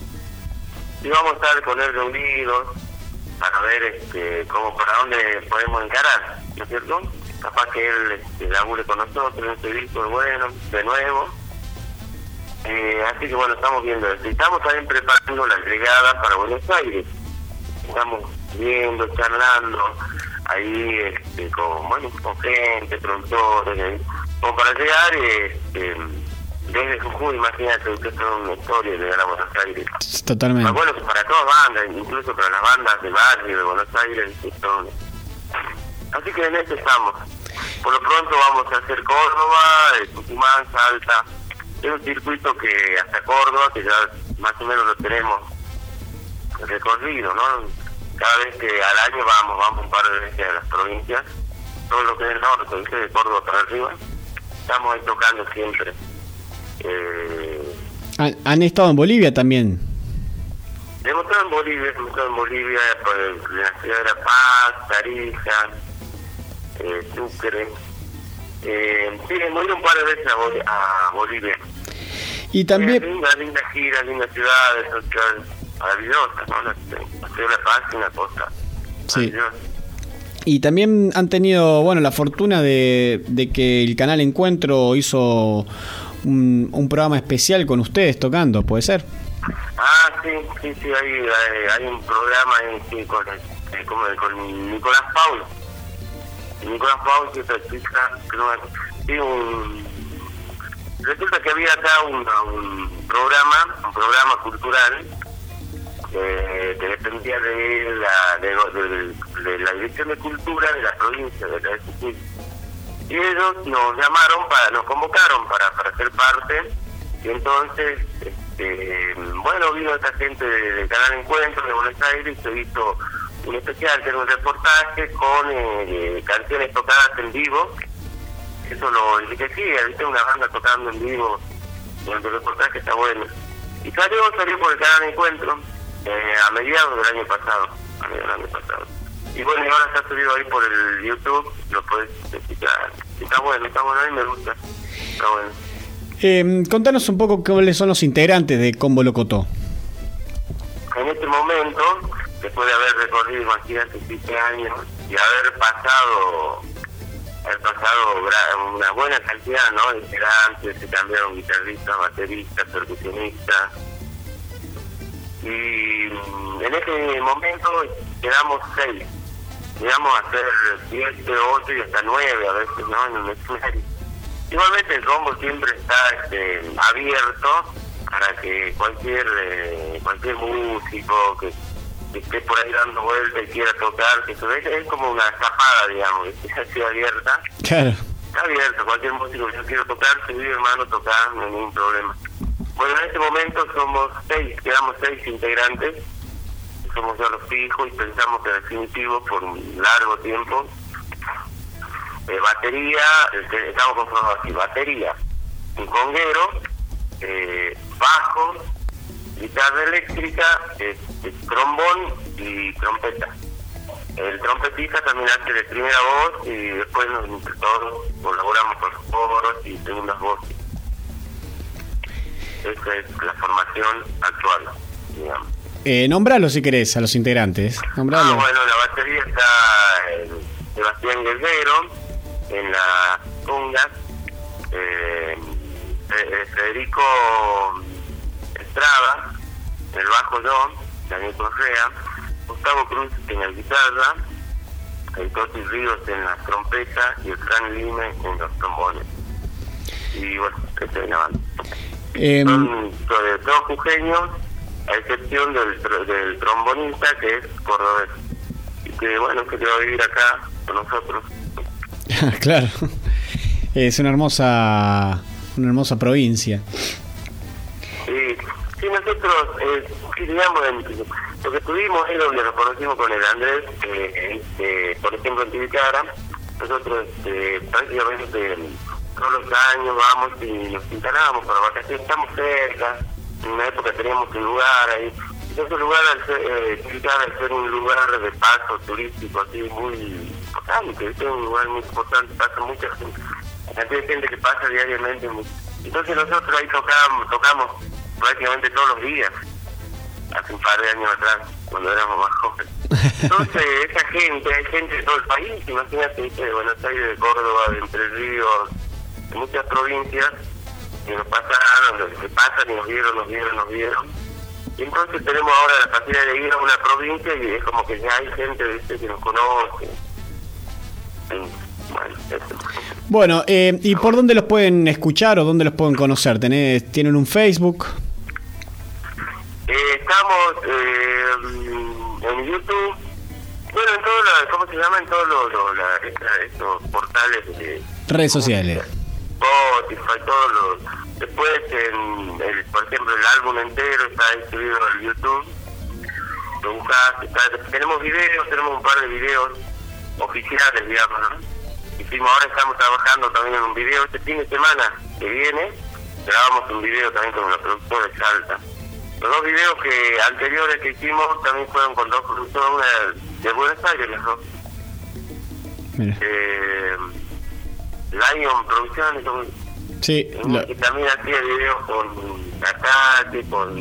y vamos a estar con él reunidos para ver este, cómo, para dónde podemos encarar, ¿no es cierto? Capaz que él este, labure con nosotros en este disco, bueno, de nuevo. Eh, así que bueno, estamos viendo esto. Estamos también preparando la llegada para Buenos Aires. Estamos viendo, charlando ahí este, con, bueno, con gente, productores, como para llegar este, desde Jujuy, imagínate, usted es una historia de llegar a Buenos Aires. Totalmente. Bueno, para todas bandas, incluso para las bandas de barrio de Buenos Aires. Son... Así que en esto estamos. Por lo pronto vamos a hacer Córdoba, Tucumán, Salta. Es un circuito que hasta Córdoba, que ya más o menos lo tenemos recorrido, ¿no? Cada vez que al año vamos, vamos un par de veces a las provincias, todo lo que es el norte, ¿viste? De Córdoba para arriba, estamos ahí tocando siempre. Eh, ¿Han, han estado en Bolivia también? Hemos estado en Bolivia, hemos estado en Bolivia, por la ciudad de La Paz, Tarija, eh, Sucre. Eh, sí, hemos ido un par de veces a, Bol- a Bolivia. Y también... Eh, linda, linda gira, linda ciudades, son ciudades maravillosas, ¿no? La, la ciudad de La Paz es una cosa sí. Y también han tenido, bueno, la fortuna de, de que el canal Encuentro hizo un, un programa especial con ustedes tocando, ¿puede ser? Ah, sí, sí, sí, hay, hay, hay un programa en, sí, con, eh, con, con Nicolás Paul. Nicolás Paul, que es el chica, que no, sí, un, resulta que había acá un, un programa, un programa cultural eh, que dependía de la de, de, de la Dirección de Cultura de la provincia de la de Jujuy. Y ellos nos llamaron, para nos convocaron para, para ser parte, y entonces, este, bueno, vino esta gente del Canal Encuentro de Buenos Aires y se hizo un especial, que era un reportaje con eh, canciones tocadas en vivo. Eso lo enriquecía, viste, una banda tocando en vivo, el reportaje está bueno. Y salió, salió por el Canal Encuentro eh, a mediados del año pasado, a mediados del año pasado. Y bueno, y ahora está subido ahí por el YouTube, lo puedes escuchar. Está bueno, está bueno, a mí me gusta, está bueno. Eh, contanos un poco cuáles son los integrantes de Combo Locoto. En este momento, después de haber recorrido, imagínate, siete años y haber pasado haber pasado una buena cantidad, ¿no?, de integrantes, se cambiaron guitarristas, bateristas, percusionistas, y en este momento quedamos seis, llegamos a ser siete, ocho y hasta nueve a veces, ¿no?, en un escenario. Igualmente el combo siempre está este, abierto para que cualquier eh, cualquier músico que, que esté por ahí dando vueltas y quiera tocar, que eso es, es como una escapada, digamos, que ha sido abierta. Claro. Está abierto, cualquier músico que yo quiero tocar, si vive hermano tocar, no hay ningún problema. Bueno, en este momento somos seis, quedamos seis integrantes, somos ya los fijos y pensamos que definitivo por un largo tiempo. Eh, batería, eh, estamos conformados así, batería, un conguero, eh, bajo, guitarra eléctrica, eh, eh, trombón y trompeta. El trompetista también hace de primera voz y después nos, entre todos colaboramos con los coros y segundas voces. Esa es la formación actual, digamos. Eh, nombralo si querés a los integrantes. Nombralo. Ah, bueno, la batería está eh, Sebastián Guerrero, en la conga, eh, eh, Federico Estrada, en el bajo yo, Daniel Correa, Gustavo Cruz en la guitarra, el Toti Ríos en la trompeta y el Fran Lime en los trombones. Y bueno, esta es la banda. Eh, Son sobre todos jujeños, a excepción del, tr- del trombonista que es cordobés. Y que bueno, que va a vivir acá con nosotros. Claro, es una hermosa, una hermosa provincia. Sí, sí, nosotros, eh, digamos, en, lo que tuvimos es donde nos conocimos con el Andrés, eh, eh, por ejemplo en Tibicara, nosotros eh, prácticamente todos los años vamos y nos instalamos para vacaciones, estamos cerca, en una época teníamos un lugar ahí, y ese lugar, al ser, eh, Tibicara, al ser un lugar de paso turístico, así muy importante, es un lugar muy importante, pasa mucha gente, cantidad de gente que pasa diariamente, entonces nosotros ahí tocamos, tocamos prácticamente todos los días, hace un par de años atrás, cuando éramos más jóvenes. Entonces, esa gente, hay gente de todo el país, imagínate, de Buenos Aires, de Córdoba, de Entre Ríos, de muchas provincias, que nos pasaron, que pasan y nos vieron, nos vieron, nos vieron. Y entonces tenemos ahora la facilidad de ir a una provincia y es como que ya hay gente, ¿viste?, que nos conoce. Y, bueno, eso. Bueno, eh, ¿y por dónde los pueden escuchar o dónde los pueden conocer? ¿Tenés, ¿Tienen un Facebook? Eh, estamos eh, en YouTube, bueno, en todos los, ¿cómo se llama? En todos los, los la, esta, estos portales de redes sociales. Spotify, todos los. Después, en el, por ejemplo, el álbum entero está distribuido en YouTube. Lo buscas, está, tenemos videos, tenemos un par de videos oficiales, digamos, ¿no? Hicimos, ahora estamos trabajando también en un video este fin de semana que viene. Grabamos un video también con la productora de Salta. Los dos videos que anteriores que hicimos también fueron con dos productoras, una de Buenos Aires, las dos. Eh, Lion Producciones, son, sí, lo... que también hacía videos con Acate, con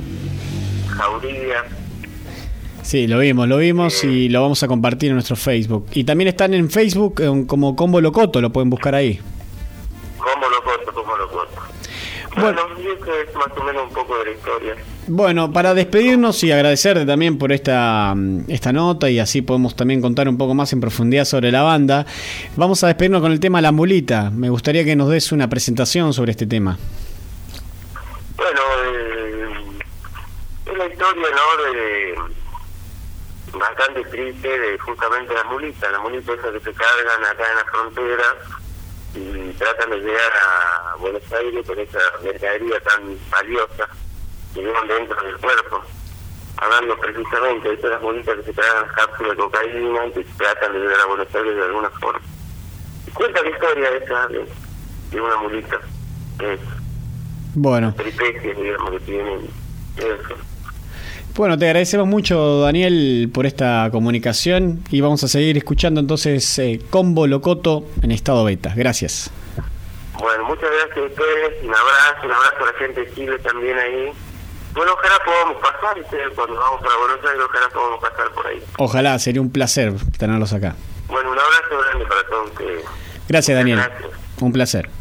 Jauría. Sí, lo vimos, lo vimos eh, y lo vamos a compartir en nuestro Facebook. Y también están en Facebook eh, como Combo Locoto, lo pueden buscar ahí. Combo Locoto, Combo Locoto. Bueno, y eso es más o menos un poco de la historia. Bueno, para despedirnos y agradecerte también por esta, esta nota y así podemos también contar un poco más en profundidad sobre la banda, vamos a despedirnos con el tema La Mulita. Me gustaría que nos des una presentación sobre este tema. Bueno, eh, es la historia, ¿no?, de bastante triste de justamente la mulita, la mulita esa que se cargan acá en la frontera y tratan de llegar a Buenos Aires con esa mercadería tan valiosa que llevan dentro del cuerpo. Hablando precisamente de todas las mulitas que se tragan las cápsulas de cocaína y que tratan de llegar a Buenos Aires de alguna forma. Y cuenta la historia esa de, de una mulita, es bueno, peripecias, digamos, que tienen eso. Bueno, te agradecemos mucho, Daniel, por esta comunicación y vamos a seguir escuchando entonces eh, Combo Locoto en estado beta. Gracias. Bueno, muchas gracias a ustedes, un abrazo, un abrazo a la gente de Chile también ahí. Bueno, ojalá podamos pasar, ustedes cuando vamos para Buenos Aires, ojalá podamos pasar por ahí. Ojalá, sería un placer tenerlos acá. Bueno, un abrazo grande para todos ustedes. Gracias, Daniel. Gracias. Un placer.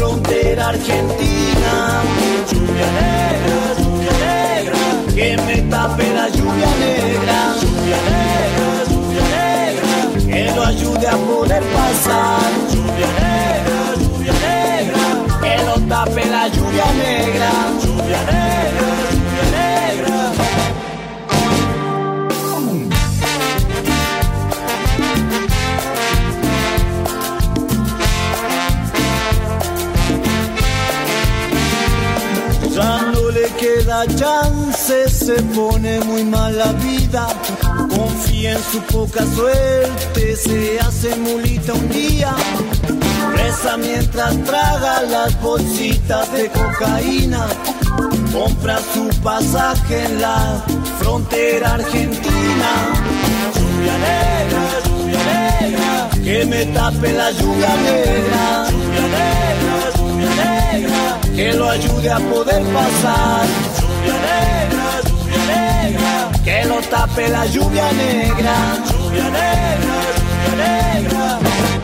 Argentina, lluvia negra, lluvia negra, que me tape la lluvia negra, lluvia negra, lluvia negra, que lo ayude a poder pasar, lluvia negra, lluvia negra, que lo tape la lluvia negra, lluvia negra, lluvia negra. Ya no le queda chance, se pone muy mal la vida. Confía en su poca suerte, se hace mulita un día. Reza mientras traga las bolsitas de cocaína. Compra su pasaje en la frontera argentina. Lluvia negra, lluvia negra, que me tape la lluvia negra. Lluvia negra, lluvia negra, que lo ayude a poder pasar. Lluvia negra, lluvia negra, que lo tape la lluvia negra. Lluvia negra, lluvia negra.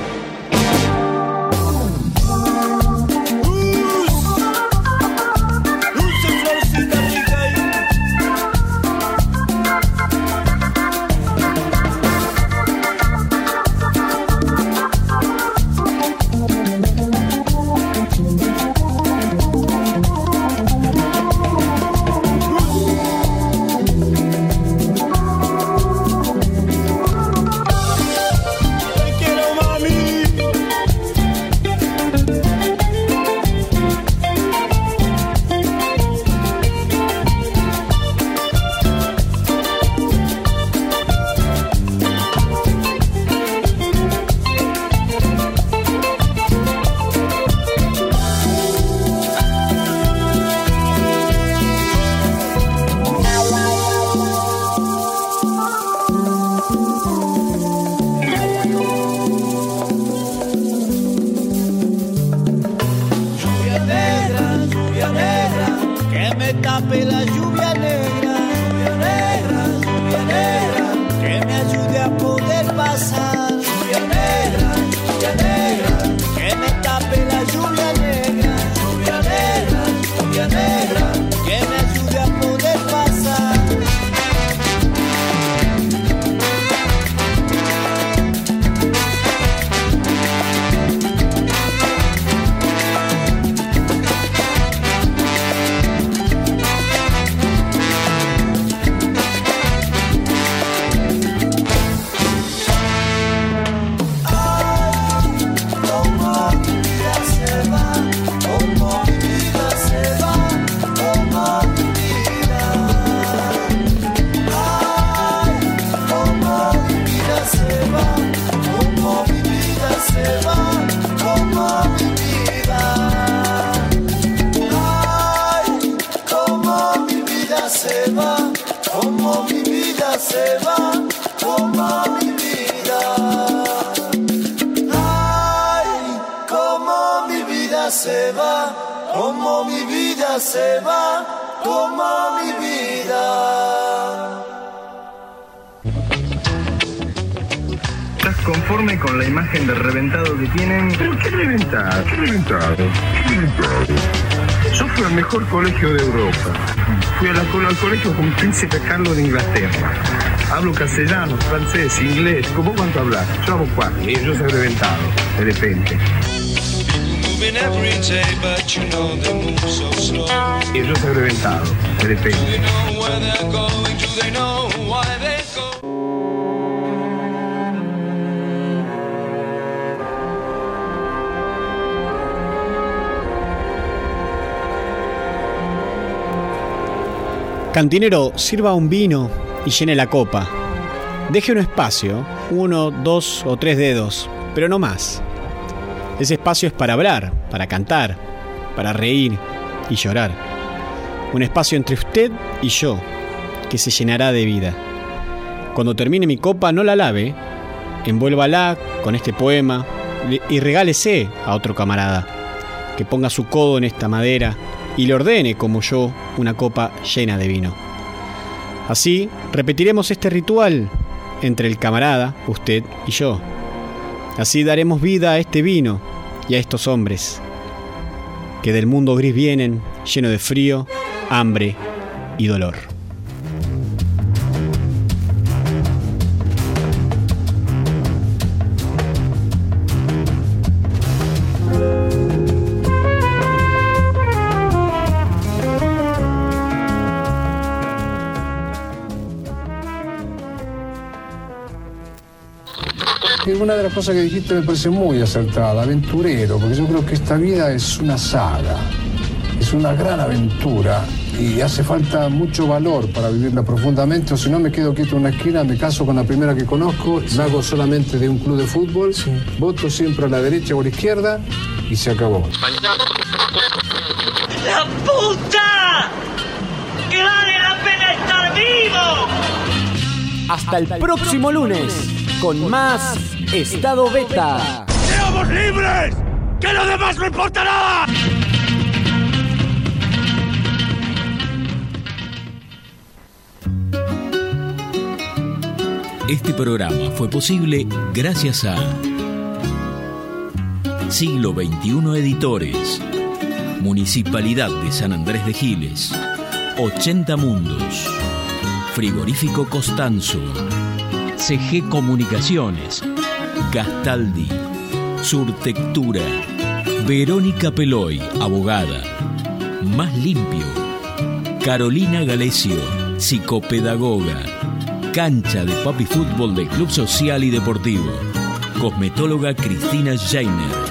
Conforme con la imagen de reventado que tienen. ¿Pero qué reventado? ¿Qué reventado? ¿Qué reventado? Yo fui al mejor colegio de Europa. Fui a la, al colegio con Príncipe Carlos de Inglaterra. Hablo castellano, francés, inglés. ¿Cómo cuánto hablas? Yo hago cuatro. Y yo soy reventado, de repente. Y yo soy reventado, de repente. Cantinero, sirva un vino y llene la copa. Deje un espacio, uno, dos o tres dedos, pero no más. Ese espacio es para hablar, para cantar, para reír y llorar. Un espacio entre usted y yo, que se llenará de vida. Cuando termine mi copa, no la lave, envuélvala con este poema y regálese a otro camarada, que ponga su codo en esta madera y le ordene, como yo, una copa llena de vino. Así repetiremos este ritual entre el camarada, usted y yo. Así daremos vida a este vino y a estos hombres que del mundo gris vienen, lleno de frío, hambre y dolor. una de las cosas que dijiste me parece muy acertada, aventurero, porque yo creo que esta vida es una saga, es una gran aventura y hace falta mucho valor para vivirla profundamente, o si no me quedo quieto en una esquina, me caso con la primera que conozco, me hago solamente de un club de fútbol, sí. Voto siempre a la derecha o a la izquierda y se acabó. ¡La puta! ¡Que vale la pena estar vivo! Hasta el próximo lunes con más Estado Beta. ¡Seamos libres! ¡Que lo demás no importa nada! Este programa fue posible gracias a Siglo veintiuno Editores, Municipalidad de San Andrés de Giles, ochenta Mundos, Frigorífico Costanzo, C G Comunicaciones, Gastaldi, Surtectura, Verónica Peloy, abogada, Más Limpio, Carolina Galesio, psicopedagoga, Cancha de Papi Fútbol del Club Social y Deportivo, Cosmetóloga Cristina Jainer,